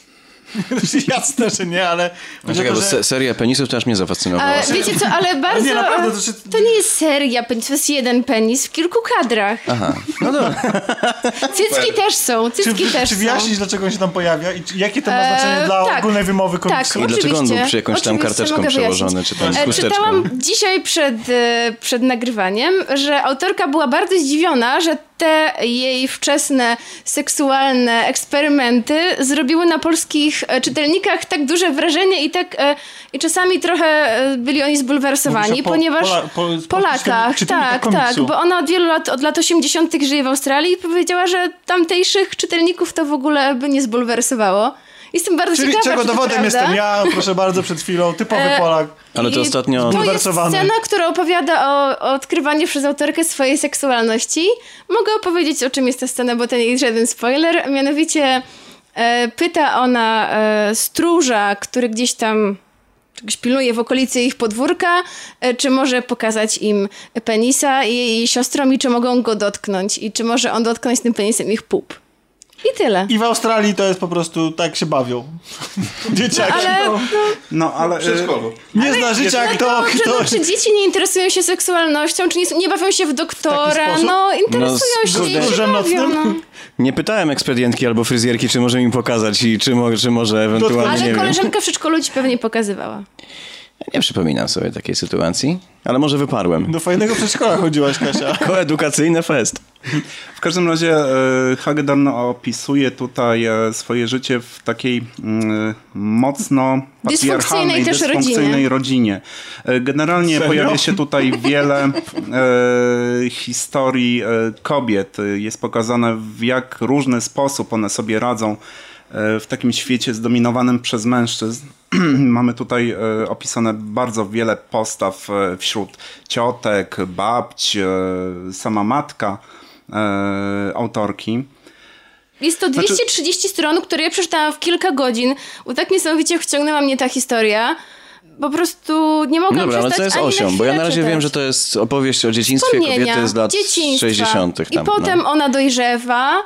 Jasne, że nie, ale... Czekaj, bo seria penisów też mnie zafascynowała. Wiecie co, ale bardzo... Nie, naprawdę, to nie jest seria penisów, to jest jeden penis w kilku kadrach. Aha, no dobra. Cycki też są, Czy wyjaśnić, dlaczego on się tam pojawia i jakie to ma znaczenie dla ogólnej wymowy komiksu? I dlaczego on był przy jakąś tam karteczką przełożony, czy tam z chusteczką? Czytałam dzisiaj przed nagrywaniem, że autorka była bardzo zdziwiona, że te jej wczesne seksualne eksperymenty zrobiły na polskich czytelnikach tak duże wrażenie i czasami trochę byli oni zbulwersowani, ponieważ Polakach, tak, bo ona od wielu lat, od lat 80. żyje w Australii i powiedziała, że tamtejszych czytelników to w ogóle by nie zbulwersowało. Jestem bardzo ciekawa, czego czy to dowodem prawda. jestem ja, proszę bardzo, przed chwilą, typowy Polak. Ale to ostatnio... To jest scena, która opowiada o odkrywaniu przez autorkę swojej seksualności. Mogę opowiedzieć, o czym jest ta scena, bo to nie jest żaden spoiler. Mianowicie pyta ona stróża, który gdzieś tam czegoś pilnuje w okolicy ich podwórka, czy może pokazać im penisa i jej siostrom i czy mogą go dotknąć i czy może on dotknąć tym penisem ich pup. I tyle. I w Australii to jest po prostu tak się bawią. Dzieciaki. Ale Przedszkolu. Nie zna życia kto. Czy dzieci nie interesują się seksualnością, czy nie bawią się w doktora? sposób? No, interesują się i się Żem bawią, nocnym? no. Nie pytałem ekspedientki albo fryzjerki, czy może mi pokazać i czy może ewentualnie, Ale nie wiem. koleżanka w przedszkolu ci pewnie pokazywała. Nie przypominam sobie takiej sytuacji, ale może wyparłem. Do fajnego przedszkola chodziłaś, Kasia. Koedukacyjny fest. w każdym razie Hagedorn opisuje tutaj swoje życie w takiej mocno patriarchalnej, Dysfunkcyjnej też dysfunkcyjnej rodzinie. Generalnie Serio? pojawia się tutaj wiele historii kobiet. Jest pokazane, w jak różny sposób one sobie radzą w takim świecie zdominowanym przez mężczyzn. Mamy tutaj opisane bardzo wiele postaw wśród ciotek, babć, sama matka autorki. Jest to 230 stron, które ja przeczytałam w kilka godzin, bo tak niesamowicie wciągnęła mnie ta historia. Po prostu nie mogłam Dobra, ale przestać to jest ani na 8, bo ja na chwilę razie wiem, czytać. że to jest opowieść o dzieciństwie kobiety z lat dzieciństwa. 60. I potem ona dojrzewa,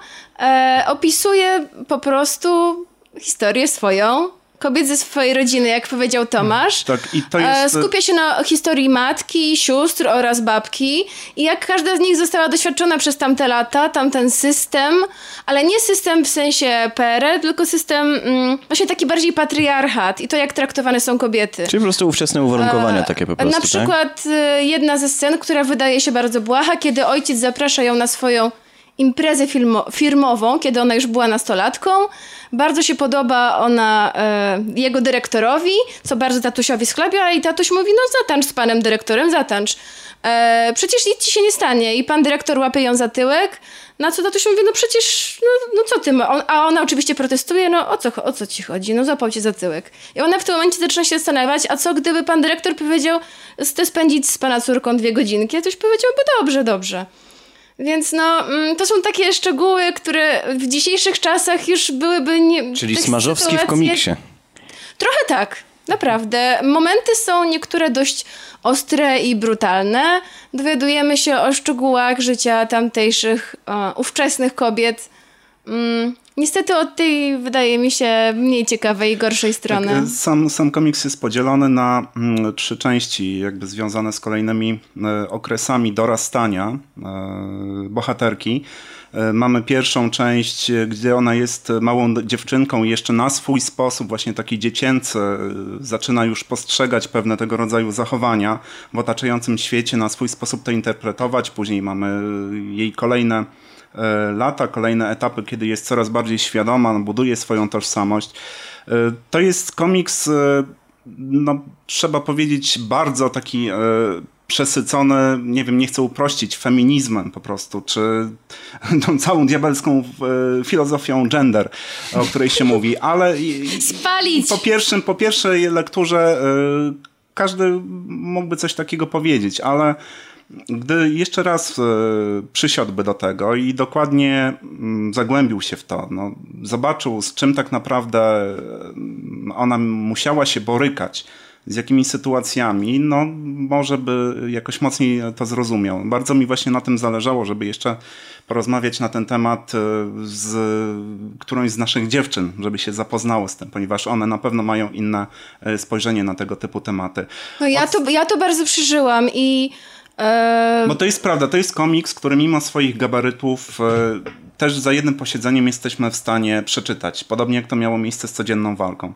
opisuje po prostu historię swoją, kobiet ze swojej rodziny, jak powiedział Tomasz. Tak, i to jest... Skupia się na historii matki, sióstr oraz babki i jak każda z nich została doświadczona przez tamte lata, tamten system, ale nie system w sensie PRL, tylko system właśnie taki bardziej patriarchat i to, jak traktowane są kobiety. Czyli po prostu ówczesne uwarunkowania takie po prostu, Na przykład jedna ze scen, która wydaje się bardzo błaha, kiedy ojciec zaprasza ją na swoją imprezę firmową, kiedy ona już była nastolatką. Bardzo się podoba ona jego dyrektorowi, co bardzo tatusiowi schlebia i tatuś mówi, no zatańcz z panem dyrektorem, zatańcz. Przecież nic ci się nie stanie. I pan dyrektor łapie ją za tyłek, na co tatuś mówi, no przecież, no co ty, a ona oczywiście protestuje, no o co ci chodzi, no złapał cię za tyłek. I ona w tym momencie zaczyna się zastanawiać, a co gdyby pan dyrektor powiedział, chcę spędzić z pana córką 2 godzinki, a ktoś powiedziałby, dobrze. Więc to są takie szczegóły, które w dzisiejszych czasach już byłyby nie... Czyli tych Smarzowski w sytuacji- komiksie. Trochę tak, naprawdę. Momenty są niektóre dość ostre i brutalne. Dowiadujemy się o szczegółach życia tamtejszych, ówczesnych kobiet. Niestety od tej, wydaje mi się, mniej ciekawej i gorszej strony. Tak, sam komiks jest podzielony na 3 części, jakby związane z kolejnymi okresami dorastania bohaterki. Mamy pierwszą część, gdzie ona jest małą dziewczynką i jeszcze na swój sposób, właśnie taki dziecięcy, zaczyna już postrzegać pewne tego rodzaju zachowania w otaczającym świecie, na swój sposób to interpretować. Później mamy jej kolejne lata, kolejne etapy, kiedy jest coraz bardziej świadoma, buduje swoją tożsamość. To jest komiks, no, trzeba powiedzieć, bardzo taki przesycony, nie wiem, nie chcę uprościć, feminizmem po prostu, czy tą całą diabelską filozofią gender, o której się mówi, ale Spalić! po pierwszej lekturze każdy mógłby coś takiego powiedzieć, ale gdy jeszcze raz przysiadłby do tego i dokładnie zagłębił się w to, no, zobaczył, z czym tak naprawdę ona musiała się borykać, z jakimi sytuacjami, no może by jakoś mocniej to zrozumiał. Bardzo mi właśnie na tym zależało, żeby jeszcze porozmawiać na ten temat z którąś z naszych dziewczyn, żeby się zapoznały z tym, ponieważ one na pewno mają inne spojrzenie na tego typu tematy. No ja to bardzo przeżyłam i... Bo to jest prawda, to jest komiks, który mimo swoich gabarytów też za jednym posiedzeniem jesteśmy w stanie przeczytać. Podobnie jak to miało miejsce z Codzienną walką.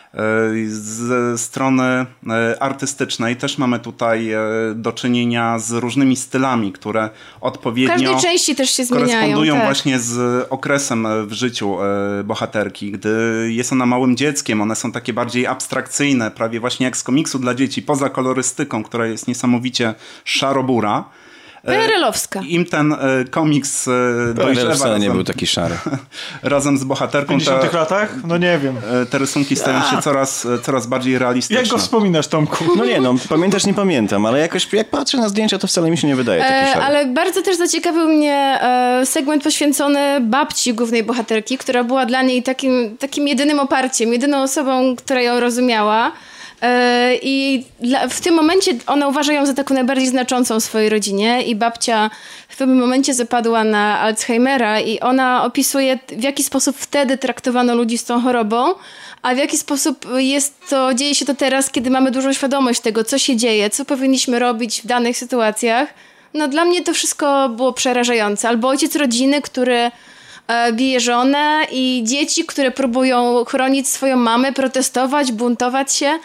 Z strony artystycznej też mamy tutaj do czynienia z różnymi stylami, które odpowiednio w każdej części też się zmieniają. korespondują Tak. właśnie z okresem w życiu bohaterki. Gdy jest ona małym dzieckiem, one są takie bardziej abstrakcyjne, prawie właśnie jak z komiksu dla dzieci, poza kolorystyką, która jest niesamowicie szarobura. PRL-owska. Im ten komiks dojrzewa wcale nie był taki szary. razem z bohaterką. W 50 latach? No nie wiem. Te rysunki stają się coraz bardziej realistyczne. Jak go wspominasz, Tomku? No nie no, pamiętasz, nie pamiętam, ale jakoś jak patrzę na zdjęcia, to wcale mi się nie wydaje taki szary. Ale bardzo też zaciekawił mnie segment poświęcony babci głównej bohaterki, która była dla niej takim jedynym oparciem, jedyną osobą, która ją rozumiała. I w tym momencie ona uważa ją za taką najbardziej znaczącą w swojej rodzinie i babcia w pewnym momencie zapadła na Alzheimera i ona opisuje, w jaki sposób wtedy traktowano ludzi z tą chorobą, a w jaki sposób dzieje się to teraz, kiedy mamy dużą świadomość tego, co się dzieje, co powinniśmy robić w danych sytuacjach. No dla mnie to wszystko było przerażające. Albo ojciec rodziny, który bije żonę i dzieci, które próbują chronić swoją mamę, protestować, buntować się.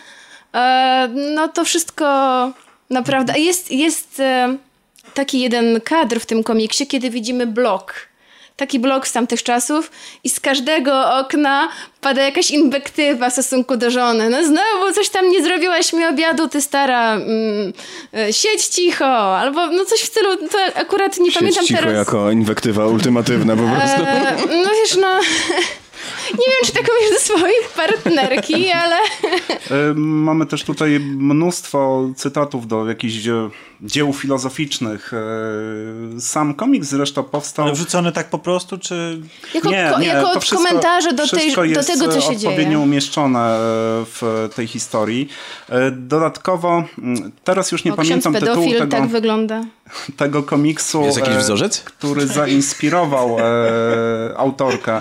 No to wszystko naprawdę... Jest taki jeden kadr w tym komiksie, kiedy widzimy blok. Taki blok z tamtych czasów i z każdego okna pada jakaś inwektywa w stosunku do żony. No znowu coś tam nie zrobiłaś mi obiadu, ty stara, siedź cicho, albo no coś w stylu, to akurat nie pamiętam cicho teraz. Jako inwektywa ultimatywna po prostu. No wiesz, no... Nie wiem, czy taką już ze swojej partnerki, ale... Mamy też tutaj mnóstwo cytatów do jakichś dzieł filozoficznych. Sam komiks zresztą powstał... Ale wrzucony tak po prostu, czy... Jako komentarze do tego, co się dzieje. Odpowiednio umieszczone w tej historii. Dodatkowo, teraz już nie pamiętam tytułu tego... tak wygląda. Tego komiksu, jest jakiś wzorzec? Który zainspirował autorkę.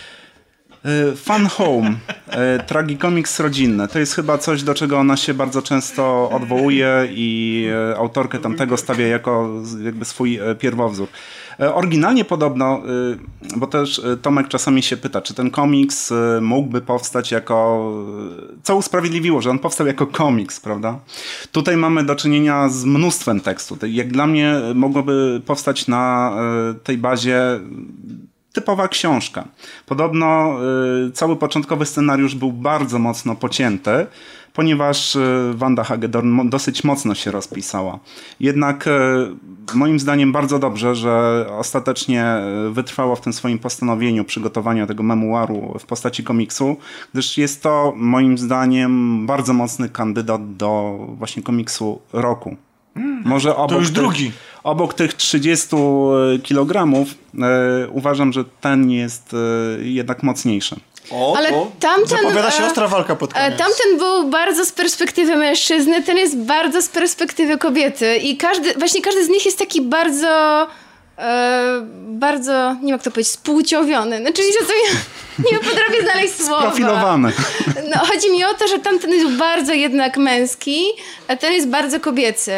Fun Home, tragikomiks rodzinny. To jest chyba coś, do czego ona się bardzo często odwołuje i autorkę tamtego stawia jako jakby swój pierwowzór. Oryginalnie podobno, bo też Tomek czasami się pyta, czy ten komiks mógłby powstać jako... Co usprawiedliwiło, że on powstał jako komiks, prawda? Tutaj mamy do czynienia z mnóstwem tekstu. Jak dla mnie mogłoby powstać na tej bazie typowa książka. Podobno cały początkowy scenariusz był bardzo mocno pocięty, ponieważ Wanda Hagedorn dosyć mocno się rozpisała. Jednak moim zdaniem bardzo dobrze, że ostatecznie wytrwała w tym swoim postanowieniu przygotowania tego memuaru w postaci komiksu, gdyż jest to moim zdaniem bardzo mocny kandydat do właśnie komiksu roku. Może obok tych 30 kilogramów uważam, że ten jest jednak mocniejszy. Ale tamten... Zapowiada się ostra walka pod koniec. Tamten był bardzo z perspektywy mężczyzny, ten jest bardzo z perspektywy kobiety i każdy z nich jest taki bardzo... bardzo, nie wiem jak to powiedzieć, spłciowiony. Znaczy, nie potrafię znaleźć słowa. Sprofilowany. No, chodzi mi o to, że tamten jest bardzo jednak męski, a ten jest bardzo kobiecy.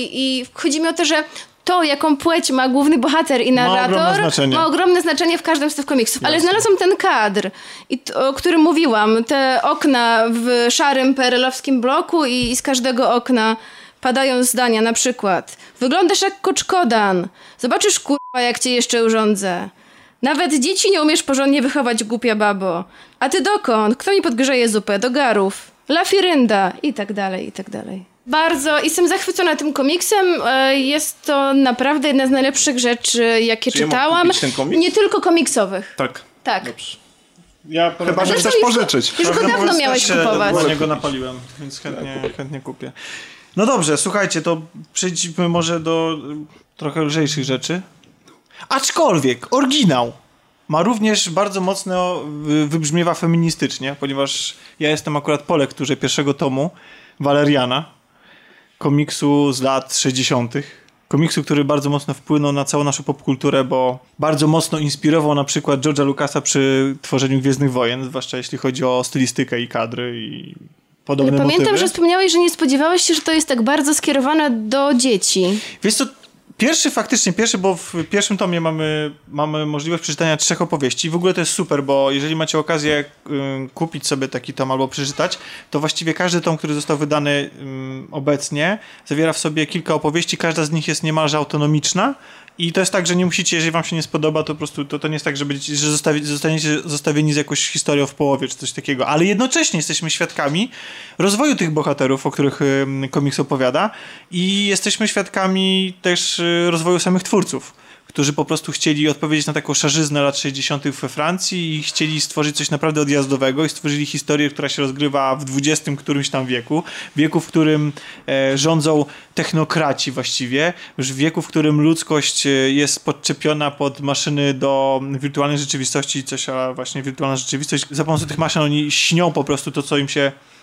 I chodzi mi o to, że to, jaką płeć ma główny bohater i narrator, ma ogromne znaczenie w każdym z tych komiksów. Ale znalazłam ten kadr, o którym mówiłam. Te okna w szarym perelowskim bloku i z każdego okna padają zdania, na przykład: wyglądasz jak koczkodan. Zobaczysz, kurwa, jak cię jeszcze urządzę. Nawet dzieci nie umiesz porządnie wychować, głupia babo. A ty dokąd? Kto mi podgrzeje zupę? Do garów. Lafirynda. I tak dalej, i tak dalej. Bardzo jestem zachwycona tym komiksem. Jest to naprawdę jedna z najlepszych rzeczy, jakie czytałam. Nie tylko komiksowych. Tak. Dobrze. Ja chyba, że chcesz pożyczyć. Już go dawno miałeś kupować. Dla niego napaliłem, więc chętnie kupię. No dobrze, słuchajcie, to przejdźmy może do trochę lżejszych rzeczy. Aczkolwiek oryginał ma również bardzo mocno wybrzmiewa feministycznie, ponieważ ja jestem akurat po lekturze pierwszego tomu Waleriana, komiksu z lat 60. Komiksu, który bardzo mocno wpłynął na całą naszą popkulturę, bo bardzo mocno inspirował na przykład George'a Lucasa przy tworzeniu Gwiezdnych Wojen, zwłaszcza jeśli chodzi o stylistykę i kadry i podobne motywy. Pamiętam, że wspomniałeś, że nie spodziewałeś się, że to jest tak bardzo skierowane do dzieci. Wiesz co, pierwszy, bo w pierwszym tomie mamy możliwość przeczytania 3 opowieści. W ogóle to jest super, bo jeżeli macie okazję kupić sobie taki tom albo przeczytać, to właściwie każdy tom, który został wydany obecnie, zawiera w sobie kilka opowieści, każda z nich jest niemalże autonomiczna. I to jest tak, że nie musicie, jeżeli wam się nie spodoba, to po prostu to nie jest tak, że zostaniecie zostawieni z jakąś historią w połowie, czy coś takiego. Ale jednocześnie jesteśmy świadkami rozwoju tych bohaterów, o których komiks opowiada, i jesteśmy świadkami też rozwoju samych twórców, którzy po prostu chcieli odpowiedzieć na taką szarzyznę lat 60. we Francji i chcieli stworzyć coś naprawdę odjazdowego i stworzyli historię, która się rozgrywa w XX którymś tam wieku, w którym rządzą technokraci właściwie, już w wieku, w którym ludzkość jest podczepiona pod maszyny do wirtualnej rzeczywistości, a właśnie wirtualna rzeczywistość, za pomocą tych maszyn oni śnią po prostu to, co im się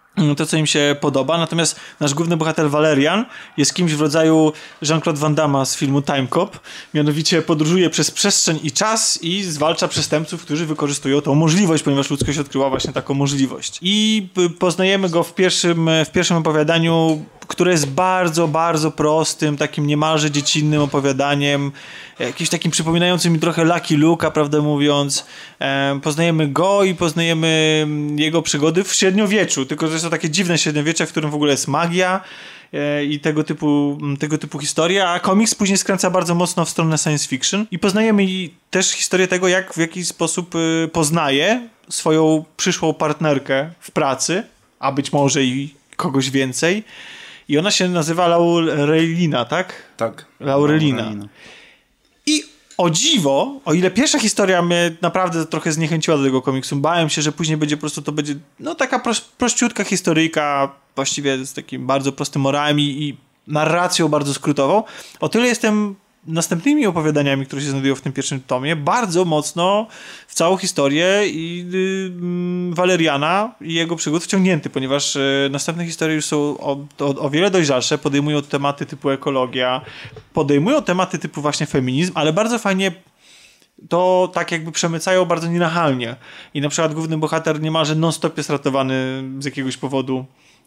to, co im się podoba. Natomiast nasz główny bohater Valerian jest kimś w rodzaju Jean-Claude Van Damme z filmu Time Cop. Mianowicie podróżuje przez przestrzeń i czas i zwalcza przestępców, którzy wykorzystują tą możliwość, ponieważ ludzkość odkryła właśnie taką możliwość. I poznajemy go w pierwszym opowiadaniu, które jest bardzo, bardzo prostym, takim niemalże dziecinnym opowiadaniem, jakimś takim przypominającym mi trochę Lucky Luke'a, prawdę mówiąc. Poznajemy go i poznajemy jego przygody w średniowieczu, tylko że jest to takie dziwne średniowiecze, w którym w ogóle jest magia i tego typu historia, a komiks później skręca bardzo mocno w stronę science fiction i poznajemy też historię tego, w jaki sposób poznaje swoją przyszłą partnerkę w pracy, a być może i kogoś więcej. I ona się nazywa Laurelina, tak? Tak. Laurelina. I o dziwo, o ile pierwsza historia mnie naprawdę trochę zniechęciła do tego komiksu, bałem się, że później będzie po prostu to będzie taka prościutka historyjka, właściwie z takim bardzo prostym morałem i narracją bardzo skrótową. O tyle jestem następnymi opowiadaniami, które się znajdują w tym pierwszym tomie, bardzo mocno w całą historię Valeriana i jego przygód wciągnięty, ponieważ następne historie już są o wiele dojrzalsze, podejmują tematy typu ekologia, podejmują tematy typu właśnie feminizm, ale bardzo fajnie to tak jakby przemycają bardzo nienachalnie. I na przykład główny bohater niemalże non-stop jest ratowany z jakiegoś powodu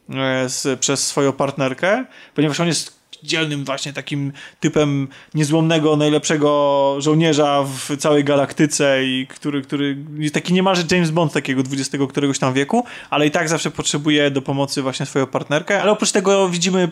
przez swoją partnerkę, ponieważ on jest dzielnym właśnie takim typem niezłomnego, najlepszego żołnierza w całej galaktyce i który jest taki niemalże James Bond takiego 20 któregoś tam wieku, ale i tak zawsze potrzebuje do pomocy właśnie swoją partnerkę, ale oprócz tego widzimy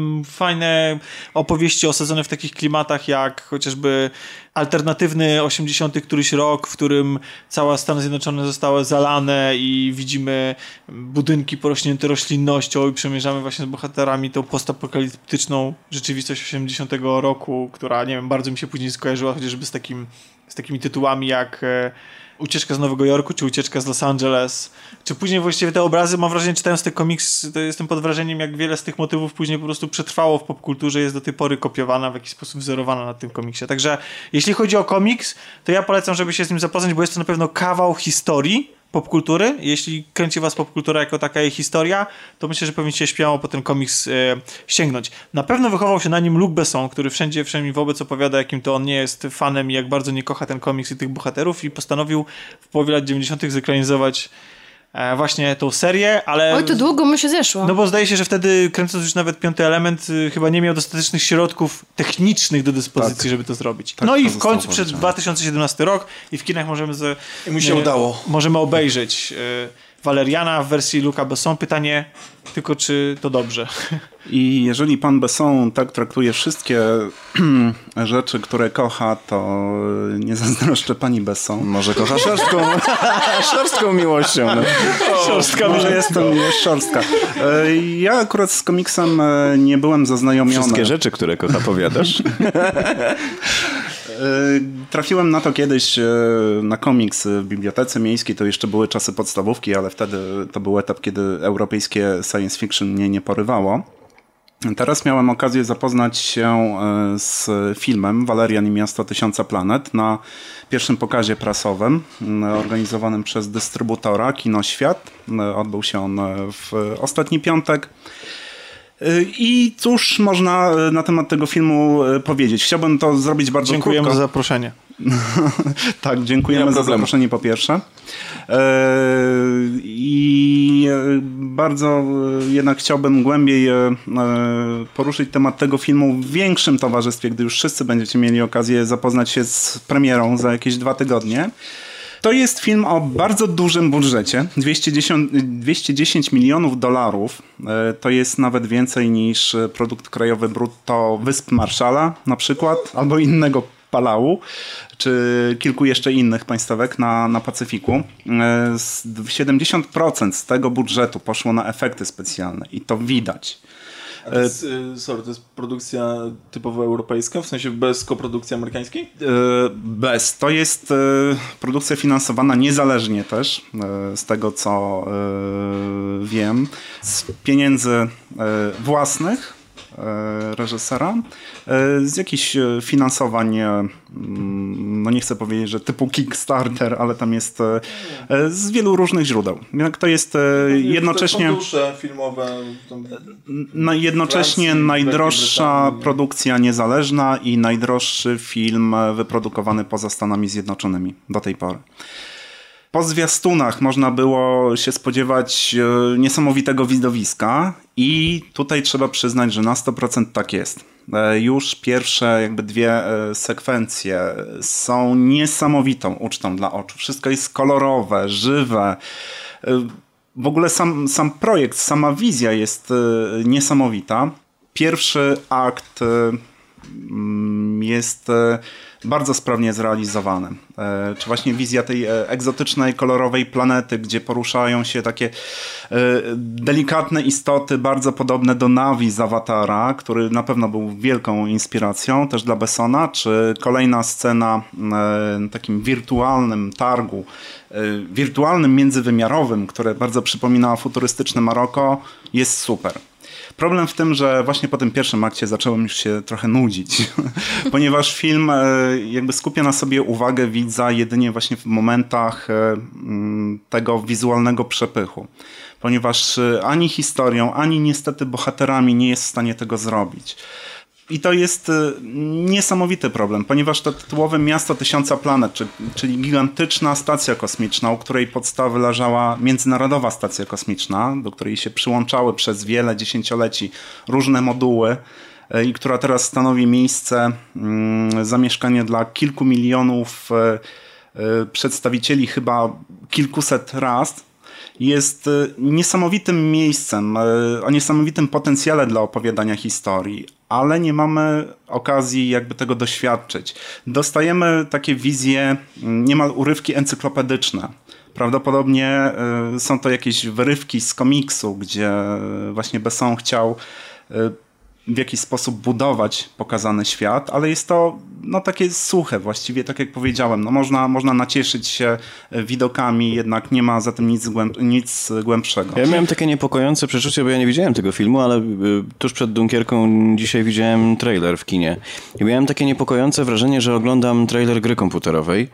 fajne opowieści osadzone w takich klimatach jak chociażby alternatywny 80 któryś rok, w którym całe Stany Zjednoczone zostały zalane i widzimy budynki porośnięte roślinnością i przemierzamy właśnie z bohaterami tą postapokaliptyczną rzeczywistość 80 roku, która, nie wiem, bardzo mi się później skojarzyła chociażby z takimi tytułami jak Ucieczka z Nowego Jorku, czy Ucieczka z Los Angeles, czy później właściwie te obrazy, mam wrażenie, czytając ten komiks, to jestem pod wrażeniem, jak wiele z tych motywów później po prostu przetrwało w popkulturze, jest do tej pory kopiowana, w jakiś sposób wzorowana na tym komiksie. Także jeśli chodzi o komiks, to ja polecam, żeby się z nim zapoznać, bo jest to na pewno kawał historii popkultury. Jeśli kręci was popkultura jako taka jej historia, to myślę, że powinniście śmiało po ten komiks sięgnąć. Na pewno wychował się na nim Luc Besson, który wszędzie wobec opowiada, jakim to on nie jest fanem i jak bardzo nie kocha ten komiks i tych bohaterów i postanowił w połowie lat 90. zekranizować właśnie tą serię, ale... Oj, to długo mu się zeszło. No bo zdaje się, że wtedy kręcąc już nawet Piąty Element chyba nie miał dostatecznych środków technicznych do dyspozycji, żeby to zrobić. Tak, no i to w końcu zostało przed 2017 rok i w kinach I mu się udało. Możemy obejrzeć Valeriana w wersji Luca Besson. Pytanie tylko, czy to dobrze. I jeżeli pan Besson tak traktuje wszystkie rzeczy, które kocha, to nie zazdroszczę pani Besson. Może kocha szorstką miłością. No. Szorstka, może jestem szorstka. Ja akurat z komiksem nie byłem zaznajomiony. Wszystkie rzeczy, które kocha, powiadasz. Trafiłem na to kiedyś na komiks w bibliotece miejskiej, to jeszcze były czasy podstawówki, ale wtedy to był etap, kiedy europejskie science fiction mnie nie porywało. Teraz miałem okazję zapoznać się z filmem Valerian i Miasto Tysiąca Planet na pierwszym pokazie prasowym organizowanym przez dystrybutora Kinoświat. Odbył się on w ostatni piątek. I cóż można na temat tego filmu powiedzieć? Chciałbym to zrobić bardzo krótko. Dziękujemy za zaproszenie. Tak, dziękujemy za zaproszenie po pierwsze. I bardzo jednak chciałbym głębiej poruszyć temat tego filmu w większym towarzystwie, gdy już wszyscy będziecie mieli okazję zapoznać się z premierą za jakieś 2 tygodnie. To jest film o bardzo dużym budżecie, 210 milionów dolarów. To jest nawet więcej niż produkt krajowy brutto Wysp Marszala na przykład, albo innego Palau, czy kilku jeszcze innych państwówek na Pacyfiku. 70% z tego budżetu poszło na efekty specjalne i to widać. To jest produkcja typowo europejska, w sensie bez koprodukcji amerykańskiej? Bez. To jest produkcja finansowana niezależnie też, z tego co wiem, z pieniędzy własnych reżysera, z jakichś finansowań no nie chcę powiedzieć, że typu Kickstarter, ale tam jest z wielu różnych źródeł. To jest jednocześnie... Fundusze filmowe. Jednocześnie Francji, najdroższa produkcja niezależna i najdroższy film wyprodukowany poza Stanami Zjednoczonymi do tej pory. Po zwiastunach można było się spodziewać niesamowitego widowiska i tutaj trzeba przyznać, że na 100% tak jest. Już pierwsze jakby 2 sekwencje są niesamowitą ucztą dla oczu. Wszystko jest kolorowe, żywe. W ogóle sam projekt, sama wizja jest niesamowita. Pierwszy akt jest bardzo sprawnie zrealizowany. Czy właśnie wizja tej egzotycznej, kolorowej planety, gdzie poruszają się takie delikatne istoty, bardzo podobne do Navi z Awatara, który na pewno był wielką inspiracją też dla Bessona, czy kolejna scena na takim wirtualnym targu, wirtualnym międzywymiarowym, które bardzo przypomina futurystyczne Maroko, jest super. Problem w tym, że właśnie po tym pierwszym akcie zacząłem już się trochę nudzić, ponieważ film jakby skupia na sobie uwagę widza jedynie właśnie w momentach tego wizualnego przepychu. Ponieważ ani historią, ani niestety bohaterami nie jest w stanie tego zrobić. I to jest niesamowity problem, ponieważ to tytułowe Miasto Tysiąca Planet, czyli gigantyczna stacja kosmiczna, u której podstawy leżała Międzynarodowa Stacja Kosmiczna, do której się przyłączały przez wiele dziesięcioleci różne moduły i która teraz stanowi miejsce zamieszkania dla kilku milionów przedstawicieli chyba kilkuset ras, jest niesamowitym miejscem, o niesamowitym potencjale dla opowiadania historii, ale nie mamy okazji jakby tego doświadczyć. Dostajemy takie wizje, niemal urywki encyklopedyczne. Prawdopodobnie są to jakieś wyrywki z komiksu, gdzie właśnie Besson chciał w jakiś sposób budować pokazany świat, ale jest to takie suche właściwie, tak jak powiedziałem. Można nacieszyć się widokami, jednak nie ma za tym nic głębszego. Ja miałem takie niepokojące przeczucie, bo ja nie widziałem tego filmu, ale tuż przed Dunkierką dzisiaj widziałem trailer w kinie. I miałem takie niepokojące wrażenie, że oglądam trailer gry komputerowej.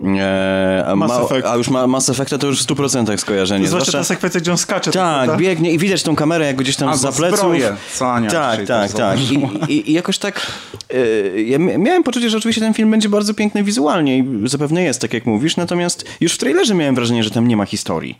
A już Mass Effecta to już w 100% skojarzenie. Zwłaszcza ta sekwencja, gdzie on skacze. Tak, biegnie i widać tą kamerę jakby gdzieś tam za pleców. Zbroję, co Ania Tak. I jakoś tak ja miałem poczucie, że oczywiście ten film będzie bardzo piękny wizualnie i zapewne jest, tak jak mówisz, natomiast już w trailerze miałem wrażenie, że tam nie ma historii.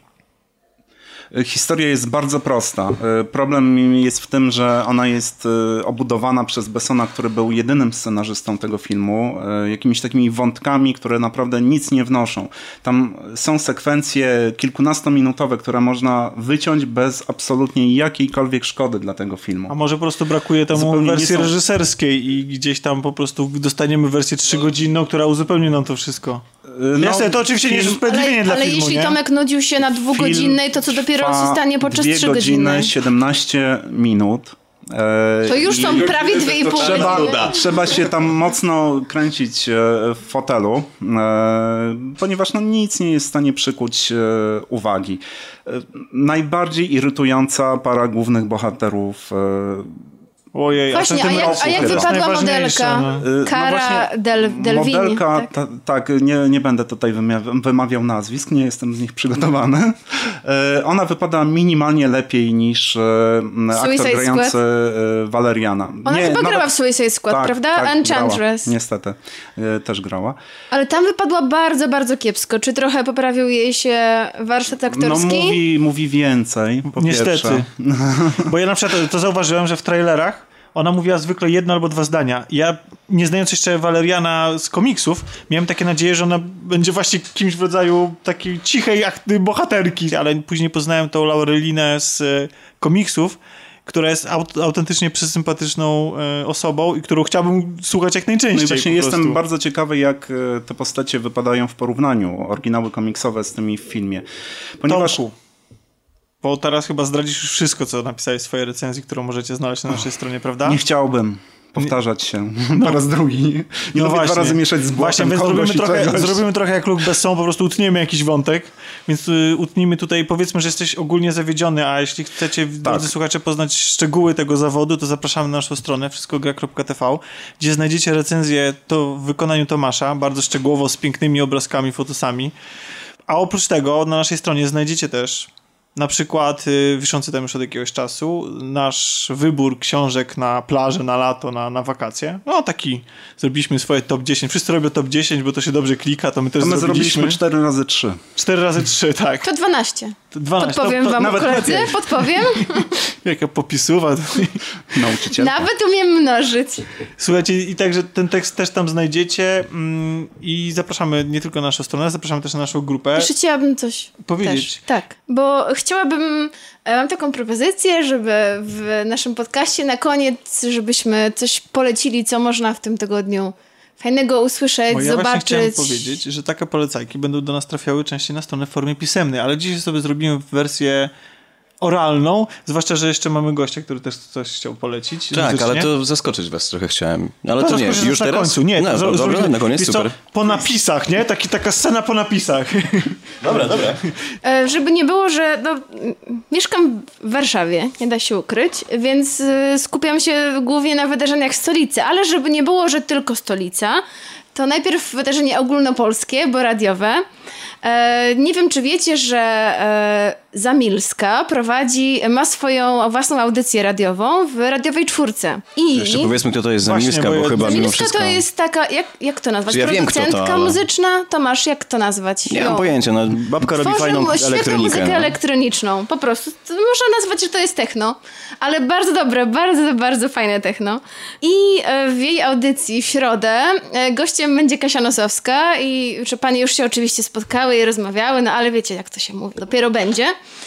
Historia jest bardzo prosta. Problem jest w tym, że ona jest obudowana przez Bessona, który był jedynym scenarzystą tego filmu, jakimiś takimi wątkami, które naprawdę nic nie wnoszą. Tam są sekwencje kilkunastominutowe, które można wyciąć bez absolutnie jakiejkolwiek szkody dla tego filmu. A może po prostu brakuje temu wersji reżyserskiej i gdzieś tam po prostu dostaniemy wersję 3-godzinną, która uzupełni nam to wszystko. Jasne, to oczywiście nie jest usprawiedliwienie dla filmu, jeśli nie? Tomek nudził się na 2-godzinnej, to co dopiero się stanie podczas 3-godzinnej? 2 godziny 17 minut. To już są prawie 2,5 godziny. Trzeba się tam mocno kręcić w fotelu, ponieważ nic nie jest w stanie przykuć uwagi. Najbardziej irytująca para głównych bohaterów. Ojej, właśnie, a jak wypadła modelka? Cara Delvini. Modelka, tak, nie będę tutaj wymawiał nazwisk, nie jestem z nich przygotowany. Ona wypada minimalnie lepiej niż aktor grający Valeriana. Ona chyba grała w Suicide Squad, prawda? Tak, Enchantress. grała. Niestety, też grała. Ale tam wypadła bardzo, bardzo kiepsko. Czy trochę poprawił jej się warsztat aktorski? Mówi więcej, po Niestety. pierwsze. Bo ja na przykład to zauważyłem, że w trailerach ona mówiła zwykle 1 albo 2 zdania. Ja, nie znając jeszcze Valeriana z komiksów, miałem takie nadzieję, że ona będzie właśnie kimś w rodzaju takiej cichej bohaterki, ale później poznałem tą Laurelinę z komiksów, która jest autentycznie przesympatyczną osobą i którą chciałbym słuchać jak najczęściej. No i właśnie jestem bardzo ciekawy, jak te postacie wypadają w porównaniu, oryginały komiksowe z tymi w filmie. Ponieważ... Tomku, bo teraz chyba zdradzisz już wszystko, co napisałeś w swojej recenzji, którą możecie znaleźć na naszej stronie, prawda? Nie chciałbym. powtarzać się po raz drugi. Nie lubię właśnie. 2 razy mieszać z błotem Właśnie, więc kogoś zrobimy trochę jak Luke Besson, po prostu utniemy jakiś wątek, więc utnijmy tutaj, powiedzmy, że jesteś ogólnie zawiedziony, a jeśli chcecie, drodzy słuchacze, poznać szczegóły tego zawodu, to zapraszamy na naszą stronę wszystkogra.tv, gdzie znajdziecie recenzję w wykonaniu Tomasza, bardzo szczegółowo, z pięknymi obrazkami, fotosami. A oprócz tego na naszej stronie znajdziecie też na przykład wiszący tam już od jakiegoś czasu nasz wybór książek na plażę, na lato, na wakacje. No taki, zrobiliśmy swoje top 10. Wszyscy robią top 10, bo to się dobrze klika, to my też zrobiliśmy 4x3. 4x3, tak. To 12. 12. Podpowiem wam, nawet koledzy, lepiej. podpowiem. Jaka popisuwa. Nauczycielka. Nawet umiem mnożyć. Słuchajcie, i także ten tekst też tam znajdziecie i zapraszamy nie tylko na naszą stronę, zapraszamy też na naszą grupę. Jeszcze chciałabym coś powiedzieć. też. Tak, bo chciałabym, mam taką propozycję, żeby w naszym podcaście na koniec, żebyśmy coś polecili, co można w tym tygodniu fajnego usłyszeć, Bo ja zobaczyć. właśnie chciałem powiedzieć, że takie polecajki będą do nas trafiały częściej na stronę w formie pisemnej, ale dzisiaj sobie zrobimy wersję oralną, zwłaszcza, że jeszcze mamy gościa, który też coś chciał polecić. Tak, muzycznie. ale to zaskoczyć was trochę chciałem. Ale to nie, zaskoczysz już na teraz? końcu. Nie, no, to dobra, na koniec, wiesz co, super. po napisach, nie? Taka scena po napisach. Dobra. Żeby nie było, że mieszkam w Warszawie, nie da się ukryć, więc skupiam się głównie na wydarzeniach stolicy, ale żeby nie było, że tylko stolica, to najpierw wydarzenie ogólnopolskie, bo radiowe. Nie wiem, czy wiecie, że Zamilska ma swoją własną audycję radiową w Radiowej Czwórce. I Jeszcze powiedzmy, kto to jest Zamilska, Właśnie, bo chyba mimo Zamilska wszystko... to jest taka, jak to nazwać? Ja wiem, kto to, Producentka ale- muzyczna? Tomasz, jak to nazwać? Nie mam pojęcia, no babka robi Tworzy fajną świetną elektronikę. muzykę No. elektroniczną. Po prostu. To można nazwać, że to jest techno. Ale bardzo dobre, bardzo, bardzo fajne techno. I w jej audycji w środę gościem będzie Kasia Nosowska i że panie już się oczywiście spotkały i rozmawiały, no ale wiecie, jak to się mówi. Dopiero będzie.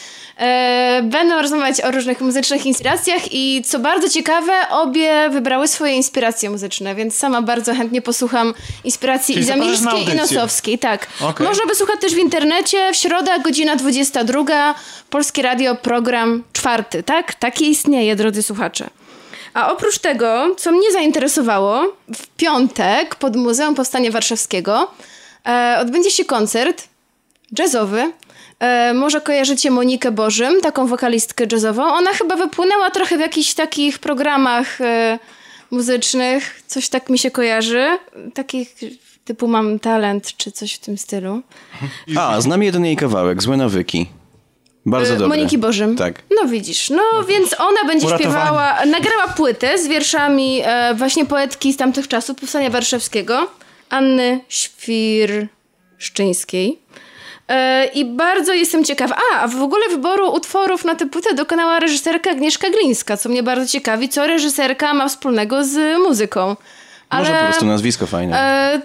Będą rozmawiać o różnych muzycznych inspiracjach i co bardzo ciekawe, obie wybrały swoje inspiracje muzyczne, więc sama bardzo chętnie posłucham inspiracji Czyli i zapraszasz na Zamilskiej i audycję. Nosowskiej. Tak. Okej. Można wysłuchać też w internecie, w środę, godzina 22, Polskie Radio, program 4, tak? Taki istnieje, drodzy słuchacze. A oprócz tego, co mnie zainteresowało, w piątek pod Muzeum Powstania Warszawskiego odbędzie się koncert jazzowy. Może kojarzycie Monikę Bożym, taką wokalistkę jazzową. Ona chyba wypłynęła trochę w jakichś takich programach muzycznych. Coś tak mi się kojarzy. Takich typu Mam Talent, czy coś w tym stylu. A, znam jeden jej kawałek, Złe nawyki. Bardzo dobry. Moniki Bożym. Tak. No widzisz, no więc ona będzie Uratowani. śpiewała, nagrała płytę z wierszami właśnie poetki z tamtych czasów, Powstania Warszawskiego, Anny Świrszczyńskiej. I bardzo jestem ciekawa. A w ogóle wyboru utworów na tę płytę dokonała reżyserka Agnieszka Glińska, co mnie bardzo ciekawi, co reżyserka ma wspólnego z muzyką. Może po prostu nazwisko fajne.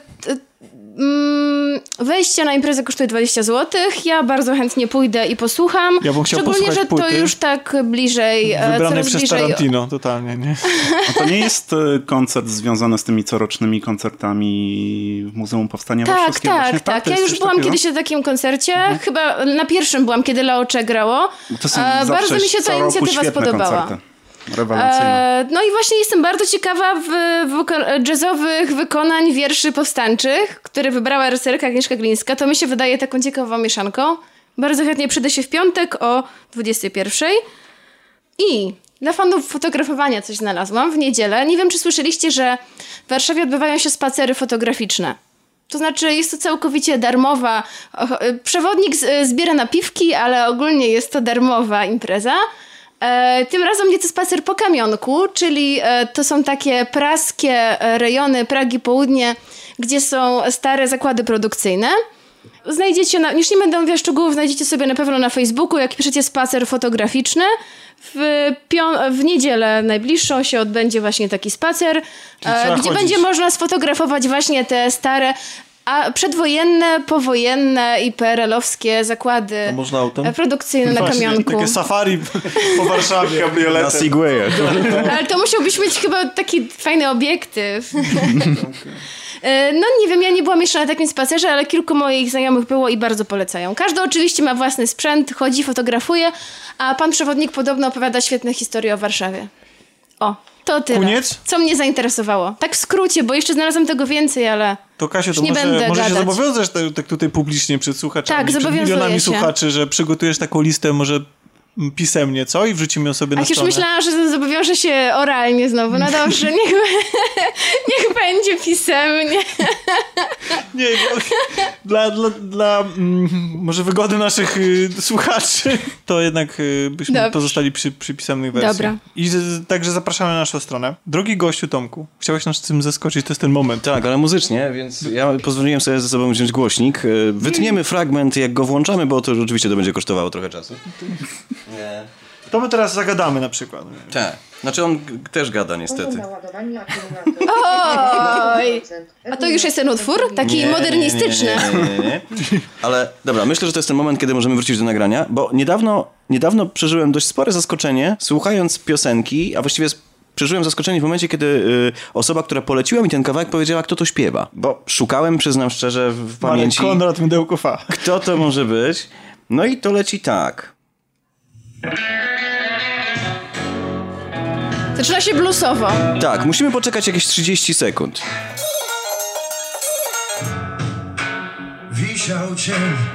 Wejście na imprezę kosztuje 20 zł. Ja bardzo chętnie pójdę i posłucham. Ja bym chciał Szczególnie, że posłuchać to płyty już tak bliżej, Wybranej coraz przez bliżej. Tarantino, totalnie, nie? A to nie jest koncert związany z tymi corocznymi koncertami w Muzeum Powstania Tak, Warszawskiego? Właśnie, tak. To Ja jest już coś byłam takiego? kiedyś na takim koncercie. Chyba na pierwszym byłam, kiedy Laocze grało. To są Bardzo zawsze mi się ta co roku inicjatywa świetne spodobała. koncerty. Rewelacyjne. No i właśnie jestem bardzo ciekawa jazzowych wykonań wierszy powstańczych, które wybrała reżyserka Agnieszka Glińska. To mi się wydaje taką ciekawą mieszanką. Bardzo chętnie przyjdę się w piątek o 21:00. I dla fanów fotografowania coś znalazłam w niedzielę. Nie wiem, czy słyszeliście, że w Warszawie odbywają się spacery fotograficzne. To znaczy jest to całkowicie darmowa. Przewodnik zbiera napiwki, ale ogólnie jest to darmowa impreza. Tym razem nieco spacer po Kamionku, czyli to są takie praskie rejony Pragi Południe, gdzie są stare zakłady produkcyjne. Znajdziecie, już nie będę mówiła szczegółów, znajdziecie sobie na pewno na Facebooku, jak piszecie spacer fotograficzny. W niedzielę najbliższą się odbędzie właśnie taki spacer, trzeba gdzie chodzić. będzie można sfotografować właśnie te stare, a przedwojenne, powojenne i PRL-owskie zakłady A można autem? produkcyjne na Właśnie, Kamionku. Takie safari po Warszawie. Na Segwayach. Ale to musiałbyś mieć chyba taki fajny obiektyw. No nie wiem, ja nie byłam jeszcze na takim spacerze, ale kilku moich znajomych było i bardzo polecają. Każdy oczywiście ma własny sprzęt, chodzi, fotografuje, a pan przewodnik podobno opowiada świetne historie o Warszawie. O, to tyle. Koniec? Co mnie zainteresowało. Tak w skrócie, bo jeszcze znalazłam tego więcej, ale... To Kasiu, to nie będę może się gadać. zobowiążesz tak tutaj publicznie przed słuchaczami, Tak, przed zobowiązuję milionami się. słuchaczy, że przygotujesz taką listę może pisemnie, co? I wrzucimy ją sobie na Jak już stronę. myślałam, że zobowiążę się oralnie znowu. No dobrze, niech będzie pisemnie. Nie, dla może wygody naszych słuchaczy, to jednak byśmy Dobrze. pozostali przy pisemnych wersji. Dobra. I także zapraszamy na naszą stronę. Drogi gościu Tomku, chciałeś nas tym zaskoczyć, to jest ten moment. Tak, ale muzycznie, więc ja pozwoliłem sobie ze sobą wziąć głośnik. Wytniemy fragment, jak go włączamy, bo to oczywiście to będzie kosztowało trochę czasu. Nie. To my teraz zagadamy na przykład. Tak. Znaczy on też gada niestety. Oj! A to już jest ten utwór? Taki modernistyczny. Nie. Ale dobra, myślę, że to jest ten moment, kiedy możemy wrócić do nagrania, bo niedawno przeżyłem dość spore zaskoczenie, słuchając piosenki, a właściwie przeżyłem zaskoczenie w momencie, kiedy osoba, która poleciła mi ten kawałek, powiedziała, kto to śpiewa. Bo szukałem, przyznam szczerze, w pamięci, Marek Konrad Mydełko-Fa. kto to może być. No i to leci tak. Zaczyna się bluesowo. Tak, musimy poczekać jakieś 30 sekund. Wisiał cień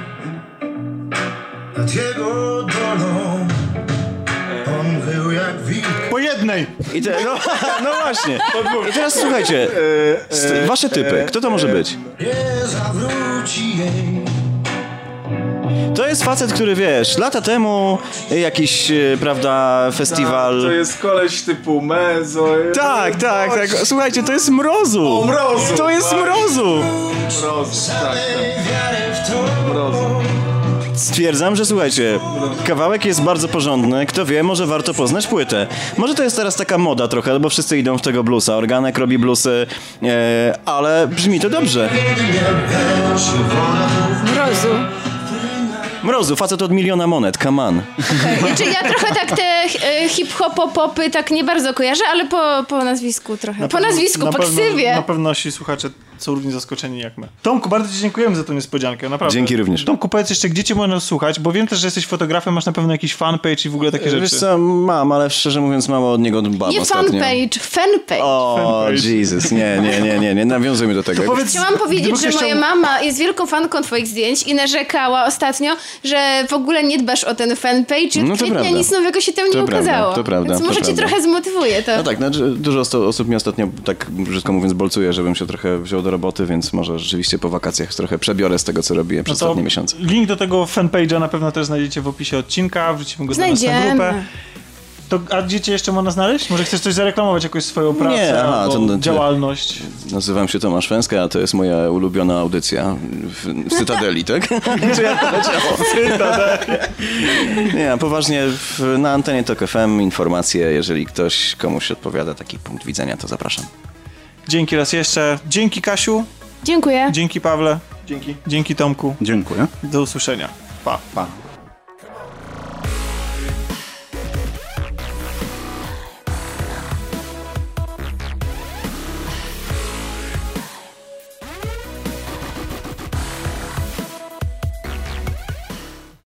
nad jego dolą. On był jak wilk. Po jednej! I no właśnie. I teraz słuchajcie, wasze typy. Kto to może być? Nie zawróci jej. To jest facet, który wiesz, lata temu jakiś, prawda, festiwal. To jest koleś typu Mezo. Tak. Słuchajcie, to jest Mrozu. O, Mrozu, To jest tak. Mrozu. Mroz, tak. Wiarę w to. Mroz. Stwierdzam, że słuchajcie, kawałek jest bardzo porządny. Kto wie, może warto poznać płytę. Może to jest teraz taka moda trochę, bo wszyscy idą w tego bluesa. Organek robi bluesy, ale brzmi to dobrze. Mrozu. Mrozu, facet od 1 000 000 monet, come on. Znaczy ja trochę tak te hip-hop-popy tak nie bardzo kojarzę, ale po nazwisku trochę. Po nazwisku, po ksywie. Na pewno nasi słuchacze są równie zaskoczeni jak my. Tomku, bardzo ci dziękujemy za tą niespodziankę, naprawdę. Dzięki również. Tomku, powiedz jeszcze, gdzie cię można słuchać, bo wiem też, że jesteś fotografem, masz na pewno jakiś fanpage i w ogóle takie rzeczy. Wiesz co, mam, ale szczerze mówiąc mało od niego dbam Nie ostatnio. fanpage. O, Fanpage. Jesus, nie nawiązujmy do tego. To powiedz, Chciałam powiedzieć, gdyby że ktoś moja mama jest wielką fanką twoich zdjęć i narzekała ostatnio, że w ogóle nie dbasz o ten fanpage i No od to kwietnia prawda. nic nowego się tam nie To prawda, ukazało. to prawda, Więc to może cię prawda. trochę zmotywuje to. No tak, dużo osób mi ostatnio, tak brzydko mówiąc, bolcuje, żebym się trochę wziął do roboty, więc może rzeczywiście po wakacjach trochę przebiorę z tego, co robiłem przez ostatnie miesiące. Link do tego fanpage'a na pewno też znajdziecie w opisie odcinka, wrzucimy go do nas na grupę. Znajdziemy. A gdzie cię jeszcze można znaleźć? Może chcesz coś zareklamować, jakąś swoją pracę Nie, albo działalność? Nazywam się Tomasz Węska, a to jest moja ulubiona audycja w Cytadeli, tak? Gdzie ja poleciałem? Nie, a poważnie, na antenie TOK FM informacje, jeżeli ktoś komuś odpowiada taki punkt widzenia, to zapraszam. Dzięki raz jeszcze. Dzięki Kasiu. Dziękuję. Dzięki Pawle. Dzięki. Dzięki Tomku. Dziękuję. Do usłyszenia. Pa. Pa.